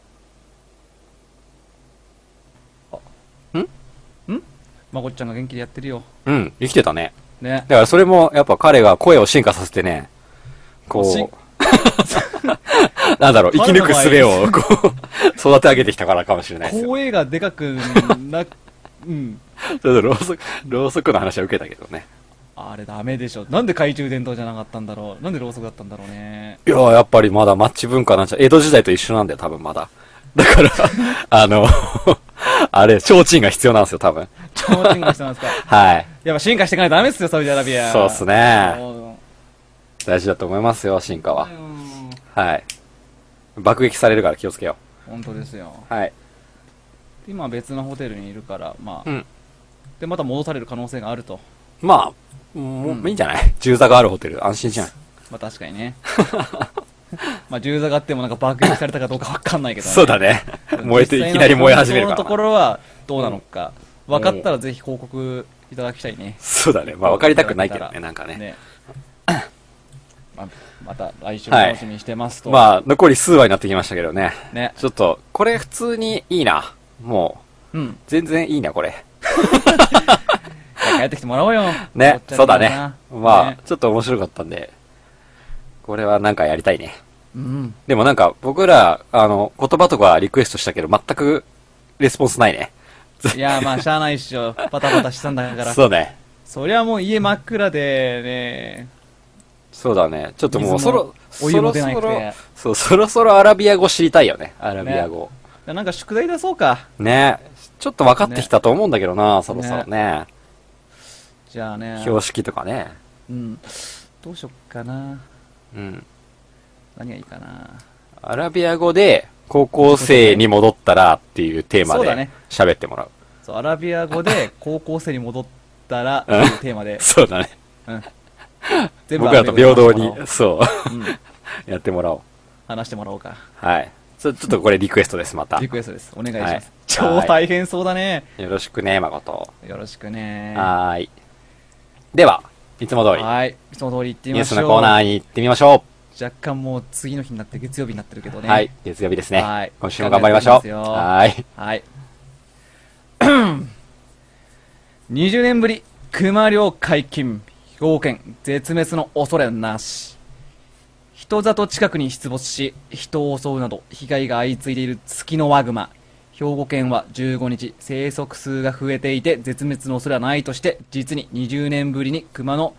[SPEAKER 2] ん
[SPEAKER 1] んまこっちゃんが元気でやってるよ。
[SPEAKER 2] うん、生きてたね。
[SPEAKER 1] ね。
[SPEAKER 2] だからそれも、やっぱ彼が声を進化させてね、こ
[SPEAKER 1] し
[SPEAKER 2] う、なんだろう、生き抜く術を、こう、育て上げてきたからかもしれないですよ。
[SPEAKER 1] 声がでかくな、うん。
[SPEAKER 2] ちょっとろうそく、ろうそくの話は受けたけどね。
[SPEAKER 1] あれダメでしょ。なんで懐中電灯じゃなかったんだろう。なんでろうそくだったんだろうね。
[SPEAKER 2] いやーやっぱりまだマッチ文化なんちゃ、江戸時代と一緒なんだよ、多分まだ。だから、あの、あれ、提灯が必要なんですよ、多分。
[SPEAKER 1] 超進化してますか。
[SPEAKER 2] はい。
[SPEAKER 1] やっぱ進化していかないとダメっすよ、サウジアラビア。
[SPEAKER 2] そうっすね
[SPEAKER 1] そう
[SPEAKER 2] 大事だと思いますよ、進化は
[SPEAKER 1] う。ん
[SPEAKER 2] はい。爆撃されるから気をつけよ
[SPEAKER 1] 本当ですよ。
[SPEAKER 2] う。はい。
[SPEAKER 1] 今は別のホテルにいるから、まあ、
[SPEAKER 2] うん。
[SPEAKER 1] で、また戻される可能性があると。
[SPEAKER 2] まあ、もう、いいんじゃない銃座があるホテル、安心じゃん。
[SPEAKER 1] まあ確かにね。まあ銃座があってもなんか爆撃されたかどうかわかんないけどね。
[SPEAKER 2] そうだね。燃えて、いきなり燃え始めるから。
[SPEAKER 1] そのところはどうなのか。分かったらぜひ報告いただきたいね。
[SPEAKER 2] そうだね。まあ、分かりたくないけどね、なんかね。
[SPEAKER 1] ね。まあ、また来週楽しみにしてますと。
[SPEAKER 2] まあ、残り数話になってきましたけどね。
[SPEAKER 1] ね。
[SPEAKER 2] ちょっと、これ普通にいいな。もう、
[SPEAKER 1] うん。
[SPEAKER 2] 全然いいな、これ。
[SPEAKER 1] 帰ってきてもらおうよ。
[SPEAKER 2] ね、そうだね。まあ、
[SPEAKER 1] ね
[SPEAKER 2] ちょっと面白かったんで、これはなんかやりたいね。
[SPEAKER 1] うん。
[SPEAKER 2] でもなんか、僕ら、あの、言葉とかリクエストしたけど、全く、レスポンスないね。
[SPEAKER 1] いや、まあ、しゃあないっしょ。バタバタしたんだから。
[SPEAKER 2] そうね。
[SPEAKER 1] そりゃもう家真っ暗でね、
[SPEAKER 2] そうだね。ちょっともう、そろ、
[SPEAKER 1] お湯も出なく
[SPEAKER 2] そろそろ
[SPEAKER 1] て。
[SPEAKER 2] そう、そろそろアラビア語知りたいよね。アラビア語。
[SPEAKER 1] なんか宿題出そうか。
[SPEAKER 2] ねちょっと分かってきたと思うんだけどな、そろそろね。
[SPEAKER 1] じゃあね。
[SPEAKER 2] 標識とかね。
[SPEAKER 1] うん。どうしよっかな。
[SPEAKER 2] うん。
[SPEAKER 1] 何がいいかな。
[SPEAKER 2] アラビア語で、高校生に戻ったらっていうテーマで
[SPEAKER 1] そうだね
[SPEAKER 2] 喋ってもらう。
[SPEAKER 1] そう、アラビア語で高校生に戻ったらっていうテーマで。
[SPEAKER 2] そうだね。
[SPEAKER 1] うん。全
[SPEAKER 2] 僕らと平等に
[SPEAKER 1] アラビア語で話してもらおう、
[SPEAKER 2] そう、
[SPEAKER 1] うん。
[SPEAKER 2] やってもらおう。
[SPEAKER 1] 話してもらおうか。
[SPEAKER 2] はい。ちょ、ちょっとこれリクエストです、また。
[SPEAKER 1] リクエストです。お願いし
[SPEAKER 2] はい
[SPEAKER 1] ます。超大変そうだね。
[SPEAKER 2] よろしくね、誠。
[SPEAKER 1] よろしくね。
[SPEAKER 2] はーい。では、いつも通り、
[SPEAKER 1] はい。いつも通り行ってみ
[SPEAKER 2] ニュース
[SPEAKER 1] ましょう。
[SPEAKER 2] のコーナーに行ってみましょ
[SPEAKER 1] 若干もう次の日になって月曜日になってるけど
[SPEAKER 2] う。
[SPEAKER 1] ね。
[SPEAKER 2] はい。月曜日ですね。
[SPEAKER 1] はい
[SPEAKER 2] 今週も頑張りましょう。
[SPEAKER 1] 頑張
[SPEAKER 2] はーい。
[SPEAKER 1] はい。にじゅうねんぶり、熊猟解禁。兵庫県、絶滅の恐れなし。人里近くに出没し、人を襲うなど、被害が相次いでいるツキノワグマ。兵庫県はじゅうごにち、生息数が増えていて、絶滅の恐れはないとして、実ににじゅうねんぶりに熊の、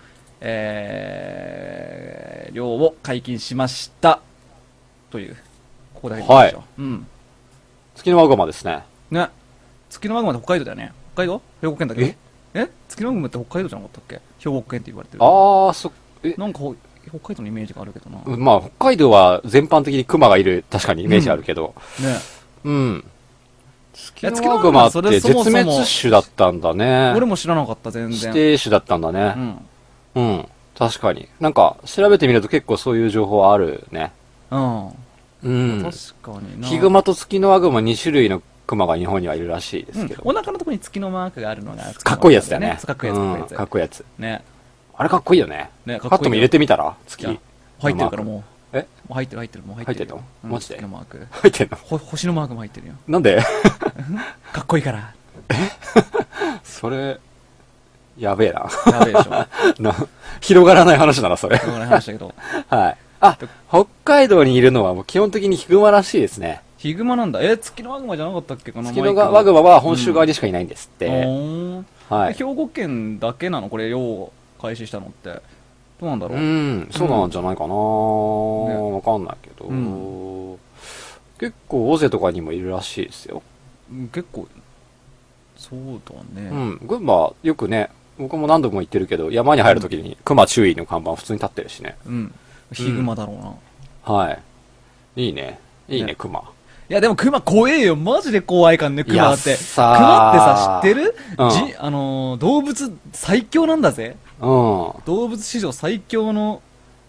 [SPEAKER 1] えー、猟を解禁しました。という、ここだけでいいでしょ。うん。
[SPEAKER 2] 月のワグマですね。
[SPEAKER 1] ね。ツキノワグマって北海道だよね。北海道兵庫県だけど。ええツキノワグマって北海道じゃなかったっけ兵庫県って言われてる。
[SPEAKER 2] あー、そ、え、
[SPEAKER 1] なんかほ北海道のイメージがあるけどな。ね。
[SPEAKER 2] まあ、北海道は全般的にクマがいる、確かにイメージあるけど。うん。月のワグマって絶滅種だったんだね。
[SPEAKER 1] 俺も知らなかった、全然。
[SPEAKER 2] 指定種だったんだ
[SPEAKER 1] う
[SPEAKER 2] ね。
[SPEAKER 1] ん。
[SPEAKER 2] うん。確かに。なんか、調べてみると結構そういう情報あるね。
[SPEAKER 1] うん。
[SPEAKER 2] うん。
[SPEAKER 1] 確かにな。
[SPEAKER 2] ヒグマとツキノワグマに種類のクマが日本にはいるらしいですけど。
[SPEAKER 1] うん、お腹のところに月のマークがあるのが、
[SPEAKER 2] かっこいいやつだよね。
[SPEAKER 1] そうかっこいいやつ、かっこいいやつ。
[SPEAKER 2] うんかっこいいやつ。
[SPEAKER 1] ね。
[SPEAKER 2] あれかっこいいよね。
[SPEAKER 1] ね、かっこいいよ。
[SPEAKER 2] パッとも入れてみたら月。
[SPEAKER 1] いや入ってるからもう。
[SPEAKER 2] え
[SPEAKER 1] もう入ってる入ってる、もう入ってるよ。
[SPEAKER 2] 入ってんの
[SPEAKER 1] うん
[SPEAKER 2] マジで
[SPEAKER 1] 月のマーク。
[SPEAKER 2] 入ってんの
[SPEAKER 1] ほ星のマークも入ってるよ。
[SPEAKER 2] なんで
[SPEAKER 1] かっこいいから。
[SPEAKER 2] それ、やべえな。
[SPEAKER 1] やべえでしょ。
[SPEAKER 2] な広がらない話だな、それ。
[SPEAKER 1] この話だけど。
[SPEAKER 2] はい。あ、北海道にいるのはもう基本的にヒグマらしいですね。
[SPEAKER 1] ヒグマなんだ。え、月のワグマじゃなかったっけかな。
[SPEAKER 2] 月のワグマは本州側にしかいないんですって。
[SPEAKER 1] おー
[SPEAKER 2] はい。
[SPEAKER 1] 兵庫県だけなのこれ、漁を開始したのって。 どうなんだろう。
[SPEAKER 2] うん、そうなんじゃないかな、
[SPEAKER 1] ね、
[SPEAKER 2] わかんないけど、うん、結構尾瀬とかにもいるらしいですよ。
[SPEAKER 1] 結構、そうだね。
[SPEAKER 2] うん、群馬よくね、僕も何度も言ってるけど、山に入るときに熊注意の看板普通に立ってるしね。
[SPEAKER 1] うん。ヒグマだろうな。
[SPEAKER 2] うん、はい。いいね。いいね、ね熊。
[SPEAKER 1] いやでも熊怖えよ。マジで怖いからね、熊って。熊ってさ、知ってる、うん、じあのー、動物最強なんだぜ。
[SPEAKER 2] うん。
[SPEAKER 1] 動物史上最強の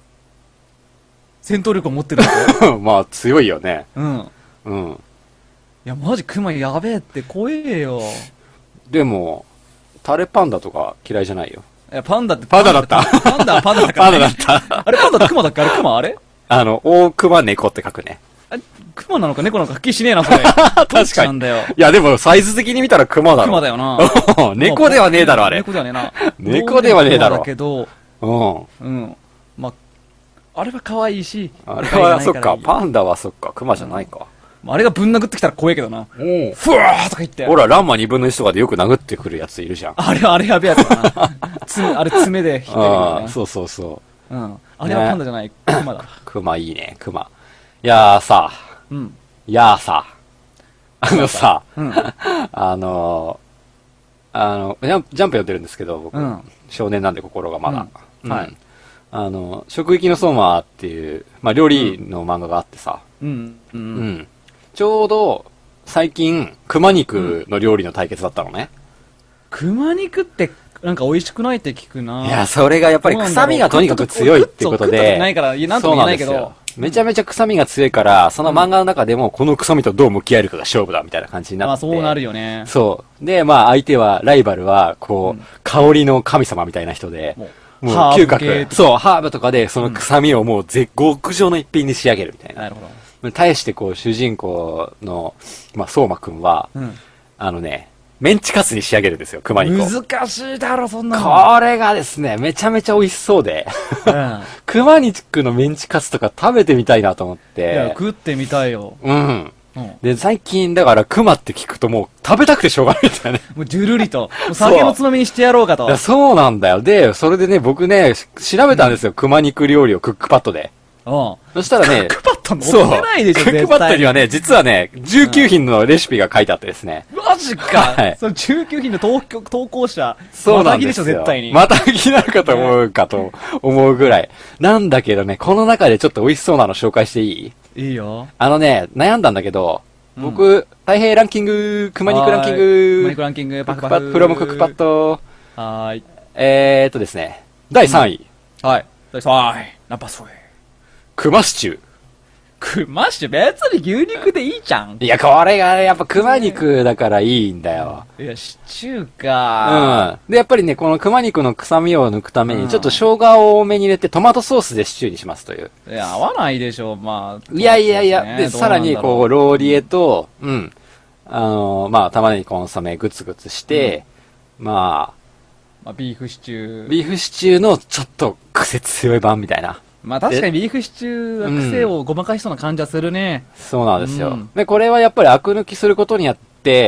[SPEAKER 1] 戦闘力を持ってるんだよ。
[SPEAKER 2] まあ強いよね。
[SPEAKER 1] うん。
[SPEAKER 2] うん。
[SPEAKER 1] いやマジ熊やべえって怖えよ。
[SPEAKER 2] でも、タレパンダとか嫌いじゃないよ。
[SPEAKER 1] いや、パンダって。
[SPEAKER 2] パンダだった。
[SPEAKER 1] パンダはパンダだから、ね。
[SPEAKER 2] パンダだった。
[SPEAKER 1] あれパンダって熊だっけあれ熊あれ
[SPEAKER 2] あの、大熊猫って書くね。
[SPEAKER 1] あれ、熊なのか猫なのかはっきりしねえな、それ。
[SPEAKER 2] 確かに。
[SPEAKER 1] なんだよ。
[SPEAKER 2] いや、でもサイズ的に見たら熊だろ。
[SPEAKER 1] 熊だよな。
[SPEAKER 2] 猫ではねえだろ、あれ。
[SPEAKER 1] 猫ではねえな。
[SPEAKER 2] 猫ではねえだろ。
[SPEAKER 1] だけど、
[SPEAKER 2] うん。
[SPEAKER 1] うん。まあ、あれは可愛いし。
[SPEAKER 2] あれは、そっか、パンダはそっか、熊じゃないか。
[SPEAKER 1] あれがぶん殴ってきたら怖いけどな。
[SPEAKER 2] うん。
[SPEAKER 1] ふわーとか言って。
[SPEAKER 2] ほら、ランマにぶんのいちとかでよく殴ってくるやついるじゃん。
[SPEAKER 1] あれは、あれやべえやつだな。つ、あれ爪で引っ掛ける
[SPEAKER 2] よね。そうそうそう。
[SPEAKER 1] うん。あれはパンダじゃない、熊だ。
[SPEAKER 2] 熊いいね、熊。いやーさ、
[SPEAKER 1] うん。
[SPEAKER 2] いやーさ、あのさ、
[SPEAKER 1] うん、
[SPEAKER 2] あのー、あの、ジャンプ読んでるんですけど、僕、うん、少年なんで心がまだ。
[SPEAKER 1] うん、はい。
[SPEAKER 2] あの、食撃の相馬っていう、まあ、料理の漫画があってさ、
[SPEAKER 1] うん。うん。うん、
[SPEAKER 2] ちょうど、最近、熊肉の料理の対決だったのね。
[SPEAKER 1] 熊肉って、なんか美味しくないって聞くな。
[SPEAKER 2] いや、それがやっぱり臭みがとにかく強いってことで、
[SPEAKER 1] ないから、なんとも言えないけど。
[SPEAKER 2] めちゃめちゃ臭みが強いから、その漫画の中でもこの臭みとどう向き合えるかが勝負だみたいな感じになって。
[SPEAKER 1] まあそうなるよね。
[SPEAKER 2] そう。で、まあ相手は、ライバルは、こう、うん、香りの神様みたいな人で、もう、もう嗅覚、そう、ハーブとかでその臭みをもう絶極上の一品に仕上げるみたいな。
[SPEAKER 1] なるほど。
[SPEAKER 2] 対してこう、主人公の、まあ、相馬くんは、うん、あのね、メンチカツに仕上げるんですよ、熊肉を。
[SPEAKER 1] 難しいだろ、そんなの。
[SPEAKER 2] これがですね、めちゃめちゃ美味しそうで。うん、熊肉のメンチカツとか食べてみたいなと思って。
[SPEAKER 1] いや、食ってみたいよ。
[SPEAKER 2] うん。うん、で、最近、だから熊って聞くともう食べたくてしょうがないんだよね。
[SPEAKER 1] もうジュルリと。もう酒のつまみにしてやろうかと。
[SPEAKER 2] そう、そうなんだよ。で、それでね、僕ね、調べたんですよ、うん、熊肉料理をクックパッドで。
[SPEAKER 1] うん。
[SPEAKER 2] そしたらね、
[SPEAKER 1] クックパッド載ってないでしょ、
[SPEAKER 2] クックパッドにはね、実はね、じゅうきゅう品のレシピが書いてあってですね。
[SPEAKER 1] マジか。
[SPEAKER 2] はい。
[SPEAKER 1] そのじゅうきゅう品の投投稿者、
[SPEAKER 2] そうなんですよ。
[SPEAKER 1] またぎでしょ、絶対に。
[SPEAKER 2] またぎなるかと思うかと思うぐらい。なんだけどね、この中でちょっと美味しそうなの紹介していい？
[SPEAKER 1] いいよ。
[SPEAKER 2] あのね、悩んだんだけど、僕、うん、太平ランキング、熊肉ランキング、
[SPEAKER 1] 熊肉ランキング、パクパク。
[SPEAKER 2] プロムクックパッド。
[SPEAKER 1] はーい。
[SPEAKER 2] えーっとですね、だいさんい。
[SPEAKER 1] うん、はい。だいさんい。ナンバースリー。
[SPEAKER 2] 熊シチュー。
[SPEAKER 1] 熊シチュー別に牛肉でいいじゃん。
[SPEAKER 2] いや、これがやっぱ熊肉だからいいんだよ。
[SPEAKER 1] いや、シチューか。
[SPEAKER 2] うん。で、やっぱりね、この熊肉の臭みを抜くために、ちょっと生姜を多めに入れてトマトソースでシチューにしますという。
[SPEAKER 1] いや、合わないでしょ、まあ。
[SPEAKER 2] いやいやいや、で、さらに、こう、ローリエと、うん。あのー、まあ、玉ねぎコンソメグツグツして、うん、まあ、
[SPEAKER 1] まあ、ビーフシチュー。
[SPEAKER 2] ビーフシチューのちょっと癖強い版みたいな。
[SPEAKER 1] まあ確かにビーフシチューは癖をごまかしそうな感じはするね。
[SPEAKER 2] うん、そうなんですよ、うん。で、これはやっぱりアク抜きすることによって、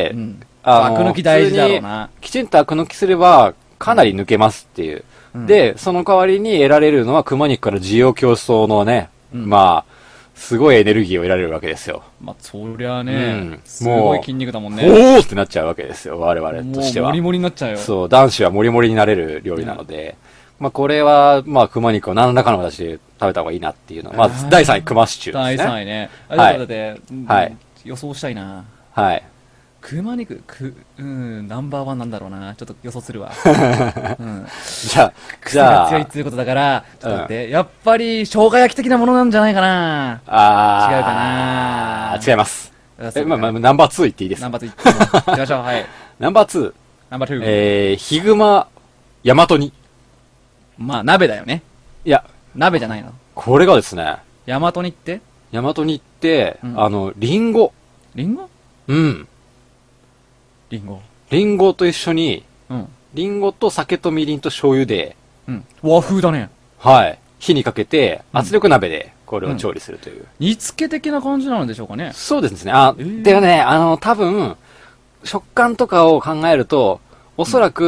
[SPEAKER 2] うん、
[SPEAKER 1] あのアク抜き大事だろうな。
[SPEAKER 2] きちんとアク抜きすればかなり抜けますっていう。うん、で、その代わりに得られるのは熊肉から需要競争のね、うん、まあ、すごいエネルギーを得られるわけですよ。
[SPEAKER 1] まあ、そりゃね、うん、すごい筋肉だもんね。
[SPEAKER 2] おーってなっちゃうわけですよ、我々としては。
[SPEAKER 1] もうモリモリになっちゃうよ。
[SPEAKER 2] そう、男子はモリモリになれる料理なので、うん、まあ、これは、まあ、熊肉を何らかの形で食べた方がいいなっていうのは、まず、だいさんい、熊シチューですね。
[SPEAKER 1] だいさんいね。
[SPEAKER 2] はい。
[SPEAKER 1] だって、
[SPEAKER 2] はい。
[SPEAKER 1] 予想したいな。
[SPEAKER 2] はい。
[SPEAKER 1] 熊肉、く、うん、ナンバーワンなんだろうな。ちょっと予想するわ。
[SPEAKER 2] うん、じゃあ、
[SPEAKER 1] じゃあ。強いっていうことだから、ちょっと待って、うん、やっぱり、生姜焼き的なものなんじゃないかな。
[SPEAKER 2] あ
[SPEAKER 1] ー。違うかな。
[SPEAKER 2] 違います。え、まあ、まあ、ナンバーツーいっていいですか？
[SPEAKER 1] ナンバーツーいってみましょう、はい。
[SPEAKER 2] ナンバーツー。
[SPEAKER 1] ナンバーツー。
[SPEAKER 2] えー、ヒグマ、ヤマトニ。
[SPEAKER 1] まあ、鍋だよね。
[SPEAKER 2] いや。
[SPEAKER 1] 鍋じゃないの。
[SPEAKER 2] これがですね。
[SPEAKER 1] ヤマトニって
[SPEAKER 2] ヤマトニって、うん、あの、リンゴ。
[SPEAKER 1] リンゴ？
[SPEAKER 2] うん。
[SPEAKER 1] リンゴ。
[SPEAKER 2] リンゴと一緒に、
[SPEAKER 1] うん。
[SPEAKER 2] リンゴと酒とみりんと醤油で、
[SPEAKER 1] うん。和風だね。
[SPEAKER 2] はい。火にかけて、圧力鍋でこれを調理するという。うん、
[SPEAKER 1] 煮付け的な感じなのでしょうかね。
[SPEAKER 2] そうですね。あ、えー、でもね、あの、多分、食感とかを考えると、おそらく、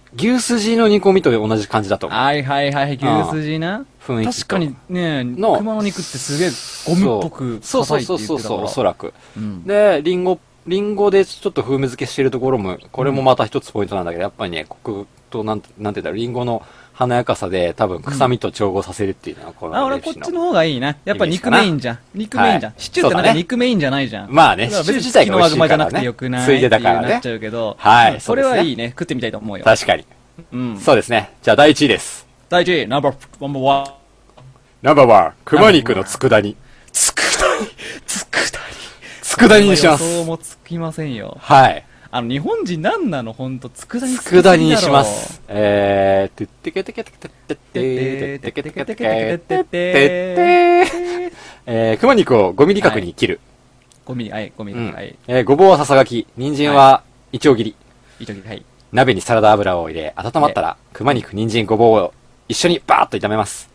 [SPEAKER 2] 牛すじの煮込みと同じ感じだと思う。
[SPEAKER 1] はいはいはい、牛すじな。
[SPEAKER 2] 雰囲気と。
[SPEAKER 1] 確かにね、
[SPEAKER 2] の
[SPEAKER 1] 熊の肉ってすげえゴミっぽく
[SPEAKER 2] そう
[SPEAKER 1] 硬い
[SPEAKER 2] そうそうそう、
[SPEAKER 1] って言ってたから。
[SPEAKER 2] おそらく。
[SPEAKER 1] うん
[SPEAKER 2] で、リンゴ、リンゴでちょっと風味付けしてるところも、これもまた一つポイントなんだけど、やっぱりね、コクとなんて、なんて言うんだろう、リンゴの華やかさで多分臭みと調合させるっていうのは、この
[SPEAKER 1] あ、俺
[SPEAKER 2] レシピ
[SPEAKER 1] こっちの方がいいな。やっぱ肉メインじゃん。肉メインじゃん。
[SPEAKER 2] はい
[SPEAKER 1] シチューってなんか肉メインじゃないじゃん。
[SPEAKER 2] まあね、
[SPEAKER 1] だから別に
[SPEAKER 2] シチュー自体が美味しいからね
[SPEAKER 1] 月のワグマじゃなくてよくない
[SPEAKER 2] ついでだからね
[SPEAKER 1] っていうなっちゃうけど。
[SPEAKER 2] はい
[SPEAKER 1] うんそ
[SPEAKER 2] そうですね
[SPEAKER 1] れはいいね。食ってみたいと思うよ。
[SPEAKER 2] 確かに。
[SPEAKER 1] うん。
[SPEAKER 2] そうですね。じゃあ第一位です。
[SPEAKER 1] 第一位、ナンバー、ナンバーワン。
[SPEAKER 2] ナンバーワン、熊肉の佃煮。
[SPEAKER 1] 佃煮佃
[SPEAKER 2] 佃煮にします。
[SPEAKER 1] 予想もつきませんよ。
[SPEAKER 2] はい。
[SPEAKER 1] あの、日本人なんなのほんと、佃煮
[SPEAKER 2] 佃煮にします。えー、てってけてけてけてけてけてけてけてけてけてけえー、熊肉をごミリ角に切る。
[SPEAKER 1] ごミリ、はい、ごミリ、
[SPEAKER 2] うん
[SPEAKER 1] はい。
[SPEAKER 2] えー、ごぼうはささがき、人参はイチョウ切り。
[SPEAKER 1] いいとき、はい。
[SPEAKER 2] 鍋にサラダ油を入れ、温まったら、熊肉、人参、ごぼうを一緒にバーッと炒めます。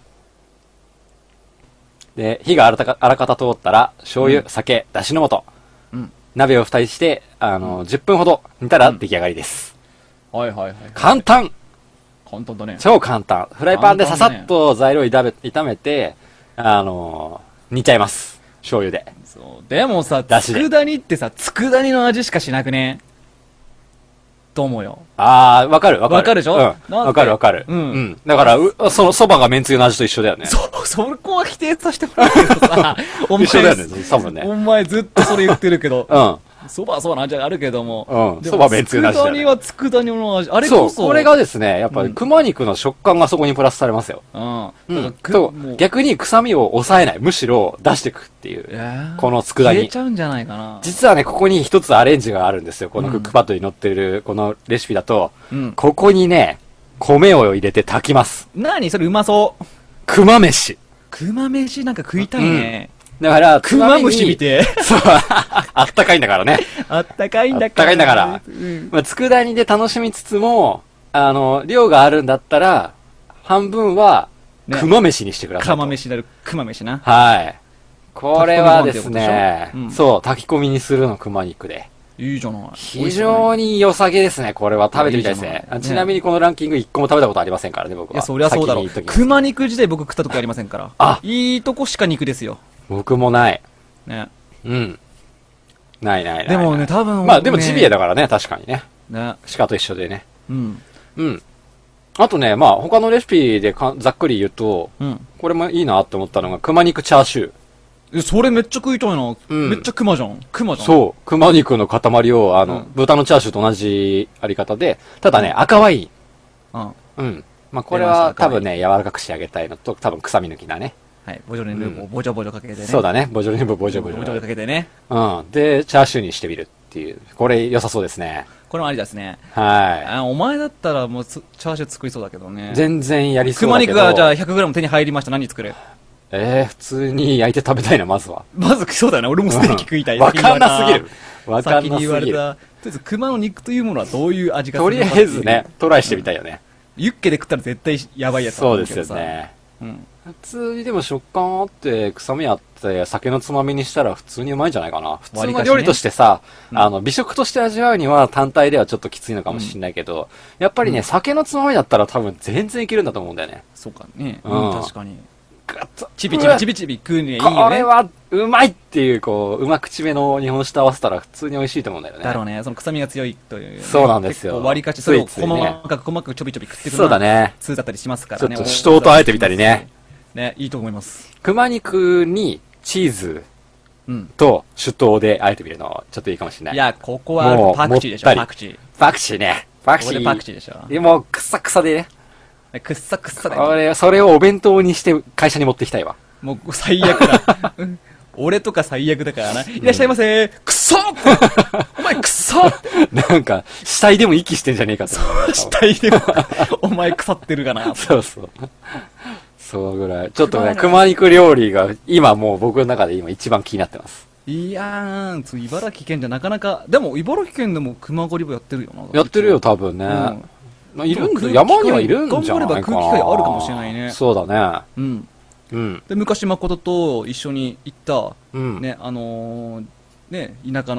[SPEAKER 2] で、火があらたかあらかた通ったら、醤油、酒、だしの素。
[SPEAKER 1] うん。
[SPEAKER 2] 鍋を蓋にして、あの、じゅっぷんほど煮たら出来上がりです。
[SPEAKER 1] はいはいはい。
[SPEAKER 2] 簡単
[SPEAKER 1] 簡単だね。
[SPEAKER 2] 超簡単。フライパンでささ
[SPEAKER 1] 簡単だね
[SPEAKER 2] っと材料を炒め炒めて、あのー、煮ちゃいます。醤油で。
[SPEAKER 1] そう。でもさ、
[SPEAKER 2] だしで
[SPEAKER 1] 佃煮ってさ、佃煮の味しかしなくねと思うよ。
[SPEAKER 2] あー、わかるわかる。
[SPEAKER 1] わかるでしょ
[SPEAKER 2] うん。
[SPEAKER 1] なんで
[SPEAKER 2] わかるわかる。
[SPEAKER 1] うん
[SPEAKER 2] うん。だから、うその蕎麦がめんつゆの味と一緒だよね。
[SPEAKER 1] そう、そこは否定させてもらうけどさ、お前
[SPEAKER 2] 一緒だよね、多分ね。
[SPEAKER 1] お前ずっとそれ言ってるけど、
[SPEAKER 2] うん。
[SPEAKER 1] そばはそばの味があるけども、
[SPEAKER 2] うん
[SPEAKER 1] でも
[SPEAKER 2] そばめんつゆの味だよね
[SPEAKER 1] 佃煮は佃煮の味、あれ
[SPEAKER 2] そう、
[SPEAKER 1] こそ。
[SPEAKER 2] これがですね、やっぱ
[SPEAKER 1] うん
[SPEAKER 2] り熊肉の食感がそこにプラスされますよ。
[SPEAKER 1] うん。
[SPEAKER 2] うん。
[SPEAKER 1] だからく
[SPEAKER 2] と
[SPEAKER 1] もう、
[SPEAKER 2] 逆に臭みを抑えない。むしろ出していくっていう。
[SPEAKER 1] いやー
[SPEAKER 2] この佃煮
[SPEAKER 1] 消えちゃうんじゃないかな。
[SPEAKER 2] 実はね、ここに一つアレンジがあるんですよ。この
[SPEAKER 1] うん
[SPEAKER 2] クックパッドに載ってる、このレシピだと、
[SPEAKER 1] うん。
[SPEAKER 2] ここにね、米を入れて炊きます。
[SPEAKER 1] なにそれうまそう。
[SPEAKER 2] 熊飯。
[SPEAKER 1] 熊飯なんか食いたいね。
[SPEAKER 2] だから、
[SPEAKER 1] 熊虫見
[SPEAKER 2] て。
[SPEAKER 1] て。
[SPEAKER 2] そう、あったかいんだからね。
[SPEAKER 1] あったかいんだから。
[SPEAKER 2] あったかいんだから
[SPEAKER 1] うん。
[SPEAKER 2] まあ、佃煮で楽しみつつも、あの、量があるんだったら、半分は、
[SPEAKER 1] ね
[SPEAKER 2] 熊飯にしてくださいと。
[SPEAKER 1] 釜飯なる熊飯な。
[SPEAKER 2] はい。これはですね
[SPEAKER 1] 炊き込みご飯ってことでしょうん、
[SPEAKER 2] そう、炊き込みにするの、熊肉で。
[SPEAKER 1] いいじゃない。
[SPEAKER 2] 非常に良さげですね、これは。食べてみたいですね
[SPEAKER 1] いいじゃない。
[SPEAKER 2] ちなみにこのランキングいっこも食べたことありませんからね、僕は。
[SPEAKER 1] いや、そりゃそうだろう
[SPEAKER 2] 先に言っときます。
[SPEAKER 1] 熊肉自体僕食った時ありませんから。
[SPEAKER 2] あ
[SPEAKER 1] いいとこしか肉ですよ。
[SPEAKER 2] 僕もない。
[SPEAKER 1] ね。
[SPEAKER 2] うん。ないないない。
[SPEAKER 1] でもね、多分、
[SPEAKER 2] まあでもジビエ
[SPEAKER 1] だ。
[SPEAKER 2] だからね、確かにね。
[SPEAKER 1] ね。
[SPEAKER 2] 鹿と一緒でね。
[SPEAKER 1] うん。
[SPEAKER 2] うん。あとね、まあ他のレシピでかざっくり言うと、
[SPEAKER 1] うん。
[SPEAKER 2] これもいいなって思ったのが、熊肉チャーシュー。
[SPEAKER 1] え、それめっちゃ食いたいな。
[SPEAKER 2] うん
[SPEAKER 1] めっちゃ熊じゃん。熊じゃん。
[SPEAKER 2] そう。熊肉の塊を、あの、
[SPEAKER 1] うん
[SPEAKER 2] 豚のチャーシューと同じあり方で、ただね、赤ワイン。
[SPEAKER 1] う。うん。
[SPEAKER 2] うん。まあこれ
[SPEAKER 1] 出ました赤ワイン
[SPEAKER 2] は多分ね、柔らかくしてあげたいのと、多分臭み抜きだね。
[SPEAKER 1] はい。ボジョレ・ヌーボー、ボジョボジョかけてね。
[SPEAKER 2] そうだね。ボジョレヌーボー、ボジョボジ
[SPEAKER 1] ボジョレか
[SPEAKER 2] ョ。
[SPEAKER 1] けてね。
[SPEAKER 2] うん。で、チャーシューにしてみるっていう。これ良さそうですね。
[SPEAKER 1] これもありですね。
[SPEAKER 2] は
[SPEAKER 1] あ、お前だったらもうつチャーシュー作りそうだけどね。
[SPEAKER 2] い。全然やりそうだけど。
[SPEAKER 1] 熊肉がじゃあ ひゃくグラム 手に入りました。何作る？
[SPEAKER 2] えー、普通に焼いて食べたいな、まずは。
[SPEAKER 1] まずそうだよね。俺もステーキ食いたい。
[SPEAKER 2] わかんなすぎる。わかん
[SPEAKER 1] 先に
[SPEAKER 2] なすぎる。
[SPEAKER 1] 言われた。とりあえず熊の肉というものはどういう味がす
[SPEAKER 2] とり
[SPEAKER 1] るのか
[SPEAKER 2] あえずね、トライしてみたいよね。
[SPEAKER 1] ユッケで食ったら絶対やばいやつだと
[SPEAKER 2] そうです
[SPEAKER 1] 思けどさ。
[SPEAKER 2] よね。
[SPEAKER 1] うん。
[SPEAKER 2] 普通にでも食感あって、臭みあって、酒のつまみにしたら普通にうまいんじゃないかな。普通
[SPEAKER 1] 割かしね
[SPEAKER 2] の料理としてさ、
[SPEAKER 1] うん
[SPEAKER 2] あの、美食として味わうには単体ではちょっときついのかもしれないけど、やっぱりね、酒のつまみだったら多分全然いけるんだと思うんだよね。
[SPEAKER 1] そうかね。
[SPEAKER 2] う
[SPEAKER 1] うんん、確かに。
[SPEAKER 2] ガッと
[SPEAKER 1] チビチビチビチビ食うにはいいよね。
[SPEAKER 2] これはうまいっていう、こう、うま口目の日本酒と合わせたら普通に美味しいと思うんだよね。
[SPEAKER 1] だろうね。その臭みが強いというね。
[SPEAKER 2] そうなんですよ
[SPEAKER 1] 結構割りかし、それを
[SPEAKER 2] ついついね
[SPEAKER 1] 細かく細かくちょびちょび食ってくる
[SPEAKER 2] そうだね。
[SPEAKER 1] 通だったりしますか
[SPEAKER 2] ちょ
[SPEAKER 1] らね。
[SPEAKER 2] っと酒盗とあえてみたりね。
[SPEAKER 1] ね、いいと思います。
[SPEAKER 2] 熊肉にチーズ
[SPEAKER 1] うん。
[SPEAKER 2] と酒盗であえてみるのはちょっといいかもしれない。
[SPEAKER 1] いや、ここは
[SPEAKER 2] もう
[SPEAKER 1] パクチーでしょ、
[SPEAKER 2] もったり
[SPEAKER 1] パクチー。
[SPEAKER 2] パクチーね。パク
[SPEAKER 1] ここで
[SPEAKER 2] チー。
[SPEAKER 1] パクチーでしょ。
[SPEAKER 2] でもう、くっさくさでね。
[SPEAKER 1] くっさくっさだよ。
[SPEAKER 2] 俺、それをお弁当にして会社に持ってきたいわ。
[SPEAKER 1] もう最悪だ。うん俺とか最悪だからな。いらっしゃいませー。くっそお前くっそ
[SPEAKER 2] なんか、死体でも息してんじゃねえかと思う。
[SPEAKER 1] 死体でも、お前腐ってるかな。
[SPEAKER 2] そうそう。そうぐらい。ちょっとね、
[SPEAKER 1] 熊
[SPEAKER 2] 熊肉料理が今もう僕の中で今一番気になってます。
[SPEAKER 1] いやー、そう茨城県じゃなかなか、でも茨城県でも熊狩り部やってるよな。
[SPEAKER 2] やってるよ、多分ね。
[SPEAKER 1] うん
[SPEAKER 2] まあいるんだ、
[SPEAKER 1] 空気
[SPEAKER 2] 山にはいるんじゃないかな。
[SPEAKER 1] 頑張れば空気階あるかもしれないね
[SPEAKER 2] そうだね。
[SPEAKER 1] うん。
[SPEAKER 2] うん。
[SPEAKER 1] で、昔誠と一緒に行った、
[SPEAKER 2] うん。
[SPEAKER 1] ね、あのー、ね、田舎の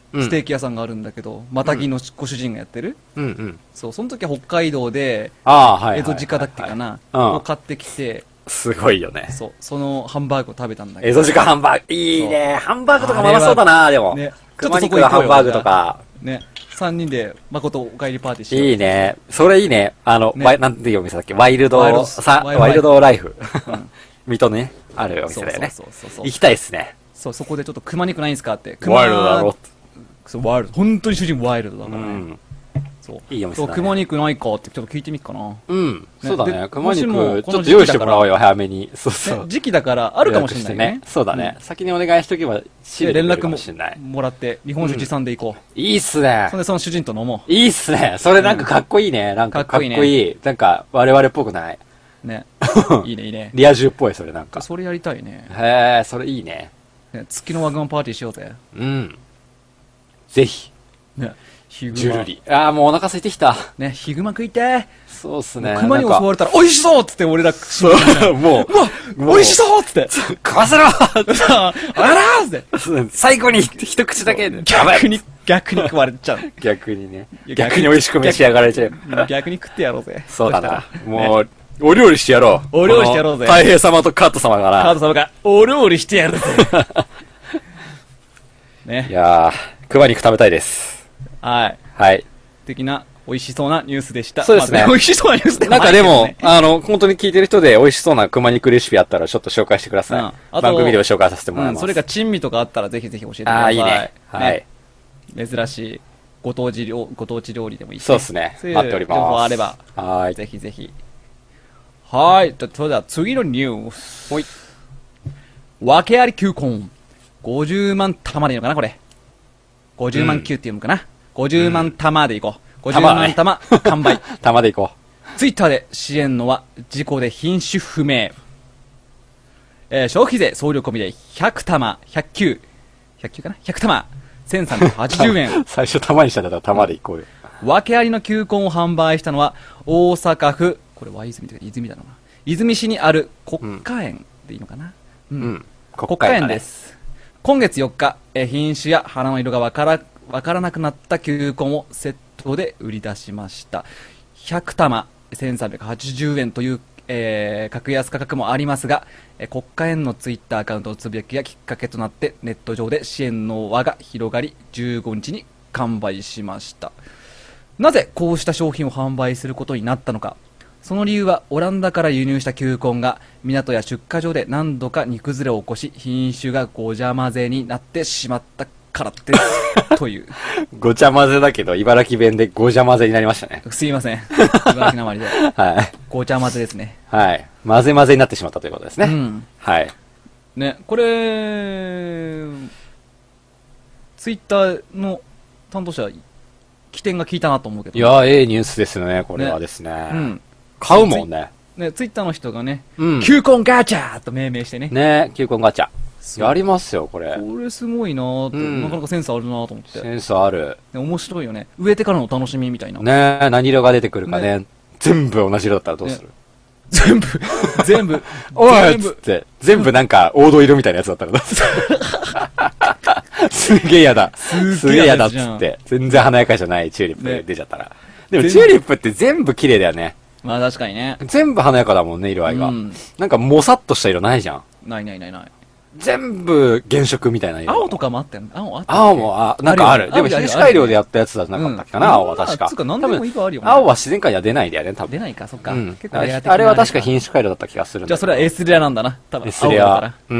[SPEAKER 1] ステーキ屋さんがあるんだけど、マタギのご主人がやってる。
[SPEAKER 2] うんうん。
[SPEAKER 1] そう、その時は北海道で、
[SPEAKER 2] ああ、はい。
[SPEAKER 1] エゾジカだっけかな、
[SPEAKER 2] うん、
[SPEAKER 1] を買ってきて、
[SPEAKER 2] すごいよね。
[SPEAKER 1] そう、そのハンバーグを食べたんだけど。
[SPEAKER 2] エゾジカハンバーグ、いいね。ハンバーグとかもうまそうだな、でも。ね。熊肉のハンバーグとか。
[SPEAKER 1] ね。三人で、誠お帰りパーティーし
[SPEAKER 2] よう。いいね。それいいね。あの、ね、ワイなんていうお店だっけ、ワイルド、ワイルドさ、ワイルドライフ。うん、水戸ね、あるお店だよね。そうそうそうそう。行きたいですね。
[SPEAKER 1] そう、そこでちょっと熊肉ないんすかって。
[SPEAKER 2] ワイルドだろ。
[SPEAKER 1] そう、ワイルド。本当に主人ワイルドだからね。うん、そう。
[SPEAKER 2] いいお店だね。
[SPEAKER 1] 熊肉ないかってちょっと聞いてみっかな。
[SPEAKER 2] うん。ね、そうだね。熊肉、ちょっと用意してもらおうよ、早めに。そうそう。
[SPEAKER 1] ね、時期だからあるかもしれないね。ね
[SPEAKER 2] そうだね、うん。先にお願いしとけば、
[SPEAKER 1] 仕入れ連絡ももらって、日本酒持参で行こ
[SPEAKER 2] う。うん、いいっすね。
[SPEAKER 1] そんでその主人と飲も
[SPEAKER 2] う。いいっすね。それなんかかっこいいね。うん、なんかかっこいい。かっこいいね、なんか我々っぽくない。
[SPEAKER 1] ね。いいね、いいね。
[SPEAKER 2] リア充っぽい、それなんか。
[SPEAKER 1] それやりたいね。
[SPEAKER 2] へえ、それいいね。
[SPEAKER 1] ね、月のワゴンパーティーしようぜ。
[SPEAKER 2] うん。ぜひ。
[SPEAKER 1] ね。ヒグマ。
[SPEAKER 2] ジュルリ。ああ、もうお腹空いてきた。
[SPEAKER 1] ね、ヒグマ食いてー。
[SPEAKER 2] そうっすね。
[SPEAKER 1] 熊に襲われたら、美味しそうっつって俺ら、
[SPEAKER 2] そう、もう、
[SPEAKER 1] うわ、美味しそうっつって。
[SPEAKER 2] 食わせろ
[SPEAKER 1] あらーっつって。
[SPEAKER 2] 最後に一口だけ。
[SPEAKER 1] 逆に、逆に食われちゃう。
[SPEAKER 2] 逆にね。逆に美味しく召し上がれちゃう。
[SPEAKER 1] 逆に食ってやろうぜ。
[SPEAKER 2] そうだな。もう、お料理してやろう。
[SPEAKER 1] お料理してやろうぜ。
[SPEAKER 2] 太平様とカート様から。
[SPEAKER 1] カート様が、お料理してやるぜ。ね。
[SPEAKER 2] いやー、熊肉食べたいです。
[SPEAKER 1] はい。
[SPEAKER 2] はい。
[SPEAKER 1] 的な、美味しそうなニュースでした。
[SPEAKER 2] そうですね。
[SPEAKER 1] 美味しそうなニュースで
[SPEAKER 2] なんかでも、あの、本当に聞いてる人で美味しそうな熊肉レシピあったらちょっと紹介してください。うん、あと番組でも紹介させてもらいます。
[SPEAKER 1] それか珍味とかあったらぜひぜひ教えてください。
[SPEAKER 2] ああ、いいね。はい。
[SPEAKER 1] 珍しい、ご当地料、ご当地料理でもいいし。
[SPEAKER 2] そうですね。待っております。
[SPEAKER 1] 情報あれば。
[SPEAKER 2] はい。
[SPEAKER 1] ぜひぜひ。はい。それでは次のニュース。
[SPEAKER 2] ほい。
[SPEAKER 1] 訳あり球根。ごじゅうまん玉でいいのかなこれ。ごじゅうまん球っていうのかな、ごじゅうまん玉でいこう。ごじゅうまん玉、完売。
[SPEAKER 2] 玉でいこ
[SPEAKER 1] う。ツイッターで支援のは事故で品種不明。えー、消費税送料込みでひゃく玉、ひゃく球。ひゃく球かな ?ひゃく 玉、せんさんびゃくはちじゅうえん。
[SPEAKER 2] 最初玉にしたんだったら玉でいこうよ。
[SPEAKER 1] 訳ありの球根を販売したのは、大阪府、これは泉というか泉だろうな。泉市にある国家園でいいのかな、うん、うん。国家園です。今月よっか、えー、品種や花の色がわからわからなくなった球根をセットで売り出しました。ひゃく玉せんさんびゃくはちじゅうえんという、えー、格安価格もありますが、えー、国家園のツイッターアカウントのつぶやきがきっかけとなってネット上で支援の輪が広がり、じゅうごにちに完売しました。なぜこうした商品を販売することになったのか。その理由はオランダから輸入した球根が港や出荷場で何度か煮崩れを起こし、品種がごちゃ混ぜになってしまったからですという。
[SPEAKER 2] ごちゃ混ぜだけど茨城弁でごちゃ混ぜになりましたね。
[SPEAKER 1] すいません、茨城なまりで。
[SPEAKER 2] はい。
[SPEAKER 1] ごちゃ混ぜですね。
[SPEAKER 2] はい。混ぜ混ぜになってしまったということですね。うん、はい。
[SPEAKER 1] ね、これツイッターの担当者起点が効いたなと思うけど、
[SPEAKER 2] いやー、ええニュースですよね、これはですね。ね、うん、買うもんね。
[SPEAKER 1] ね、ツイッターの人がね、うん、球根ガチャーと命名してね。
[SPEAKER 2] ね、球根ガチャ。やりますよ、これ。
[SPEAKER 1] これすごいなーって、うん、なかなかセンスあるなーと思って。
[SPEAKER 2] センスある。
[SPEAKER 1] ね、面白いよね。植えてからの楽しみみたいな。
[SPEAKER 2] ねえ、何色が出てくるかね。ね、全部同じ色だったらどうする、ね、
[SPEAKER 1] 全部、全部、
[SPEAKER 2] おいっつって、全部なんか黄土色みたいなやつだったらどうするすげえやだ。すげえやだっつって。全然華やかじゃないチューリップ出ちゃったら。ね、でもチューリップって全部綺麗だよね。
[SPEAKER 1] まあ確かにね。
[SPEAKER 2] 全部華やかだもんね、色合いが。うん、なんかもさっとした色ないじゃん。
[SPEAKER 1] ないないないない。
[SPEAKER 2] 全部原色みたいな色。
[SPEAKER 1] 青とかもあったよね。青あった。
[SPEAKER 2] 青も、あ、なんかある。でも品種改良でやったやつじゃなかったっけかな、うん、青は確か。
[SPEAKER 1] つか何でも色あるよね。
[SPEAKER 2] 青は自然界には出ないんだよね、多分。
[SPEAKER 1] 出ないか、そっか。
[SPEAKER 2] うん、結構あれあれは確か品種改良だった気がするんだ。
[SPEAKER 1] じゃあそれは S レアなんだな、多分。
[SPEAKER 2] S レア。うん。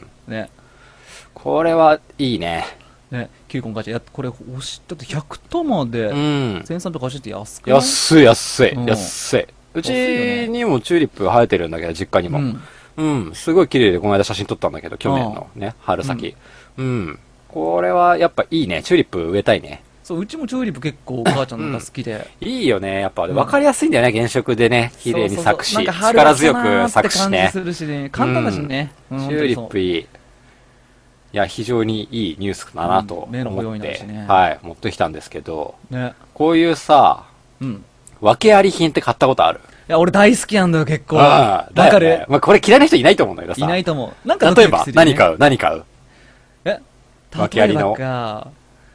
[SPEAKER 1] ね。
[SPEAKER 2] これはいいね。
[SPEAKER 1] ね、球根ガチャ、やこれ、押し、だってひゃく玉で、せんさんびゃくはちじゅうって安くない？
[SPEAKER 2] 安い、安い、安い。うちにもチューリップ生えてるんだけど、実家にも。うん、うん、すごい綺麗で、この間写真撮ったんだけど、去年のね、春先。うん、うん。これはやっぱいいね。チューリップ植えたいね。
[SPEAKER 1] そう、うちもチューリップ結構お母ちゃんが好きで。
[SPEAKER 2] うん、いいよね。やっぱ分かりやすいんだよね、原色でね。綺麗に咲くし、そうそうそう、力強く咲くしね。
[SPEAKER 1] するしね、簡単だしね、
[SPEAKER 2] うん。チューリップいい。いや、非常にいいニュースだなと思って、うんね、はい、持ってきたんですけど、ね、こういうさ、うん、訳あり品って買ったことある？
[SPEAKER 1] いや、俺大好きなんだよ、結構。
[SPEAKER 2] ああ、だから、ね、まあ、これ嫌いな人いないと思うんだけどさ。
[SPEAKER 1] いないと思う。なんか、
[SPEAKER 2] 例えば、何買う何買う
[SPEAKER 1] え
[SPEAKER 2] 訳ありの。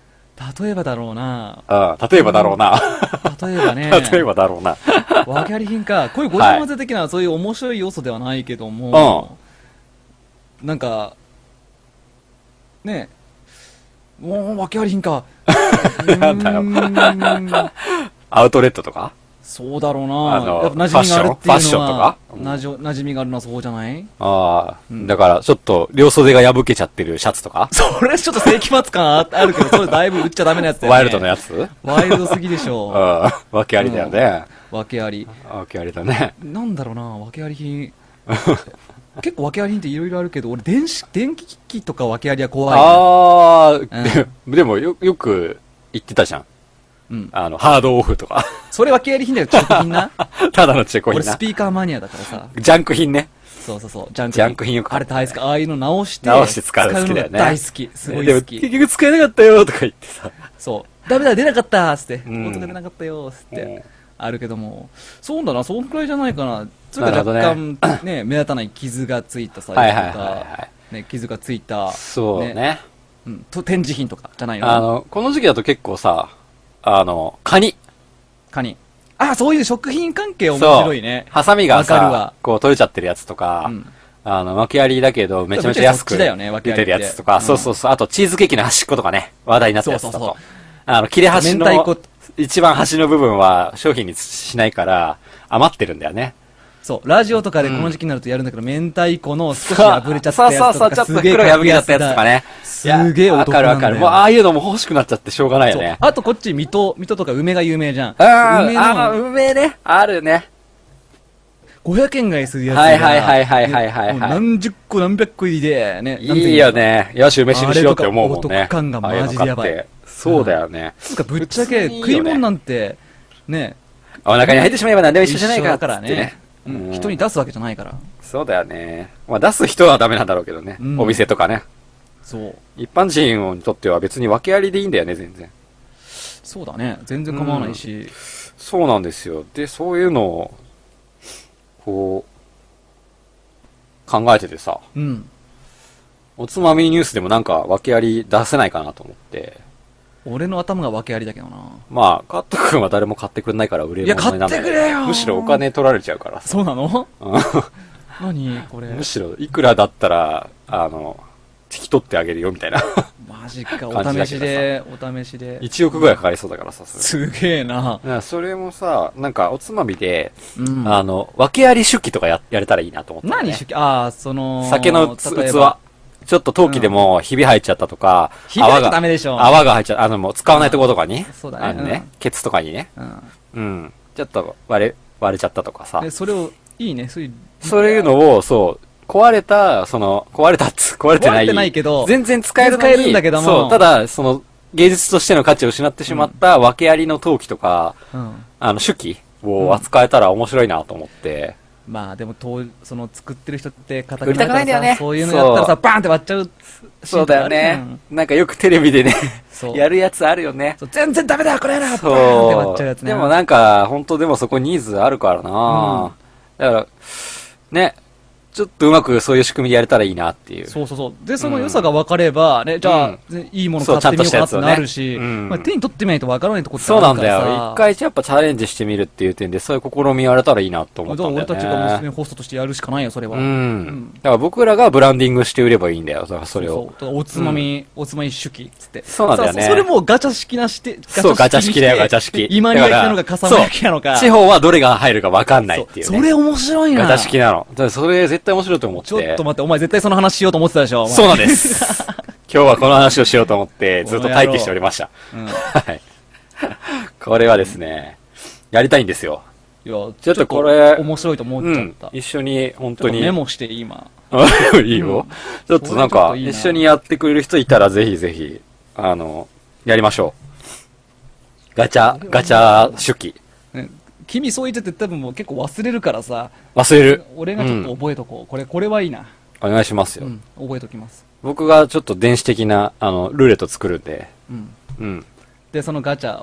[SPEAKER 1] 例えばだろうな。
[SPEAKER 2] うん、例えばだろうな。
[SPEAKER 1] 例えばね。
[SPEAKER 2] 例えばだろうな。
[SPEAKER 1] 訳あり品か。こういうごちゃ混ぜ的な、そういう面白い要素ではないけども、うん、なんか、ねえ、もう訳あり品か。
[SPEAKER 2] なんだよ。アウトレットとか
[SPEAKER 1] そうだろうな。
[SPEAKER 2] あの、
[SPEAKER 1] やっぱ馴染みがあるっていうのは、
[SPEAKER 2] ファッションとか、うん、
[SPEAKER 1] なじ馴染みがあるのはそうじゃない？
[SPEAKER 2] ああ、
[SPEAKER 1] うん、
[SPEAKER 2] だからちょっと両袖が破けちゃってるシャツとか
[SPEAKER 1] それちょっと世紀末感あるけど、それだいぶ売っちゃダメなやつだよね。
[SPEAKER 2] ワイルドなやつ
[SPEAKER 1] ワイルドすぎでしょ。
[SPEAKER 2] うん。訳ありだよね。
[SPEAKER 1] うん、訳あり。
[SPEAKER 2] 訳ありだね。
[SPEAKER 1] なんだろうな、訳あり品。結構訳あり品っていろいろあるけど、俺電子、電気機器とか訳ありは怖い、ね。
[SPEAKER 2] ああ、うん、でもよ、よく言ってたじゃん。うん。あの、ハードオフとか。
[SPEAKER 1] それ訳あり品だよ、中古品な。
[SPEAKER 2] ただの中古品な。
[SPEAKER 1] 俺スピーカーマニアだからさ。
[SPEAKER 2] ジャンク品ね。
[SPEAKER 1] そうそうそう、ジャンク品。
[SPEAKER 2] ジャンク品よく、
[SPEAKER 1] ね。あれ大好き。ああいうの直して、
[SPEAKER 2] 直して使うの好きだよね。
[SPEAKER 1] 大好き。すごい好き。
[SPEAKER 2] でも結局使えなかったよとか言ってさ。
[SPEAKER 1] そう。ダメだ、出なかったーつって。
[SPEAKER 2] うん、
[SPEAKER 1] 音が出なかったよーつって。うん、あるけども、そうだな、そんくらいじゃないかな。つうか若干、ね、ね、目立たない傷がついたさ、
[SPEAKER 2] はいはいはいはい、
[SPEAKER 1] ね、傷がついた。
[SPEAKER 2] そうね。ね、
[SPEAKER 1] うん。と、展示品とかじゃないの？
[SPEAKER 2] あの、この時期だと結構さ、あの、カニ。
[SPEAKER 1] カニ。あ、そういう食品関係面白いね。
[SPEAKER 2] ハサミがさ、こう取れちゃってるやつとか、うん、あの、訳ありだけど、めちゃめちゃ安く出てるやつとか、そうそうそう、あとチーズケーキの端っことかね、話題になったやつとか。そうそうそう。あの、切れ端の、一番端の部分は商品にしないから、余ってるんだよね。
[SPEAKER 1] そう、ラジオとかでこの時期になるとやるんだけど、うん、明太子の少し破れちゃったやつとか、
[SPEAKER 2] そうそうそう、ちょっと袋破けちゃったやつとかね。
[SPEAKER 1] すげえお得なんだよ。
[SPEAKER 2] わかるわかる。もうああいうのも欲しくなっちゃってしょうがないよね。
[SPEAKER 1] あとこっち、水戸、水戸とか梅が有名じゃん。
[SPEAKER 2] あ梅あの、梅ね。あるね。
[SPEAKER 1] ごひゃくえん買いするやつが。
[SPEAKER 2] はいはいはいはいはいはい、はい。
[SPEAKER 1] 何十個何百個入りで、ね。
[SPEAKER 2] いいよね。よし、梅酒にしようって思うもんね。
[SPEAKER 1] お得感がマジでやばい。
[SPEAKER 2] そうだよね。
[SPEAKER 1] つうかぶっちゃけ、食い物なんて、ね。
[SPEAKER 2] お腹に入ってしまえば何でも一緒じゃないか
[SPEAKER 1] からね。うん、人に出すわけじゃないから。
[SPEAKER 2] そうだよね。まあ出す人はダメなんだろうけどね。うん、お店とかね。
[SPEAKER 1] そう。
[SPEAKER 2] 一般人にとっては別に訳ありでいいんだよね、全然。
[SPEAKER 1] そうだね。全然構わないし。うん、
[SPEAKER 2] そうなんですよ。で、そういうのを、こう、考えててさ。
[SPEAKER 1] うん。
[SPEAKER 2] おつまみニュースでもなんか訳あり出せないかなと思って。
[SPEAKER 1] 俺の頭が訳ありだけどな。
[SPEAKER 2] まあ、カット君は誰も買ってくれないから売れるものになる。
[SPEAKER 1] いや、買ってくれよ。
[SPEAKER 2] むしろお金取られちゃうからさ。
[SPEAKER 1] そうなの？何これ。
[SPEAKER 2] むしろ、いくらだったら、あの、引き取ってあげるよみたいな。
[SPEAKER 1] マジか、お試しで、お試しで。
[SPEAKER 2] いちおくぐらいかかりそうだからさ、
[SPEAKER 1] それ。すげえな。
[SPEAKER 2] それもさ、なんか、おつまみで、うん、あの、訳あり手記とかや、やれたらいいなと思って、ね。
[SPEAKER 1] 何手記？ああ、その、
[SPEAKER 2] 酒の器。ちょっと陶器でもひび入っちゃったとか、
[SPEAKER 1] ひび入っちゃダメでしょ。
[SPEAKER 2] 泡が入っちゃう、あの、もう使わないところとかに、
[SPEAKER 1] そうだね。
[SPEAKER 2] あのね、ケツとかにね、
[SPEAKER 1] うん。
[SPEAKER 2] うん。ちょっと割れ、割れちゃったとかさ。
[SPEAKER 1] で、それを、いいね、そういう。
[SPEAKER 2] そういうのを、そう、壊れた、その、壊れたっつ、壊れてない。
[SPEAKER 1] 壊れてないけど、
[SPEAKER 2] 全然使えるのに。
[SPEAKER 1] 使えるんだけども。
[SPEAKER 2] そう、ただ、その、芸術としての価値を失ってしまった訳ありの陶器とか、うん、あの、手記を扱えたら面白いなと思って。
[SPEAKER 1] まあでもとその作ってる人って固
[SPEAKER 2] くないからさ、ね、
[SPEAKER 1] そういうのやったらさバーンって割っちゃう。
[SPEAKER 2] そうだよね。なんかよくテレビでねやるやつあるよね。
[SPEAKER 1] 全然ダメだこれな。バーンって割っちゃうやつね。
[SPEAKER 2] でもなんか本当でもそこニーズあるからな、うん、だからね。ちょっとうまくそういう仕組みでやれたらいいなっていう。
[SPEAKER 1] そうそうそう。で、その良さが分かれば、ね、じゃあ、うん、いいもの買ってみようかなってなるし、ねうん、まあ、手に取ってみないと分からないとこってあるからさ。
[SPEAKER 2] そうなんだよ。一回やっぱチャレンジしてみるっていう点で、そういう試みやれたらいいなと思ったんだよね。
[SPEAKER 1] 俺たちが娘ホストとしてやるしかないよ、それは。
[SPEAKER 2] うん。うん、だから僕らがブランディングして売ればいいんだよ、だからそれを。
[SPEAKER 1] そうそう。おつまみ、うん、おつまみ手記つって。
[SPEAKER 2] そうなんだよね。
[SPEAKER 1] それもガチャ式なして、
[SPEAKER 2] そう、ガチャ式だよ、ガチャ式。
[SPEAKER 1] 今に焼きなのか、笠間焼きなのか。
[SPEAKER 2] 地方はどれが入るか分かんないっていう、ね。
[SPEAKER 1] それ面白いな。
[SPEAKER 2] ガチャ式なの。だからそれ絶対面白いと思って。
[SPEAKER 1] ちょっと待って、お前絶対その話しようと思ってたでしょ。
[SPEAKER 2] そうなんです。今日はこの話をしようと思って、ずっと待機しておりました。うん、はい。これはですね、やりたいんですよ。
[SPEAKER 1] いや、ちょっとこれ、面白いと思っちゃった。
[SPEAKER 2] うん、一緒に、本当に。
[SPEAKER 1] メモして今。
[SPEAKER 2] いいよ、うん。ちょっとなんか、一緒にやってくれる人いたら、ぜひぜひ、あの、やりましょう。ガチャ、ガチャ手記。
[SPEAKER 1] ね、君そう言ってて多分もう結構忘れるからさ。
[SPEAKER 2] 忘れる。
[SPEAKER 1] 俺がちょっと覚えとこう。うん、これ、これはいいな。
[SPEAKER 2] お願いしますよ、うん。
[SPEAKER 1] 覚えときます。
[SPEAKER 2] 僕がちょっと電子的な、あの、ルーレット作るんで。
[SPEAKER 1] うん。
[SPEAKER 2] うん。
[SPEAKER 1] で、そのガチャを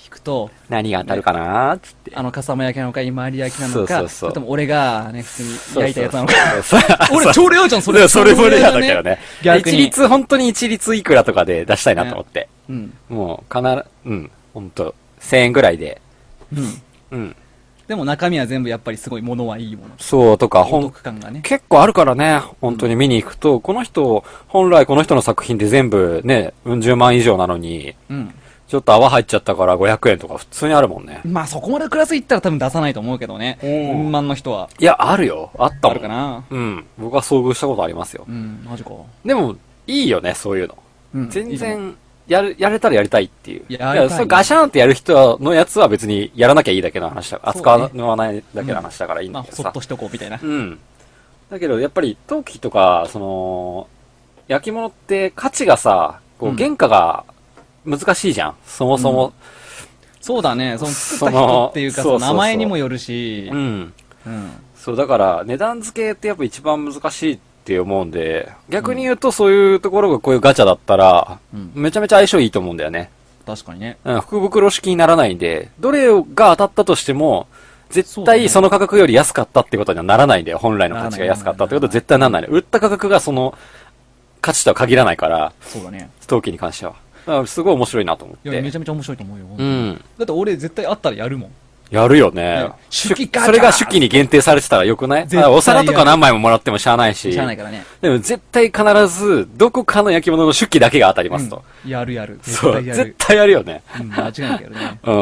[SPEAKER 1] 引くと、
[SPEAKER 2] 何が当たるかなーっつって。
[SPEAKER 1] あの、笠間焼きなのか、今有焼きなのか、
[SPEAKER 2] そうそうそう
[SPEAKER 1] それとも俺がね、普通に焼いたやつなのか。
[SPEAKER 2] そうそうそう
[SPEAKER 1] 俺超レアじゃん、それ。
[SPEAKER 2] それもレアだけどね。
[SPEAKER 1] 逆に。
[SPEAKER 2] 一律、本当に一律いくらとかで出したいなと思って。
[SPEAKER 1] うん。
[SPEAKER 2] もう、かな、うん、ほんと、せんえんぐらいで。
[SPEAKER 1] うん。
[SPEAKER 2] うん。
[SPEAKER 1] でも中身は全部やっぱりすごいものはいいもの。
[SPEAKER 2] そうとか、
[SPEAKER 1] ほん、ね、
[SPEAKER 2] 結構あるからね、本当に見に行くと、うん、この人、本来この人の作品で全部ね、うん十万以上なのに、うん。ちょっと泡入っちゃったからごひゃくえんとか普通にあるもんね。
[SPEAKER 1] まあそこまでクラス行ったら多分出さないと思うけどね。うん。万の人は。
[SPEAKER 2] いや、あるよ。あったもん。
[SPEAKER 1] あるかな。
[SPEAKER 2] うん。僕は遭遇したことありますよ。
[SPEAKER 1] うん、マジか。
[SPEAKER 2] でも、いいよね、そういうの。うん。全然、いいやる、やれたらやりたいっていう。
[SPEAKER 1] いや、やりたい。
[SPEAKER 2] そうガシャーンってやる人のやつは別にやらなきゃいいだけの話だから、扱わないだけの話だからいいんだけどさ。
[SPEAKER 1] まあ、そっとしとこうみたいな。
[SPEAKER 2] うん。だけど、やっぱり、陶器とか、その、焼き物って価値がさ、こう、原価が難しいじゃん。そもそも。うん、
[SPEAKER 1] そうだね。その作った人っていうか、その名前にもよるし。
[SPEAKER 2] うん。うん。そう、だから、値段付けってやっぱ一番難しいって思うんで、逆に言うとそういうところがこういうガチャだったら、うん、めちゃめちゃ相性いいと思うんだよね。
[SPEAKER 1] 確かにね。
[SPEAKER 2] うん、福袋式にならないんで、どれが当たったとしても、絶対その価格より安かったってことにはならないんだよ。本来の価値が安かったってことは絶対ならない。売った価格がその価値とは限らないから、
[SPEAKER 1] そうだね。
[SPEAKER 2] 陶器に関しては。だからすごい面白いなと思って。
[SPEAKER 1] いや、めちゃめちゃ面白いと思うよ。
[SPEAKER 2] うん。
[SPEAKER 1] だって俺絶対あったらやるもん。
[SPEAKER 2] やるよね。
[SPEAKER 1] 手記か。
[SPEAKER 2] それが手記に限定されてたらよくない？お皿とか何枚ももらってもしゃあないし。
[SPEAKER 1] しゃあないからね。
[SPEAKER 2] でも絶対必ず、どこかの焼き物の手記だけが当たりますと。
[SPEAKER 1] うん、やるやる。
[SPEAKER 2] そう。絶対やるよね。
[SPEAKER 1] うん、間違いないけどね。
[SPEAKER 2] うん。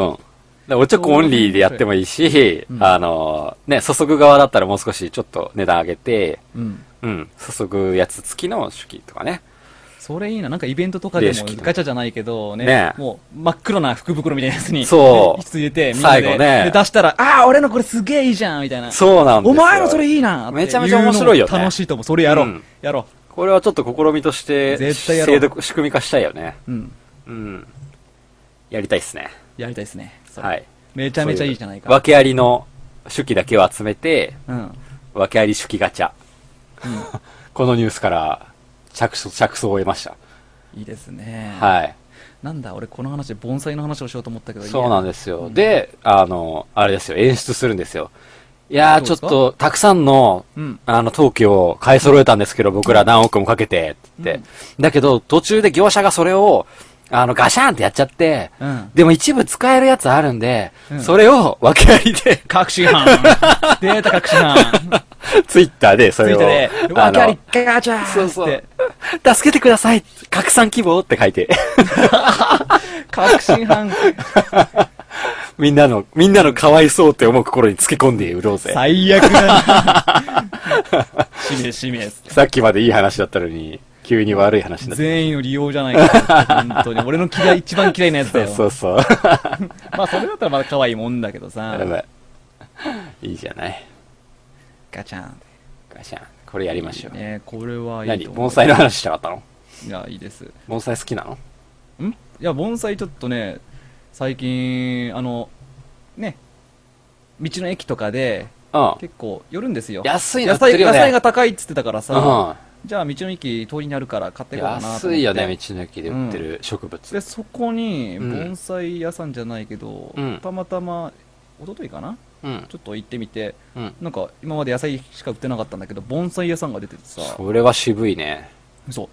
[SPEAKER 2] おちょこオンリーでやってもいいし、うん、あの、ね、注ぐ側だったらもう少しちょっと値段上げて、うん。うん。注ぐやつ付きの手記とかね。
[SPEAKER 1] それいいな。なんかイベントとかでもガチャじゃないけどね、ねもう真っ黒な福袋みたいなやつに、
[SPEAKER 2] そう。
[SPEAKER 1] 入れて、みんなで、ね、で出したら、ああ、俺のこれすげえいいじゃんみたいな。
[SPEAKER 2] そうなんですよ。
[SPEAKER 1] お前のそれいいな
[SPEAKER 2] めちゃめちゃ面白いよね。
[SPEAKER 1] 楽しいと思う。それやろう。うん、やろう。
[SPEAKER 2] これはちょっと試みとして、
[SPEAKER 1] 絶対やろう。
[SPEAKER 2] 制度、仕組み化したいよね。
[SPEAKER 1] うん。
[SPEAKER 2] うん。やりたいっすね。
[SPEAKER 1] やりたいっすね。
[SPEAKER 2] はい。
[SPEAKER 1] めちゃめちゃいいじゃないか。
[SPEAKER 2] 訳ありの手記だけを集めて、
[SPEAKER 1] うん。
[SPEAKER 2] 訳あり手記ガチャ。うん。このニュースから着想、着想を得ました。
[SPEAKER 1] いいですね。
[SPEAKER 2] はい。
[SPEAKER 1] なんだ、俺この話で盆栽の話をしようと思ったけど。
[SPEAKER 2] そうなんですよ。うん、で、あの、あれですよ、演出するんですよ。いやー、ちょっと、たくさんの、うん、あの、陶器を買い揃えたんですけど、僕ら何億もかけて、って、うん。だけど、途中で業者がそれを、あの、ガシャンってやっちゃって、うん、でも一部使えるやつあるんで、うん、それを訳ありで。
[SPEAKER 1] 確信犯。データ確信犯。
[SPEAKER 2] ツイッターでそれを。ツイッ
[SPEAKER 1] ターで、訳ありガチャー
[SPEAKER 2] そうそう。助けてください拡散希望って書いて。
[SPEAKER 1] 確信犯。
[SPEAKER 2] みんなの、みんなのかわいそうって思う心につけ込んで売ろうぜ。
[SPEAKER 1] 最悪だな。しめしめ。
[SPEAKER 2] さっきまでいい話だったのに。急に悪い話になって
[SPEAKER 1] 全員の利用じゃないか。本当に。俺の嫌い、一番嫌いなやつだよ。
[SPEAKER 2] そうそう。
[SPEAKER 1] まあ、それだったらまだ可愛いもんだけどさ。
[SPEAKER 2] やばい。いいじゃない。
[SPEAKER 1] ガチャン。
[SPEAKER 2] ガチャン。これやりましょう。
[SPEAKER 1] いいね、これはいいと思う。
[SPEAKER 2] 何盆栽の話したかったの？
[SPEAKER 1] いや、いいです。
[SPEAKER 2] 盆栽好きなの？
[SPEAKER 1] ん？いや、盆栽ちょっとね、最近、あの、ね、道の駅とかで、うん、結構寄るんですよ。
[SPEAKER 2] 安いの
[SPEAKER 1] 野菜、野菜が高いっつってたからさ。
[SPEAKER 2] うん
[SPEAKER 1] じゃあ道の駅通りにあるから買っていこうかなと思って。
[SPEAKER 2] 安いよね、道の駅で売ってる植物。
[SPEAKER 1] うん、で、そこに、盆栽屋さんじゃないけど、うん、たまたま、一昨日かな、うん、ちょっと行ってみて、うん、なんか今まで野菜しか売ってなかったんだけど、盆栽屋さんが出ててさ。
[SPEAKER 2] それは渋いね。
[SPEAKER 1] そう。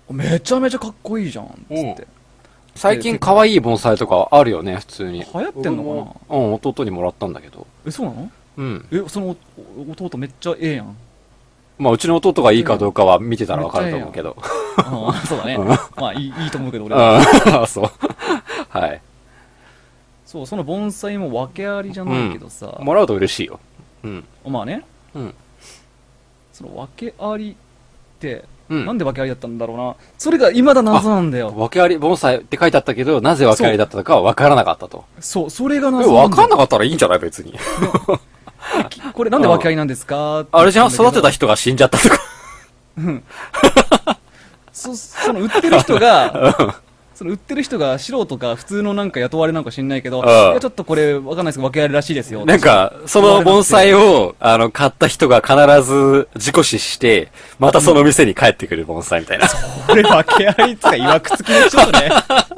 [SPEAKER 1] めちゃめちゃかっこいいじゃん、つって。うん、
[SPEAKER 2] 最近可愛い盆栽とかあるよね、普通に。
[SPEAKER 1] 流行ってんのか
[SPEAKER 2] な？うん、弟にもらったんだけど。
[SPEAKER 1] え、そうなの？
[SPEAKER 2] うん。
[SPEAKER 1] え、その弟めっちゃええやん。
[SPEAKER 2] まあ、うちの弟がいいかどうかは見てたらわかると思うけど。
[SPEAKER 1] ああ、そうだね。まあ、いい、いいと思うけど、俺は。
[SPEAKER 2] ああ、そう。はい。
[SPEAKER 1] そう、その盆栽も訳ありじゃないけどさ。
[SPEAKER 2] うん、もらうと嬉しいよ。うん。
[SPEAKER 1] まあね。
[SPEAKER 2] うん。
[SPEAKER 1] その訳ありって、うん、なんで訳ありだったんだろうな。それが未だ謎なんだよ。
[SPEAKER 2] 訳あり、盆栽って書いてあったけど、なぜ訳ありだったのかは分からなかったと。
[SPEAKER 1] そう、それが謎なんだよ。
[SPEAKER 2] 分かんなかったらいいんじゃない別に。
[SPEAKER 1] これなんで訳ありなんですか？
[SPEAKER 2] あれじゃん育てた人が死んじゃったとか。
[SPEAKER 1] うん。そ、その売ってる人が、その売ってる人が素人か普通のなんか雇われなんか知んないけど、いやちょっとこれわかんないですけど訳ありらしいですよ。
[SPEAKER 2] なんか、その盆栽を、あの、買った人が必ず事故死して、またその店に帰ってくる盆栽みたいな。
[SPEAKER 1] それ訳ありっつか曰くつきでしょうね。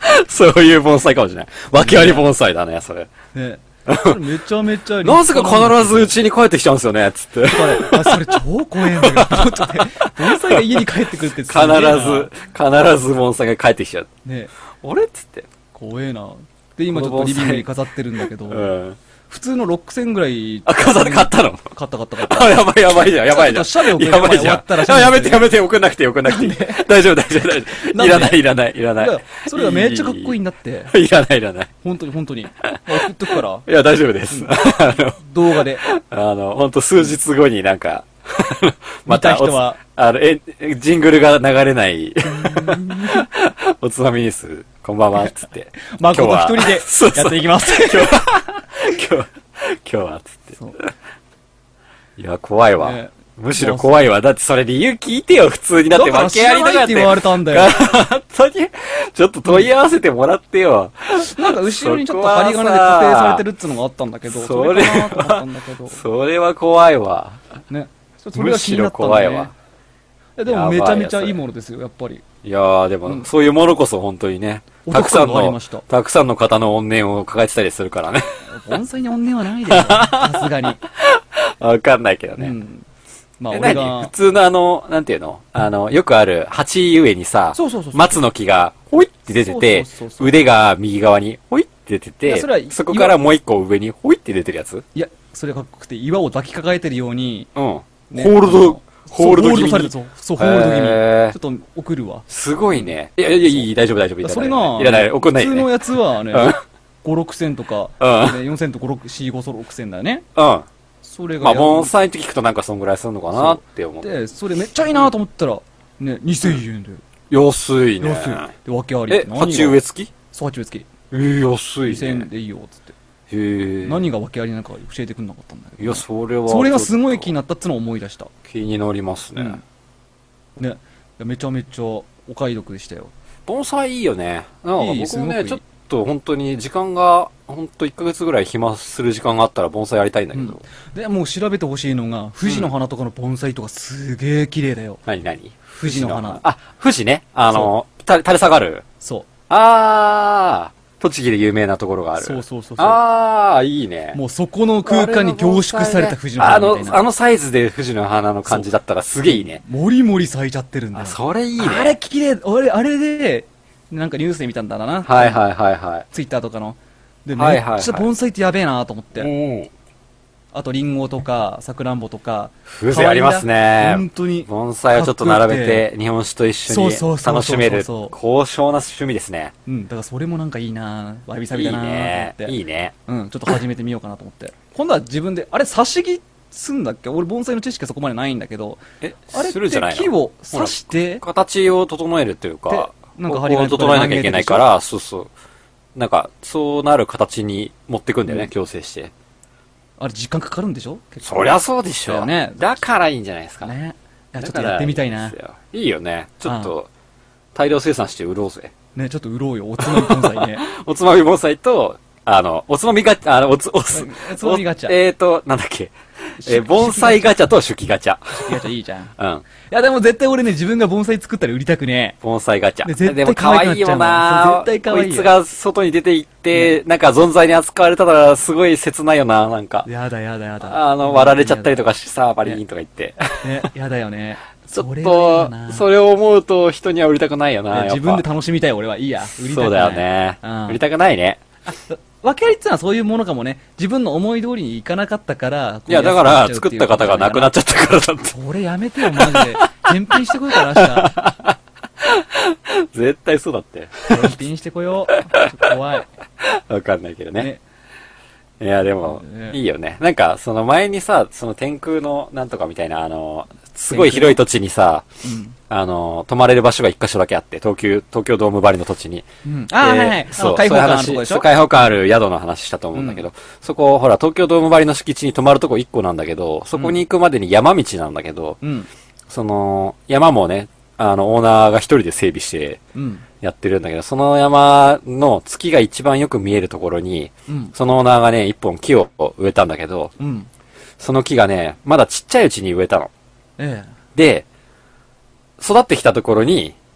[SPEAKER 2] そういう盆栽かもしれない。訳あり盆栽だね、それ。
[SPEAKER 1] ね。それめちゃめちゃ立派
[SPEAKER 2] なぜか必ずうちに帰ってきちゃうんですよね、つって。
[SPEAKER 1] それ、あ、それ超怖えんだよ。ちょっとね、盆栽が家に帰ってくるってす
[SPEAKER 2] 必
[SPEAKER 1] げえな
[SPEAKER 2] ず、必ず盆栽が帰ってきちゃう。
[SPEAKER 1] ね。
[SPEAKER 2] あれっつって。
[SPEAKER 1] 怖えな。で、今ちょっとリビングに飾ってるんだけど、
[SPEAKER 2] うん。
[SPEAKER 1] 普通のろくせんぐらい。
[SPEAKER 2] あ、飾って買ったの
[SPEAKER 1] 買った買った買った。
[SPEAKER 2] あ、やばいやばいじゃん、やばいじゃん。
[SPEAKER 1] ちょっとシャレをくれ
[SPEAKER 2] やばいじゃん。
[SPEAKER 1] 終わったら
[SPEAKER 2] あやめてやめて、送んなくて送んなくていい。大丈夫大丈夫大丈夫。
[SPEAKER 1] なんで
[SPEAKER 2] いらないいらないいらない
[SPEAKER 1] いや。それがめっちゃかっこいいんだって。
[SPEAKER 2] いらないいらない。
[SPEAKER 1] 本当に本当に。送っとくから、
[SPEAKER 2] いや、大丈夫です。あの、
[SPEAKER 1] 動画で。
[SPEAKER 2] あの、ほんと数日後になんか、
[SPEAKER 1] 見た人は
[SPEAKER 2] おつ、あの、え、ジングルが流れない、おつまみニュース、こんばんは、つって。
[SPEAKER 1] まこと一人で
[SPEAKER 2] そうそう
[SPEAKER 1] やっていきます。
[SPEAKER 2] 今日は、今日は、今日は、つって。
[SPEAKER 1] そう
[SPEAKER 2] いや、怖いわ。
[SPEAKER 1] ね
[SPEAKER 2] むしろ怖いわ。だってそれ理由聞いてよ、普通に。だって
[SPEAKER 1] だから
[SPEAKER 2] 訳ありだからって。
[SPEAKER 1] 知らないって言われたんだよ。
[SPEAKER 2] 本当に、ちょっと問い合わせてもらってよ。
[SPEAKER 1] なんか後ろにちょっと針金で固定されてるっつうのがあったんだけど、
[SPEAKER 2] それは
[SPEAKER 1] それかなと思ったんだけど。
[SPEAKER 2] それは怖いわ。
[SPEAKER 1] ね。それが気になったんだね
[SPEAKER 2] むしろ怖いわ。
[SPEAKER 1] えでもめちゃめちゃいいものですよ、やっぱり。
[SPEAKER 2] いやー、でも、そういうものこそ本当にね、
[SPEAKER 1] お
[SPEAKER 2] たくさんの
[SPEAKER 1] 得感がありました、
[SPEAKER 2] たくさんの方の怨念を抱えてたりするからね。
[SPEAKER 1] 盆栽に怨念はないですよ。さすがに。
[SPEAKER 2] わかんないけどね。
[SPEAKER 1] うん。まあ
[SPEAKER 2] え
[SPEAKER 1] 俺が
[SPEAKER 2] 何普、通のあの、なんていうのあの、よくある鉢植えにさ、
[SPEAKER 1] そうそうそうそう
[SPEAKER 2] 松の木が、ほいって出てて
[SPEAKER 1] そうそうそう、そう
[SPEAKER 2] 腕が右側に、ほいって出てて
[SPEAKER 1] いやそれは、
[SPEAKER 2] そこからもう一個上に、ほいって出てるやつ
[SPEAKER 1] いや、それがかっこよくて岩を抱きかかえてるように、
[SPEAKER 2] うん。
[SPEAKER 1] ね
[SPEAKER 2] ホールド、ホールド気味に
[SPEAKER 1] そうホールドされてる。そう、そうホールド気味。
[SPEAKER 2] へー
[SPEAKER 1] ちょっと送るわ。
[SPEAKER 2] すごいね。いやいやいい、大丈夫大丈夫。いらない
[SPEAKER 1] それが、
[SPEAKER 2] いらない、怒んないでね。
[SPEAKER 1] 普通のやつはね
[SPEAKER 2] うん、
[SPEAKER 1] ご、ろくせんとか、
[SPEAKER 2] うん
[SPEAKER 1] ねよんせんとご、ろく、よん、ご、ろくせんだよね。
[SPEAKER 2] うん。
[SPEAKER 1] それが
[SPEAKER 2] まあ、
[SPEAKER 1] やる
[SPEAKER 2] 盆栽って聞くとなんかそんぐらいするのかなって思って。
[SPEAKER 1] で、それめっちゃいいなと思ったら、ね、にせんえんで。
[SPEAKER 2] 安いね。
[SPEAKER 1] 安い。で、訳あり。
[SPEAKER 2] え、
[SPEAKER 1] 何が
[SPEAKER 2] 鉢植え付き
[SPEAKER 1] そう、鉢植え付き。
[SPEAKER 2] えー、安い
[SPEAKER 1] にせんえん
[SPEAKER 2] ね。
[SPEAKER 1] でいいよ、つって。
[SPEAKER 2] へえ。
[SPEAKER 1] 何が訳ありなのか教えてくんなかったんだけど。
[SPEAKER 2] いや、それは。
[SPEAKER 1] それがすごい気に
[SPEAKER 2] な
[SPEAKER 1] なったってのを思い出した。
[SPEAKER 2] 気になりますね。
[SPEAKER 1] うんね。いやめちゃめちゃお買い得でしたよ。
[SPEAKER 2] 盆栽いいよね。なんか
[SPEAKER 1] いい
[SPEAKER 2] 僕もね、
[SPEAKER 1] すごくいい
[SPEAKER 2] ちょっと本当に時間が、本当いっかげつぐらい暇する時間があったら盆栽やりたいんだけど。
[SPEAKER 1] で、もう調べてほしいのが、富士の花とかの盆栽とかすげえ綺麗だよ。
[SPEAKER 2] 何何
[SPEAKER 1] 富士の花。
[SPEAKER 2] あ、富士ね。あの、垂れ垂れ下がる。
[SPEAKER 1] そ
[SPEAKER 2] あー、栃木で有名なところがあ
[SPEAKER 1] う。
[SPEAKER 2] る。
[SPEAKER 1] そうそうそうそう。
[SPEAKER 2] あー、いいね。
[SPEAKER 1] もうそこの空間に凝縮された富士の花
[SPEAKER 2] あの
[SPEAKER 1] みたい、な。
[SPEAKER 2] あのサイズで富士の花の感じだったらすげえいいね。
[SPEAKER 1] もりもり咲いちゃってるんだ
[SPEAKER 2] あ、
[SPEAKER 1] よ。
[SPEAKER 2] それいいね。
[SPEAKER 1] あれ綺麗、俺、あれで、なんかニュースで見たんだな。
[SPEAKER 2] はいはいはいはい。
[SPEAKER 1] ツイッターとかの。で、め
[SPEAKER 2] はいはいはい
[SPEAKER 1] っちゃ盆栽ってやべえなと思って。
[SPEAKER 2] うん。
[SPEAKER 1] あと、リンゴとか、さくらんぼとか。
[SPEAKER 2] 風情ありますね
[SPEAKER 1] 本当に。
[SPEAKER 2] 盆栽をちょっと並べて日本酒と一緒に
[SPEAKER 1] そうそうそうそう
[SPEAKER 2] 楽しめる
[SPEAKER 1] そう
[SPEAKER 2] 高尚な趣味ですね。
[SPEAKER 1] うん、だからそれもなんかいいなわびさ
[SPEAKER 2] いい
[SPEAKER 1] びだなと思
[SPEAKER 2] ね
[SPEAKER 1] っ。て。
[SPEAKER 2] いいね。
[SPEAKER 1] うん、ちょっと始めてみようかなと思って。今度は自分で、あれ、刺し木すんだっけ俺、盆栽の知識はそこまでないんだけど、
[SPEAKER 2] え、
[SPEAKER 1] あれっ
[SPEAKER 2] するんじゃないの
[SPEAKER 1] て木を刺して、
[SPEAKER 2] 形を整えるっていうか、
[SPEAKER 1] でなんか
[SPEAKER 2] こ
[SPEAKER 1] 針金とかで
[SPEAKER 2] こを整えなきゃいけないから、そうそう。なんか、そうなる形に持ってくんだよね、
[SPEAKER 1] うん
[SPEAKER 2] 矯正して。
[SPEAKER 1] あれ、時間かかるんでしょ結構
[SPEAKER 2] そりゃそうでしょ。
[SPEAKER 1] だよね
[SPEAKER 2] だからいいんじゃないですか。
[SPEAKER 1] ね。いやちょっと
[SPEAKER 2] だから
[SPEAKER 1] やってみたいな。
[SPEAKER 2] ですよいいよね。ちょっと、大量生産して売ろうぜ。
[SPEAKER 1] ね、ちょっと売ろうよ、おつまみ盆栽ね。
[SPEAKER 2] おつまみ盆栽と、あの、おつまみガチャ、あの、おつ、おつ、
[SPEAKER 1] おつまみガチャ
[SPEAKER 2] おえーと、なんだっけ。えー、盆栽ガチャと手記ガチャ。
[SPEAKER 1] いや、じゃあいいじゃん。い
[SPEAKER 2] うん。
[SPEAKER 1] や、でも絶対俺ね、自分が盆栽作ったら売りたくね
[SPEAKER 2] 盆栽ガチャ。
[SPEAKER 1] で絶対
[SPEAKER 2] でも可愛いよな
[SPEAKER 1] 可愛くなっちゃうのそう絶対可愛いよ
[SPEAKER 2] こいつが外に出て行って、なんか存在に扱われたらすごい切ないよな、なんか
[SPEAKER 1] え。。やだやだやだ。
[SPEAKER 2] あの、割られちゃったりと
[SPEAKER 1] か。
[SPEAKER 2] かしてさ、バリーンとか言って。
[SPEAKER 1] ね、やだよね。
[SPEAKER 2] ちょっ
[SPEAKER 1] それは嫌だ
[SPEAKER 2] と
[SPEAKER 1] な、
[SPEAKER 2] それを思うと人には売りたくないよな、やっぱ
[SPEAKER 1] 自分で楽しみたい俺はいいや。売りたくない。
[SPEAKER 2] そうだよね。
[SPEAKER 1] うん
[SPEAKER 2] 売りたくないね。
[SPEAKER 1] 訳ありってのはそういうものかもね。自分の思い通りにいかなかったから。
[SPEAKER 2] いや、だから、作った方が亡くなっちゃったからだって。
[SPEAKER 1] それやめてよ、マジで。返品してこようかな、
[SPEAKER 2] 絶対そうだって。
[SPEAKER 1] 明日。返品してこよう。ちょっと怖い。
[SPEAKER 2] わかんないけどね。
[SPEAKER 1] ね。
[SPEAKER 2] いや、でも
[SPEAKER 1] ね、
[SPEAKER 2] いいよね。なんか、その前にさ、その天空のなんとかみたいな、あの、すごい広い土地にさ、
[SPEAKER 1] うん。
[SPEAKER 2] あの、泊まれる場所が一箇所だけあって、東京、東京ドーム張りの土地に。
[SPEAKER 1] うん。あー、
[SPEAKER 2] で
[SPEAKER 1] はいはい。あの、
[SPEAKER 2] そう、
[SPEAKER 1] 開放感ある
[SPEAKER 2] そういう話、
[SPEAKER 1] とこでしょ
[SPEAKER 2] そう、開放感ある宿の話したと思うんだけど、そこ、ほら、東京ドーム張りの敷地に泊まるとこ一個なんだけど、そこに行くまでに山道なんだけど、
[SPEAKER 1] うん。
[SPEAKER 2] その、山もね、あの、オーナーが一人で整備して
[SPEAKER 1] うん。
[SPEAKER 2] やってるんだけど、その山の月が一番よく見えるところに、
[SPEAKER 1] うん。
[SPEAKER 2] そのオーナーがね、一本木を植えたんだけど、
[SPEAKER 1] うん。
[SPEAKER 2] その木がね、まだちっちゃいうちに植えたの。
[SPEAKER 1] ええ。
[SPEAKER 2] で、育ってきたところに、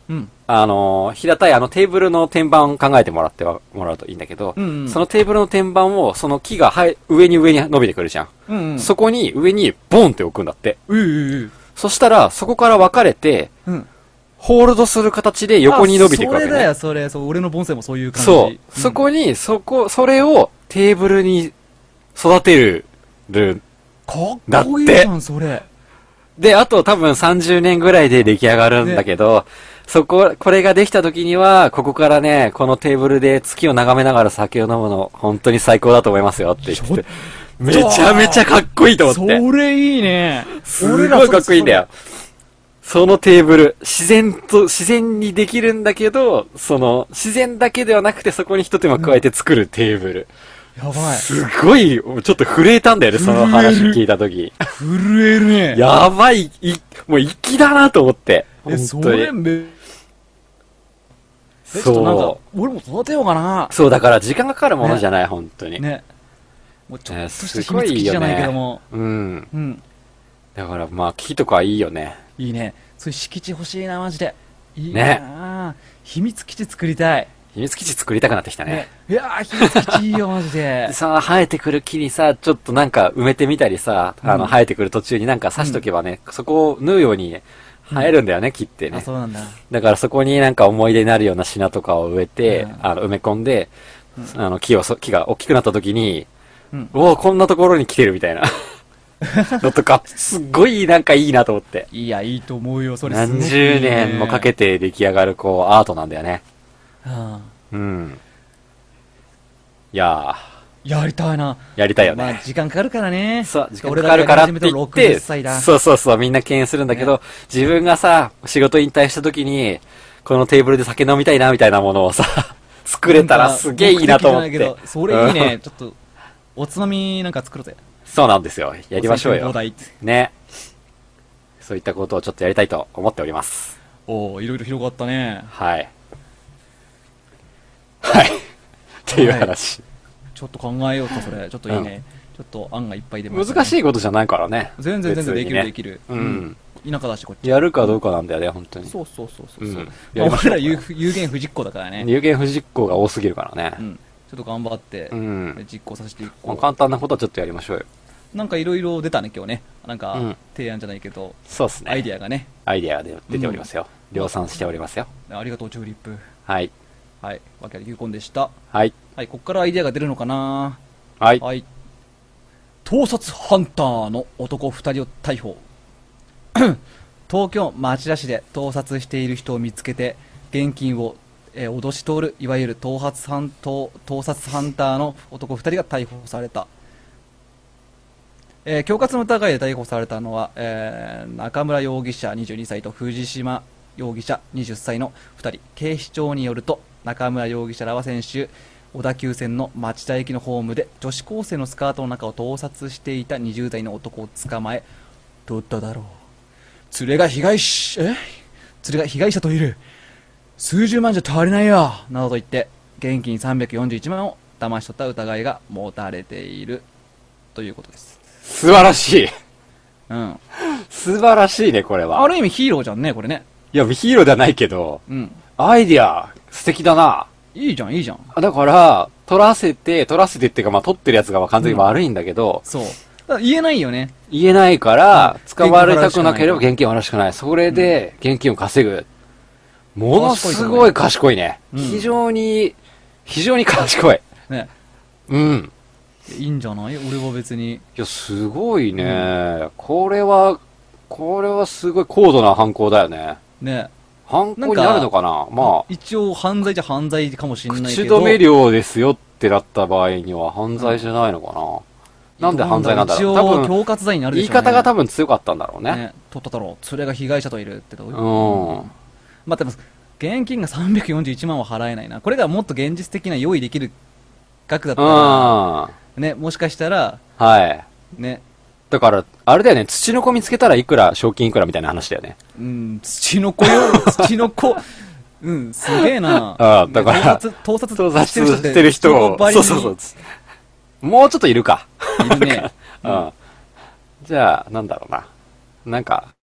[SPEAKER 1] うん。
[SPEAKER 2] あの、平たいあのテーブルの天板考えてもらってはもらうといいんだけど、
[SPEAKER 1] うんうん、
[SPEAKER 2] そのテーブルの天板を、その木がはい上に上に伸びてくるじゃん。
[SPEAKER 1] うんうん、
[SPEAKER 2] そこに上にボンって置くんだって。
[SPEAKER 1] ううう
[SPEAKER 2] そしたら、そこから分かれて、うん、ホールドする形で横に伸びていくわけね。
[SPEAKER 1] それだよ、それ。そう、俺の盆栽もそういう感じ。
[SPEAKER 2] そう。うん、そこに、そこ、それをテーブルに育てる、る、
[SPEAKER 1] かっこいいじゃん、それ。
[SPEAKER 2] で、あと多分さんじゅうねんぐらいで出来上がるんだけど、ね、そこ、これができた時には、ここからね、このテーブルで月を眺めながら酒を飲むの、本当に最高だと思いますよって言ってて。めちゃめちゃかっこいいと思って。
[SPEAKER 1] それいいね。
[SPEAKER 2] すごいかっこいいんだよ。そのテーブル、自然と、自然にできるんだけど、その、自然だけではなくてそこに一手間加えて作るテーブル。
[SPEAKER 1] うん、やばい。
[SPEAKER 2] すごい、ちょっと震えたんだよね、その話聞いたとき。
[SPEAKER 1] 震えるね。
[SPEAKER 2] やばい、い、もう粋だなと思って。
[SPEAKER 1] え、それめ、そう。ちょっとなんか、俺も育てようかな。
[SPEAKER 2] そう、だから時間がかかるものじゃない、ね、本当に。
[SPEAKER 1] ね。もうちょっとした秘密基地じゃないけども。
[SPEAKER 2] うん。うん。だからまあ、木とかいいよね。
[SPEAKER 1] いいね。そういう敷地欲しいな、マジで。いいな、ね、秘密基地作りたい。
[SPEAKER 2] 秘密基地作りたくなってきたね。ね
[SPEAKER 1] いやー、秘密基地いいよ、マジで。
[SPEAKER 2] さあ、生えてくる木にさ、ちょっとなんか埋めてみたりさ、うん、あの、生えてくる途中になんか刺しとけばね、うん、そこを縫うように生えるんだよね、うん、木ってね。
[SPEAKER 1] あ、そうなんだ。
[SPEAKER 2] だからそこになんか思い出になるような品とかを植えて、うん、あの、埋め込んで、うん、あの、木を、木が大きくなった時に、うん、おお、こんなところに来てるみたいな。のとか、すっごいなんかいいなと思って。
[SPEAKER 1] いや、いいと思うよ、それ
[SPEAKER 2] すごくいいね。何十年もかけて出来上がる、こう、アートなんだよね。はあ、うん。いや
[SPEAKER 1] ー。やりたいな。
[SPEAKER 2] やりたいよね。
[SPEAKER 1] まあ、時間かかるからね。
[SPEAKER 2] そう、時間かかるからって言って、そうそうそう、みんな敬遠するんだけど、ね、自分がさ、仕事引退した時に、このテーブルで酒飲みたいな、みたいなものをさ、作れたらすげえいいなと思って。
[SPEAKER 1] それいいね。ちょっと、おつまみなんか作ろうぜ。
[SPEAKER 2] そうなんですよ。やりましょうよ。ね。そういったことをちょっとやりたいと思っております。
[SPEAKER 1] おお、いろいろ広がったね。
[SPEAKER 2] はい。はい。っていう話、はい。
[SPEAKER 1] ちょっと考えようと、それ。ちょっといいね。うん、ちょっと案がいっぱい出ました、ね。
[SPEAKER 2] 難しいことじゃないからね。
[SPEAKER 1] 全然全然できる、ね、できる。
[SPEAKER 2] うん。
[SPEAKER 1] 田舎だし、こっち。
[SPEAKER 2] やるかどうかなんだよね、本当に。
[SPEAKER 1] そうそうそうそう。うん、俺ら有言不実行だからね。
[SPEAKER 2] 有言不実行が多すぎるからね。
[SPEAKER 1] うんちょっと頑張って、実行させていこう、
[SPEAKER 2] うんまあ、簡単なことはちょっとやりましょうよ。
[SPEAKER 1] なんかいろいろ出たね、今日ね。なんか、提案じゃないけど、
[SPEAKER 2] そうっすね。
[SPEAKER 1] アイディアがね。
[SPEAKER 2] アイディアが出ておりますよ。うん、量産しておりますよ。
[SPEAKER 1] ありがとう、チューリップ。
[SPEAKER 2] はい。
[SPEAKER 1] はい。わけあり球根でした。
[SPEAKER 2] はい。
[SPEAKER 1] はい、こっからアイディアが出るのかな
[SPEAKER 2] はい。
[SPEAKER 1] はい。盗撮ハンターの男二人を逮捕。東京町田市で盗撮している人を見つけて、現金をえー、脅し通るいわゆる盗撮ハン盗撮ハンターの男ふたりが逮捕された、えー、恐喝の疑いで逮捕されたのは、えー、中村容疑者にじゅうにさいと藤島容疑者にじゅっさいのふたり。警視庁によると中村容疑者らは先週小田急線の町田駅のホームで女子高生のスカートの中を盗撮していたにじゅうだいの男を捕まえ、どうだろう、連れが被害者え連れが被害者といる、数十万じゃ足りないよなどと言って現金さんびゃくよんじゅういちまんを騙し取った疑いが持たれているということです。
[SPEAKER 2] 素晴らしい。
[SPEAKER 1] うん。
[SPEAKER 2] 素晴らしいね、これは。
[SPEAKER 1] ある意味ヒーローじゃんね、これね。
[SPEAKER 2] いや、ヒーローではないけど、
[SPEAKER 1] うん。
[SPEAKER 2] アイディア、素敵だな。
[SPEAKER 1] いいじゃん、いいじゃん。
[SPEAKER 2] だから、撮らせて、撮らせてっていうか、まあ、撮ってるやつが完全に悪いんだけど、
[SPEAKER 1] うん、そう。言えないよね。
[SPEAKER 2] 言えないから、捕まりたくなければ現金を払うしかない。それで、現金を稼ぐ。ものすごい賢いね。うん、非常に、非常に賢い。
[SPEAKER 1] ね。
[SPEAKER 2] うん。
[SPEAKER 1] いいんじゃない？俺は別に。い
[SPEAKER 2] や、すごいね、うん。これは、これはすごい高度な犯行だよね。
[SPEAKER 1] ね。
[SPEAKER 2] 犯行になるのかなまあ。
[SPEAKER 1] 一応犯罪じゃ犯罪かもしれないけど。
[SPEAKER 2] 口止め料ですよってなった場合には犯罪じゃないのかな、うん、なんで犯罪なんだろう。
[SPEAKER 1] 一応、恐喝罪になるでしょうね。
[SPEAKER 2] 言い方が多分強かったんだろうね。ね。
[SPEAKER 1] とっただろう。それが被害者といるってどういう
[SPEAKER 2] うん。
[SPEAKER 1] まあ、でも、現金がさんびゃくよんじゅういちまんは払えないな。これがもっと現実的な用意できる額だったら、ね、もしかしたら、
[SPEAKER 2] はい。
[SPEAKER 1] ね。
[SPEAKER 2] だから、あれだよね、土の子見つけたらいくら、賞金いくらみたいな話だよね。
[SPEAKER 1] うん、土の子よ、土の子。うん、すげえな。
[SPEAKER 2] ああ、だから、
[SPEAKER 1] 盗撮、
[SPEAKER 2] 盗撮してる人を、そうそうそう。もうちょっといるか。
[SPEAKER 1] いるね。
[SPEAKER 2] うん。じゃあ、なんだろうな。なんか、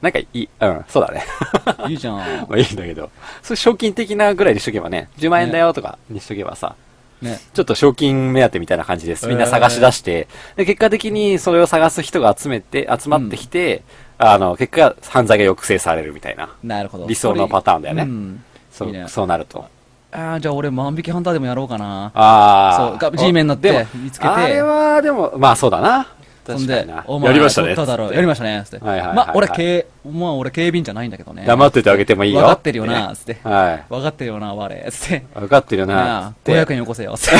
[SPEAKER 2] なんかいい、うん、そうだね。
[SPEAKER 1] いいじゃん。
[SPEAKER 2] まあいいんだけど、そういう賞金的なぐらいにしとけばね、じゅうまんえんだよとかにしとけばさ、
[SPEAKER 1] ね。
[SPEAKER 2] ちょっと賞金目当てみたいな感じです。みんな探し出して、で、結果的にそれを探す人が集めて、集まってきて、うん、あの、結果、犯罪が抑制されるみたいな。
[SPEAKER 1] なるほど。
[SPEAKER 2] 理想のパターンだよね。
[SPEAKER 1] うん。
[SPEAKER 2] そう、
[SPEAKER 1] いいね、
[SPEAKER 2] そうなると。
[SPEAKER 1] ああ、じゃあ俺万引きハンターでもやろうかな。
[SPEAKER 2] ああ。
[SPEAKER 1] そう、G メンになって見つけて。
[SPEAKER 2] あれは、でも、まあそうだな。
[SPEAKER 1] そんで、
[SPEAKER 2] お前やりましたね。
[SPEAKER 1] だろやりましたね。つって。はいはいはい、まあ俺警、まあ俺警備員じゃないんだけどね。
[SPEAKER 2] 黙っててあげてもいいよ。
[SPEAKER 1] 分かってるよな、つって。
[SPEAKER 2] はい。
[SPEAKER 1] 分かってるよな、我。つって。
[SPEAKER 2] 分かってるよな。
[SPEAKER 1] ごひゃくえんよこせよ。つって。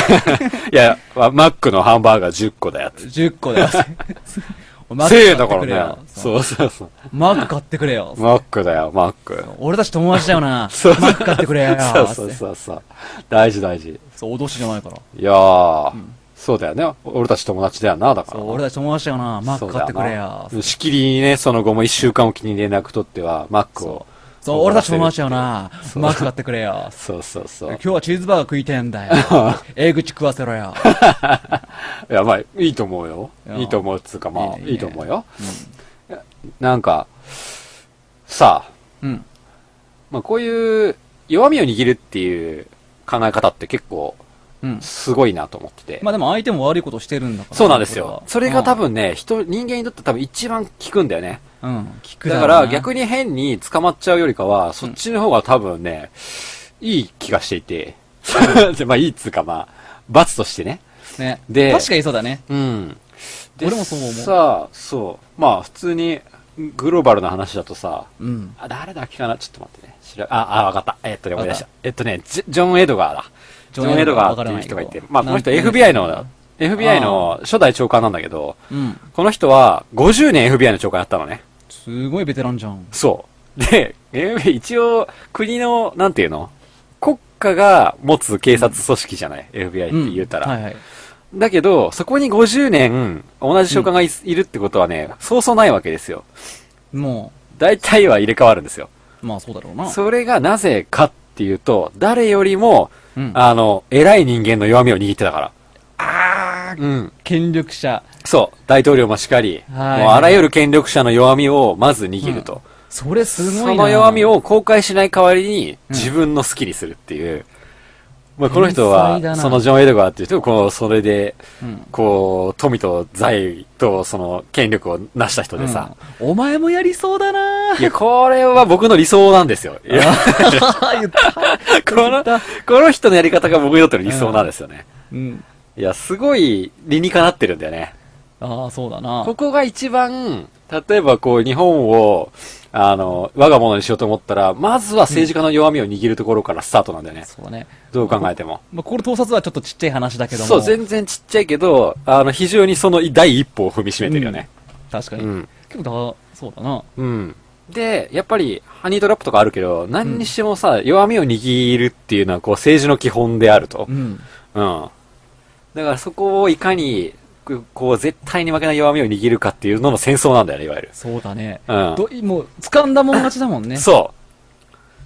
[SPEAKER 2] いや、マックのハンバーガーじゅっこだよ。
[SPEAKER 1] じゅっこだよ。
[SPEAKER 2] せいだからね。そうそうそう。
[SPEAKER 1] マック買ってくれよ。
[SPEAKER 2] マックだよ、マック。
[SPEAKER 1] 俺たち友達だよな。そうマック買ってくれよ。
[SPEAKER 2] そうそうそうそう。大事大事。
[SPEAKER 1] そう、脅しじゃないから。
[SPEAKER 2] いやー。そうだよね。俺たち友達だよな、だから。
[SPEAKER 1] そう、俺たち友達だよな。マック買ってくれよ。
[SPEAKER 2] しきりにね、その後も一週間おきに連絡取っては、マックを。
[SPEAKER 1] そう、俺たち友達だよな。マック買ってくれよ。
[SPEAKER 2] そうそうそう。
[SPEAKER 1] 今日はチーズバーガー食いてんだよ。えぐち食わせろよ。
[SPEAKER 2] いや、まあ、いいと思うよ。いいと思うっつうか、まあ、いいと思うよ。なんか、さあ、うん。まあ、こういう弱みを握るっていう考え方って結構、うん、すごいなと思ってて。
[SPEAKER 1] まあでも相手も悪いことしてるんだから。
[SPEAKER 2] そうなんですよ。それが多分ね、人、人間にとって多分一番効くんだよね。
[SPEAKER 1] うん。効く
[SPEAKER 2] だから逆に変に捕まっちゃうよりかは、そっちの方が多分ね、いい気がしていて。まあいいっつうかまあ、罰としてね。
[SPEAKER 1] ね。で、確かにそうだね。
[SPEAKER 2] うん。
[SPEAKER 1] 俺もそう思う。
[SPEAKER 2] さあ、そう。まあ普通に、グローバルな話だとさ、
[SPEAKER 1] うん。
[SPEAKER 2] あ、誰だっけかなちょっと待ってね。知ら、あ、あ、わかった。えっとね、思い出した。えっとね、ジョン・エドガーだ。ジョン・エドガーっていう人がいて、まあこの人 エフビーアイ の、エフビーアイ の初代長官なんだけど、うん、この人はごじゅうねん エフビーアイ の長官やったのね。
[SPEAKER 1] すごいベテランじゃん。
[SPEAKER 2] そう。で、エフビーアイ 一応国の、なんていうの国家が持つ警察組織じゃない、うん、エフビーアイ って言ったら。うんはいはい、だけど、そこにごじゅうねん同じ長官が い,、うん、いるってことはね、そうそうないわけですよ。
[SPEAKER 1] もう。
[SPEAKER 2] 大体は入れ替わるんですよ。
[SPEAKER 1] まあそうだろうな。
[SPEAKER 2] それがなぜかっていうと、誰よりも、うん、あの、偉い人間の弱みを握ってたから。
[SPEAKER 1] ああ、うん。権力者。
[SPEAKER 2] そう。大統領もしかり、はい、もうあらゆる権力者の弱みをまず握ると。うん、
[SPEAKER 1] それすごいな。
[SPEAKER 2] その弱みを公開しない代わりに、自分の好きにするっていう。うんまあ、この人は、そのジョン・エドガーっていう人が、こう、それで、こう、富と財と、その、権力を成した人でさ、
[SPEAKER 1] うん。お前もやりそうだない
[SPEAKER 2] や、これは僕の理想なんですよ。いや言ったこの、この人のやり方が僕にとっての理想なんですよね。うん。うん、いや、すごい理にかなってるんだよね。
[SPEAKER 1] ああ、そうだな。
[SPEAKER 2] ここが一番、例えばこう、日本を、あの、我が物にしようと思ったら、まずは政治家の弱みを握るところからスタートなんだよね。うん、そうだね。どう考えても。
[SPEAKER 1] まあ、これ盗撮はちょっとちっちゃい話だけども。
[SPEAKER 2] そう、全然ちっちゃいけど、あの、非常にその第一歩を踏みしめてるよね。
[SPEAKER 1] うん、確かに。うん。結構だ、そうだな。
[SPEAKER 2] うん。で、やっぱり、ハニートラップとかあるけど、何にしてもさ、うん、弱みを握るっていうのは、こう、政治の基本であると。うん。うん。だからそこをいかに、こう、絶対に負けない弱みを握るかっていうのの戦争なんだよね、いわゆる。
[SPEAKER 1] そうだね。うん。どもう、掴んだもん勝ちだもんね。
[SPEAKER 2] そう。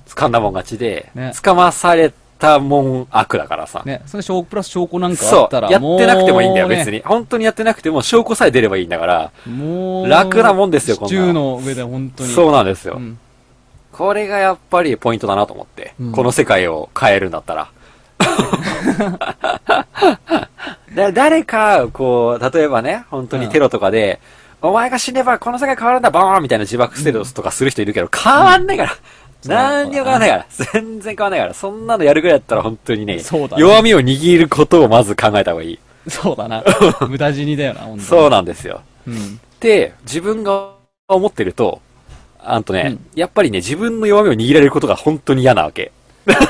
[SPEAKER 2] 掴んだもん勝ちで、ね、掴まされたもん悪だからさ。
[SPEAKER 1] ね。それ証拠プラス証拠なんかあったら、
[SPEAKER 2] そう。やってなくてもいいんだよ、別に。本当にやってなくても証拠さえ出ればいいんだから、もう、楽なもんですよ、こんな。
[SPEAKER 1] シチューの上で本当に。
[SPEAKER 2] そうなんですよ。うん、これがやっぱりポイントだなと思って。うん、この世界を変えるんだったら。だ誰か、こう、例えばね、本当にテロとかで、うん、お前が死ねばこの世界変わるんだ、ボーンみたいな自爆ステロとかする人いるけど、変わんないから。うん、何にも変わんないから。全然変わんないから。そんなのやるぐらいだったら本当にね、そうだね弱みを握ることをまず考えた方がいい。
[SPEAKER 1] そうだな。無駄死にだよな、本当に。
[SPEAKER 2] そうなんですよ。うん、で、自分が思ってると、あんとね、うん、やっぱりね、自分の弱みを握られることが本当に嫌なわけ。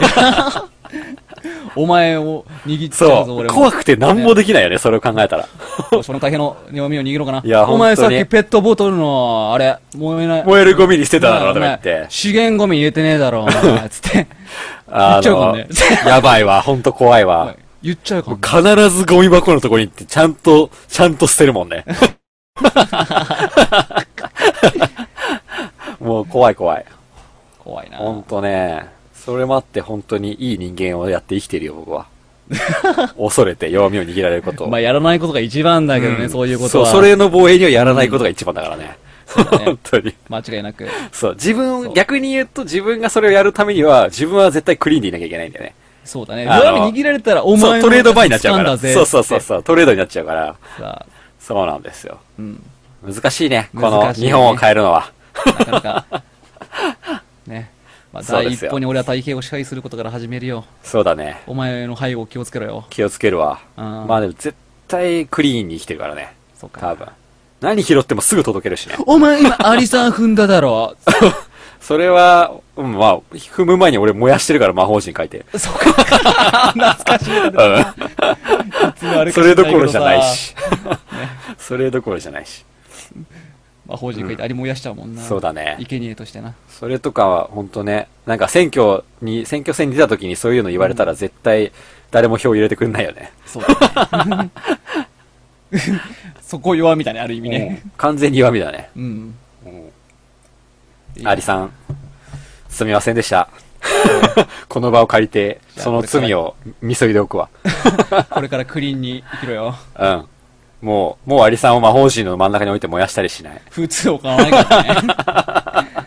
[SPEAKER 1] お前を握っちゃうぞ、俺も。
[SPEAKER 2] 怖くて何もできないよね、それを考えたら。
[SPEAKER 1] その大変の弱みを握ろうかな。
[SPEAKER 2] いや、
[SPEAKER 1] お前さっきペットボトルの、あれ、燃えない。
[SPEAKER 2] 燃えるゴミに捨てただろ、とか言って。
[SPEAKER 1] 資源ゴミ入れてねえだろ、お前、つって。言っちゃうかもね。
[SPEAKER 2] やばいわ、ほんと怖いわ。
[SPEAKER 1] 言っちゃうかも。
[SPEAKER 2] 必ずゴミ箱のところに行って、ちゃんと、ちゃんと捨てるもんね。もう怖い怖い。
[SPEAKER 1] 怖いな。
[SPEAKER 2] ほんとね。それもあって本当にいい人間をやって生きてるよ、僕は。恐れて弱みを握られることを。
[SPEAKER 1] まあやらないことが一番だけどね、うん、そういうこと
[SPEAKER 2] は。そう、それの防衛にはやらないことが一番だからね。
[SPEAKER 1] そうだね
[SPEAKER 2] 本当に。
[SPEAKER 1] 間違いなく。
[SPEAKER 2] そう。自分を、
[SPEAKER 1] そう
[SPEAKER 2] 逆に言うと自分がそれをやるためには、自分は絶対クリーンでいなきゃいけないんだよね。
[SPEAKER 1] そうだね。
[SPEAKER 2] あの
[SPEAKER 1] 弱み握られたら、お
[SPEAKER 2] そう、
[SPEAKER 1] 前の
[SPEAKER 2] トレードバイになっちゃうから。
[SPEAKER 1] 掴んだぜ
[SPEAKER 2] そうそうそうそう、トレードになっちゃうから。
[SPEAKER 1] さあ、
[SPEAKER 2] そうなんですよ。
[SPEAKER 1] うん。
[SPEAKER 2] 難しいね、この
[SPEAKER 1] 難しいね
[SPEAKER 2] 日本を変えるのは。
[SPEAKER 1] なかなか。ね。まあ、第
[SPEAKER 2] そうですよ
[SPEAKER 1] 一歩に俺は体型を支配することから始めるよ。
[SPEAKER 2] そうだね。
[SPEAKER 1] お前の背後気をつけろよ。
[SPEAKER 2] 気をつけるわ。
[SPEAKER 1] うん
[SPEAKER 2] まあでも絶対クリーンに生きてるからね。
[SPEAKER 1] そうか。
[SPEAKER 2] 多分。何拾ってもすぐ届けるしね。
[SPEAKER 1] お前今、アリさん踏んだだろ。
[SPEAKER 2] それは、うん、まあ、踏む前に俺燃やしてるから魔法陣書いて。
[SPEAKER 1] そうか。懐かしいな。
[SPEAKER 2] うん。それどころじゃないし。それどころじゃないし。
[SPEAKER 1] まあ、法人書いてあり燃やしちゃうもんな。
[SPEAKER 2] そうだね。
[SPEAKER 1] 生贄としてな。
[SPEAKER 2] それとかは本当ね、なんか選挙に、選挙戦に出た時にそういうの言われたら絶対誰も票入れてくんないよね。
[SPEAKER 1] そうだね。そこ弱みたいな、ある意味ね。
[SPEAKER 2] うん完全に弱みだね。
[SPEAKER 1] うん。
[SPEAKER 2] アリさん、すみませんでした。この場を借りて、その罪をみそいでおくわ。
[SPEAKER 1] これからクリーンに生きろよ。
[SPEAKER 2] うん。もう、もうアリさんを魔法陣の真ん中に置いて燃やしたりしない。
[SPEAKER 1] 普通を買わないからね。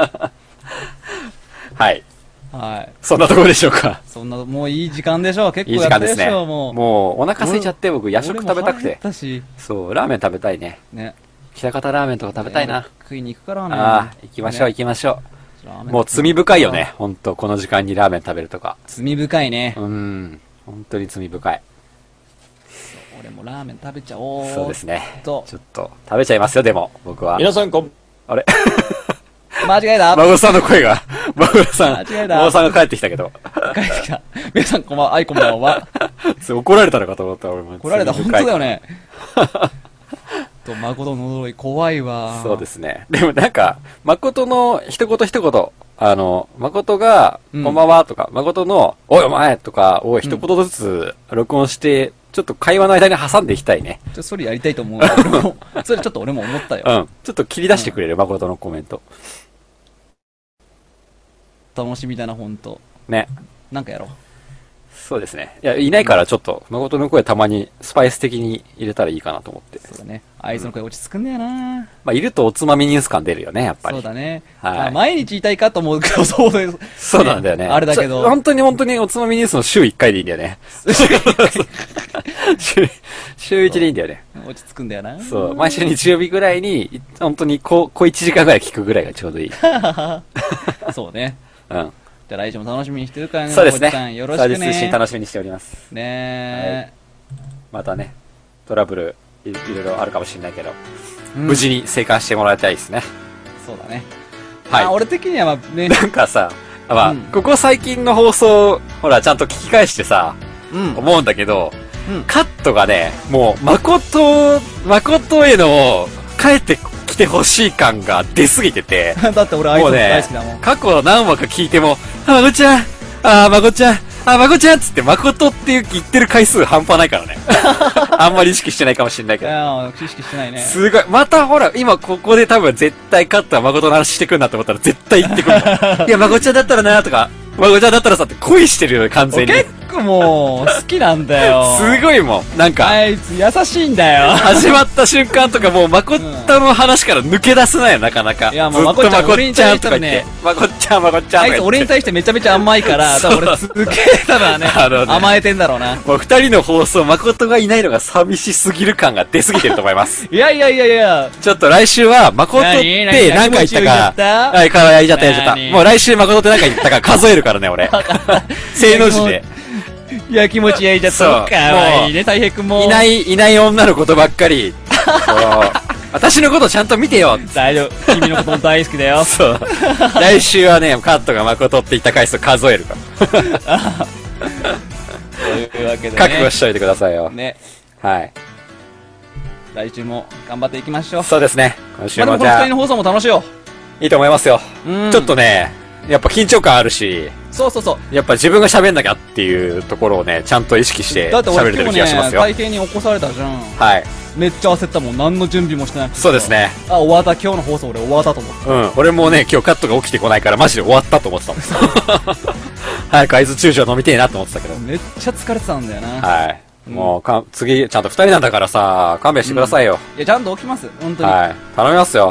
[SPEAKER 2] はい。
[SPEAKER 1] はい。
[SPEAKER 2] そんなところでしょうか。
[SPEAKER 1] そんな、もういい時間でしょう。結
[SPEAKER 2] いい
[SPEAKER 1] 構やって
[SPEAKER 2] 時間ですね。
[SPEAKER 1] るでしょう、もう。
[SPEAKER 2] もう、お腹空いちゃって僕夜食食べたく
[SPEAKER 1] 俺も腹減
[SPEAKER 2] て
[SPEAKER 1] っ。たし、
[SPEAKER 2] そう、ラーメン食べたいね。
[SPEAKER 1] ね。
[SPEAKER 2] 喜多方ラーメンとか食べたいな。
[SPEAKER 1] 食いに行くからね。
[SPEAKER 2] ああ、行きましょう行
[SPEAKER 1] き
[SPEAKER 2] きましょう。もう罪深いよね。。ほんと、この時間にラーメン食べるとか。
[SPEAKER 1] 罪深いね。
[SPEAKER 2] うん。本当に罪深い。
[SPEAKER 1] 俺もラーメン食べちゃおう。
[SPEAKER 2] そうですね。ちょ
[SPEAKER 1] と
[SPEAKER 2] っと、食べちゃいますよ、でも、僕は。
[SPEAKER 4] 皆さんこん、
[SPEAKER 2] あれ
[SPEAKER 1] 間違えた。
[SPEAKER 2] 孫さんの声が、孫さん、
[SPEAKER 1] 間違えた
[SPEAKER 2] 孫さんが帰ってきたけど。
[SPEAKER 1] 帰ってきた。皆さんこんばんは、あいこんばんは。
[SPEAKER 2] そう怒られたのかと思った、俺も。
[SPEAKER 1] 来られた、
[SPEAKER 2] 罪深い
[SPEAKER 1] 本当だよね。と、誠の呪い、怖いわ。
[SPEAKER 2] そうですね。でもなんか、誠の一言一言、あの、誠が、
[SPEAKER 1] うん
[SPEAKER 2] こんばんはとか、誠の、おいお前とかを一言ずつ録音して、ちょっと会話の間に挟んでいきたいね。
[SPEAKER 1] ちょそれやりたいと思う。俺も、それちょっと俺も思ったよ。
[SPEAKER 2] うん。ちょっと切り出してくれる、誠のコメント。
[SPEAKER 1] 楽しみだな、ほんと。
[SPEAKER 2] ね。
[SPEAKER 1] なんかやろう。
[SPEAKER 2] そうですね。いや、いないからちょっと、誠の声たまにスパイス的に入れたらいいかなと思って。
[SPEAKER 1] そうだね。あいつの声落ち着くんだよな。
[SPEAKER 2] まあ、いるとおつまみニュース感出るよね、やっぱり。
[SPEAKER 1] そうだね。
[SPEAKER 2] はい
[SPEAKER 1] まあ毎日言いたいかと思うけど、そうです。
[SPEAKER 2] そうなんだよね。
[SPEAKER 1] あれだけど
[SPEAKER 2] ちょ本当に本当におつまみニュースの週いっかいでいいんだよね。週、週いちでいいんだよね。
[SPEAKER 1] 落ち着くんだよな。
[SPEAKER 2] そう。毎週日曜日ぐらいに、い本当にこう、こういちじかんぐらい聞くぐらいがちょうどいい。
[SPEAKER 1] そうね。
[SPEAKER 2] うん。
[SPEAKER 1] じゃあ来週も楽しみにしてるからね。
[SPEAKER 2] そうですね。
[SPEAKER 1] おじさんよろし
[SPEAKER 2] サー
[SPEAKER 1] く
[SPEAKER 2] ビス通信楽
[SPEAKER 1] ね。
[SPEAKER 2] しみにしております。
[SPEAKER 1] ね
[SPEAKER 2] またね、トラブルいいろいろあるかもしれないけど、
[SPEAKER 1] え。
[SPEAKER 2] 無事に生還してもらいたいですね。
[SPEAKER 1] そうだね。
[SPEAKER 2] はい
[SPEAKER 1] あ、俺的にはまあね。
[SPEAKER 2] なんかさ、まあ、
[SPEAKER 1] うん
[SPEAKER 2] ここ最近の放送、ほら、ちゃんと聞き返してさ、
[SPEAKER 1] うん。
[SPEAKER 2] 思うんだけど、
[SPEAKER 1] うん
[SPEAKER 2] カットがね、もう、誠、誠への、帰ってきてほしい感が出すぎてて、
[SPEAKER 1] だって俺あいつ
[SPEAKER 2] もうね
[SPEAKER 1] 大好きだもん。
[SPEAKER 2] 過去何話か聞いても、あ、まこちゃん、あ、まこちゃん、あ、まこちゃんっつって、誠っていう言ってる回数半端ないからね。あんまり意識してないかもしれない
[SPEAKER 1] い
[SPEAKER 2] けど。
[SPEAKER 1] や知識してないね。
[SPEAKER 2] すごい。またほら、今ここで多分絶対カットは誠の話してくんなって思ったら絶対言ってくるの。いや、まこちゃんだったらなとか、まこちゃんだったらさって恋してるよ、完全に。
[SPEAKER 1] 結構もう、好きなんだよ。
[SPEAKER 2] すごいもん。なんか、
[SPEAKER 1] あいつ優しいんだよ。
[SPEAKER 2] 始まった瞬間とかもう、まこっちゃんの話から抜け出せないよ、なかなか。
[SPEAKER 1] いやもう
[SPEAKER 2] ずっとまこっ
[SPEAKER 1] まこっちゃん俺に
[SPEAKER 2] ちゃん
[SPEAKER 1] 対したらね
[SPEAKER 2] とか言って。まこっちゃん、まこっちゃん
[SPEAKER 1] あいつ
[SPEAKER 2] とか言って。
[SPEAKER 1] 俺に対してめちゃめちゃ甘いから、多分俺すげえただね
[SPEAKER 2] あのね
[SPEAKER 1] 甘えてんだろうな。
[SPEAKER 2] もう二人の放送、誠がいないのが寂しすぎる感が出すぎてると思います。
[SPEAKER 1] いやいやいやいや、
[SPEAKER 2] ちょっと来週は、誠って
[SPEAKER 1] 何
[SPEAKER 2] 何回言った
[SPEAKER 1] 何気持ちよく言っ
[SPEAKER 2] か、
[SPEAKER 1] た
[SPEAKER 2] はい、かわいい、やったやっちゃった。
[SPEAKER 1] 何
[SPEAKER 2] もう来週誠って何回言ったか数えるからね、俺。正の字で。
[SPEAKER 1] いや気持ちいいじゃん。
[SPEAKER 2] そう
[SPEAKER 1] そうかわいいね、大平くんも。
[SPEAKER 2] いない、いない女のことばっかり。そう私のことちゃんと見てよ。
[SPEAKER 1] 大丈夫。君のことも大好きだよ。
[SPEAKER 2] そう。来週はね、カットが誠って言った回数数えるから。
[SPEAKER 1] というわけでね。
[SPEAKER 2] 覚悟しといてくださいよ。
[SPEAKER 1] ね。
[SPEAKER 2] はい。
[SPEAKER 1] 来週も頑張っていきましょう。
[SPEAKER 2] そうですね。今週
[SPEAKER 1] まあでもこ
[SPEAKER 2] もじゃあ、い
[SPEAKER 1] の二人の放送も楽しいよ。
[SPEAKER 2] いと思いますよ。
[SPEAKER 1] うん。
[SPEAKER 2] ちょっとね、やっぱ緊張感あるし、
[SPEAKER 1] そうそうそう。
[SPEAKER 2] やっぱ自分が喋んなきゃっていうところをね、ちゃんと意識して
[SPEAKER 1] だって
[SPEAKER 2] 喋れてる
[SPEAKER 1] 俺今日ね、
[SPEAKER 2] 気がしますよ。
[SPEAKER 1] 大平に起こされたじゃん。
[SPEAKER 2] はい。
[SPEAKER 1] めっちゃ焦ったもん。何の準備もしてなくて。
[SPEAKER 2] そうです。ね。
[SPEAKER 1] あ、終わった。今日の放送俺終わったと思って。
[SPEAKER 2] うん。俺もね、今日カットが起きてこないからマジで終わったと思ってたもん。早く合図中将飲みてえなと思ってたけど。
[SPEAKER 1] めっちゃ疲れてたんだよな。
[SPEAKER 2] はい。もうか、次、ちゃんと二人なんだからさ、勘弁してくださいよ。
[SPEAKER 1] いや、ちゃんと起きます。本当に。
[SPEAKER 2] はい。頼みますよ。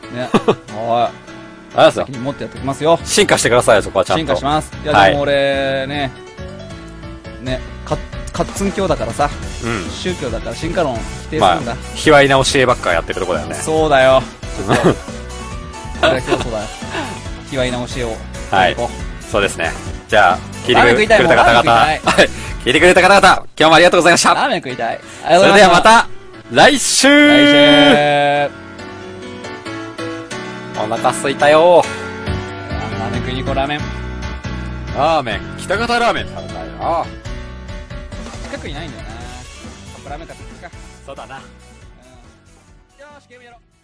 [SPEAKER 1] ね。は
[SPEAKER 2] あれです
[SPEAKER 1] い。
[SPEAKER 2] よ
[SPEAKER 1] 責。任持ってやってきますよ。
[SPEAKER 2] 進化してくださいよ、そこはちゃんと。
[SPEAKER 1] 進化します。いや、
[SPEAKER 2] はい
[SPEAKER 1] でも俺、ね、ね、か、かっつん教だからさ、
[SPEAKER 2] うん。
[SPEAKER 1] 宗教だから進化論否定する
[SPEAKER 2] まあ
[SPEAKER 1] んだ。、
[SPEAKER 2] 卑猥な教えばっかやってるとこだよね。
[SPEAKER 1] そうだよ。ちょっと、これは競争だよ。卑猥な教えを。
[SPEAKER 2] はい
[SPEAKER 1] こ
[SPEAKER 2] そうですね。じゃあ、聞いて
[SPEAKER 1] ラーメン食いたい
[SPEAKER 2] くれた方々、
[SPEAKER 1] もうラーメン食い
[SPEAKER 2] はい。聞いてくれた方々、今日もありがとうございました。
[SPEAKER 1] うラーメン食いたい。
[SPEAKER 2] それではまた、来週
[SPEAKER 1] 来週
[SPEAKER 2] お腹すいたよ
[SPEAKER 1] ラーメン食いに行こう、ラーメン。
[SPEAKER 2] ラーメン、北方ラーメン食べたいな。
[SPEAKER 1] 近くにないんだよな。カップラーメン買ってくるか。
[SPEAKER 2] そうだな。
[SPEAKER 1] うんよーし、ゲームやろう。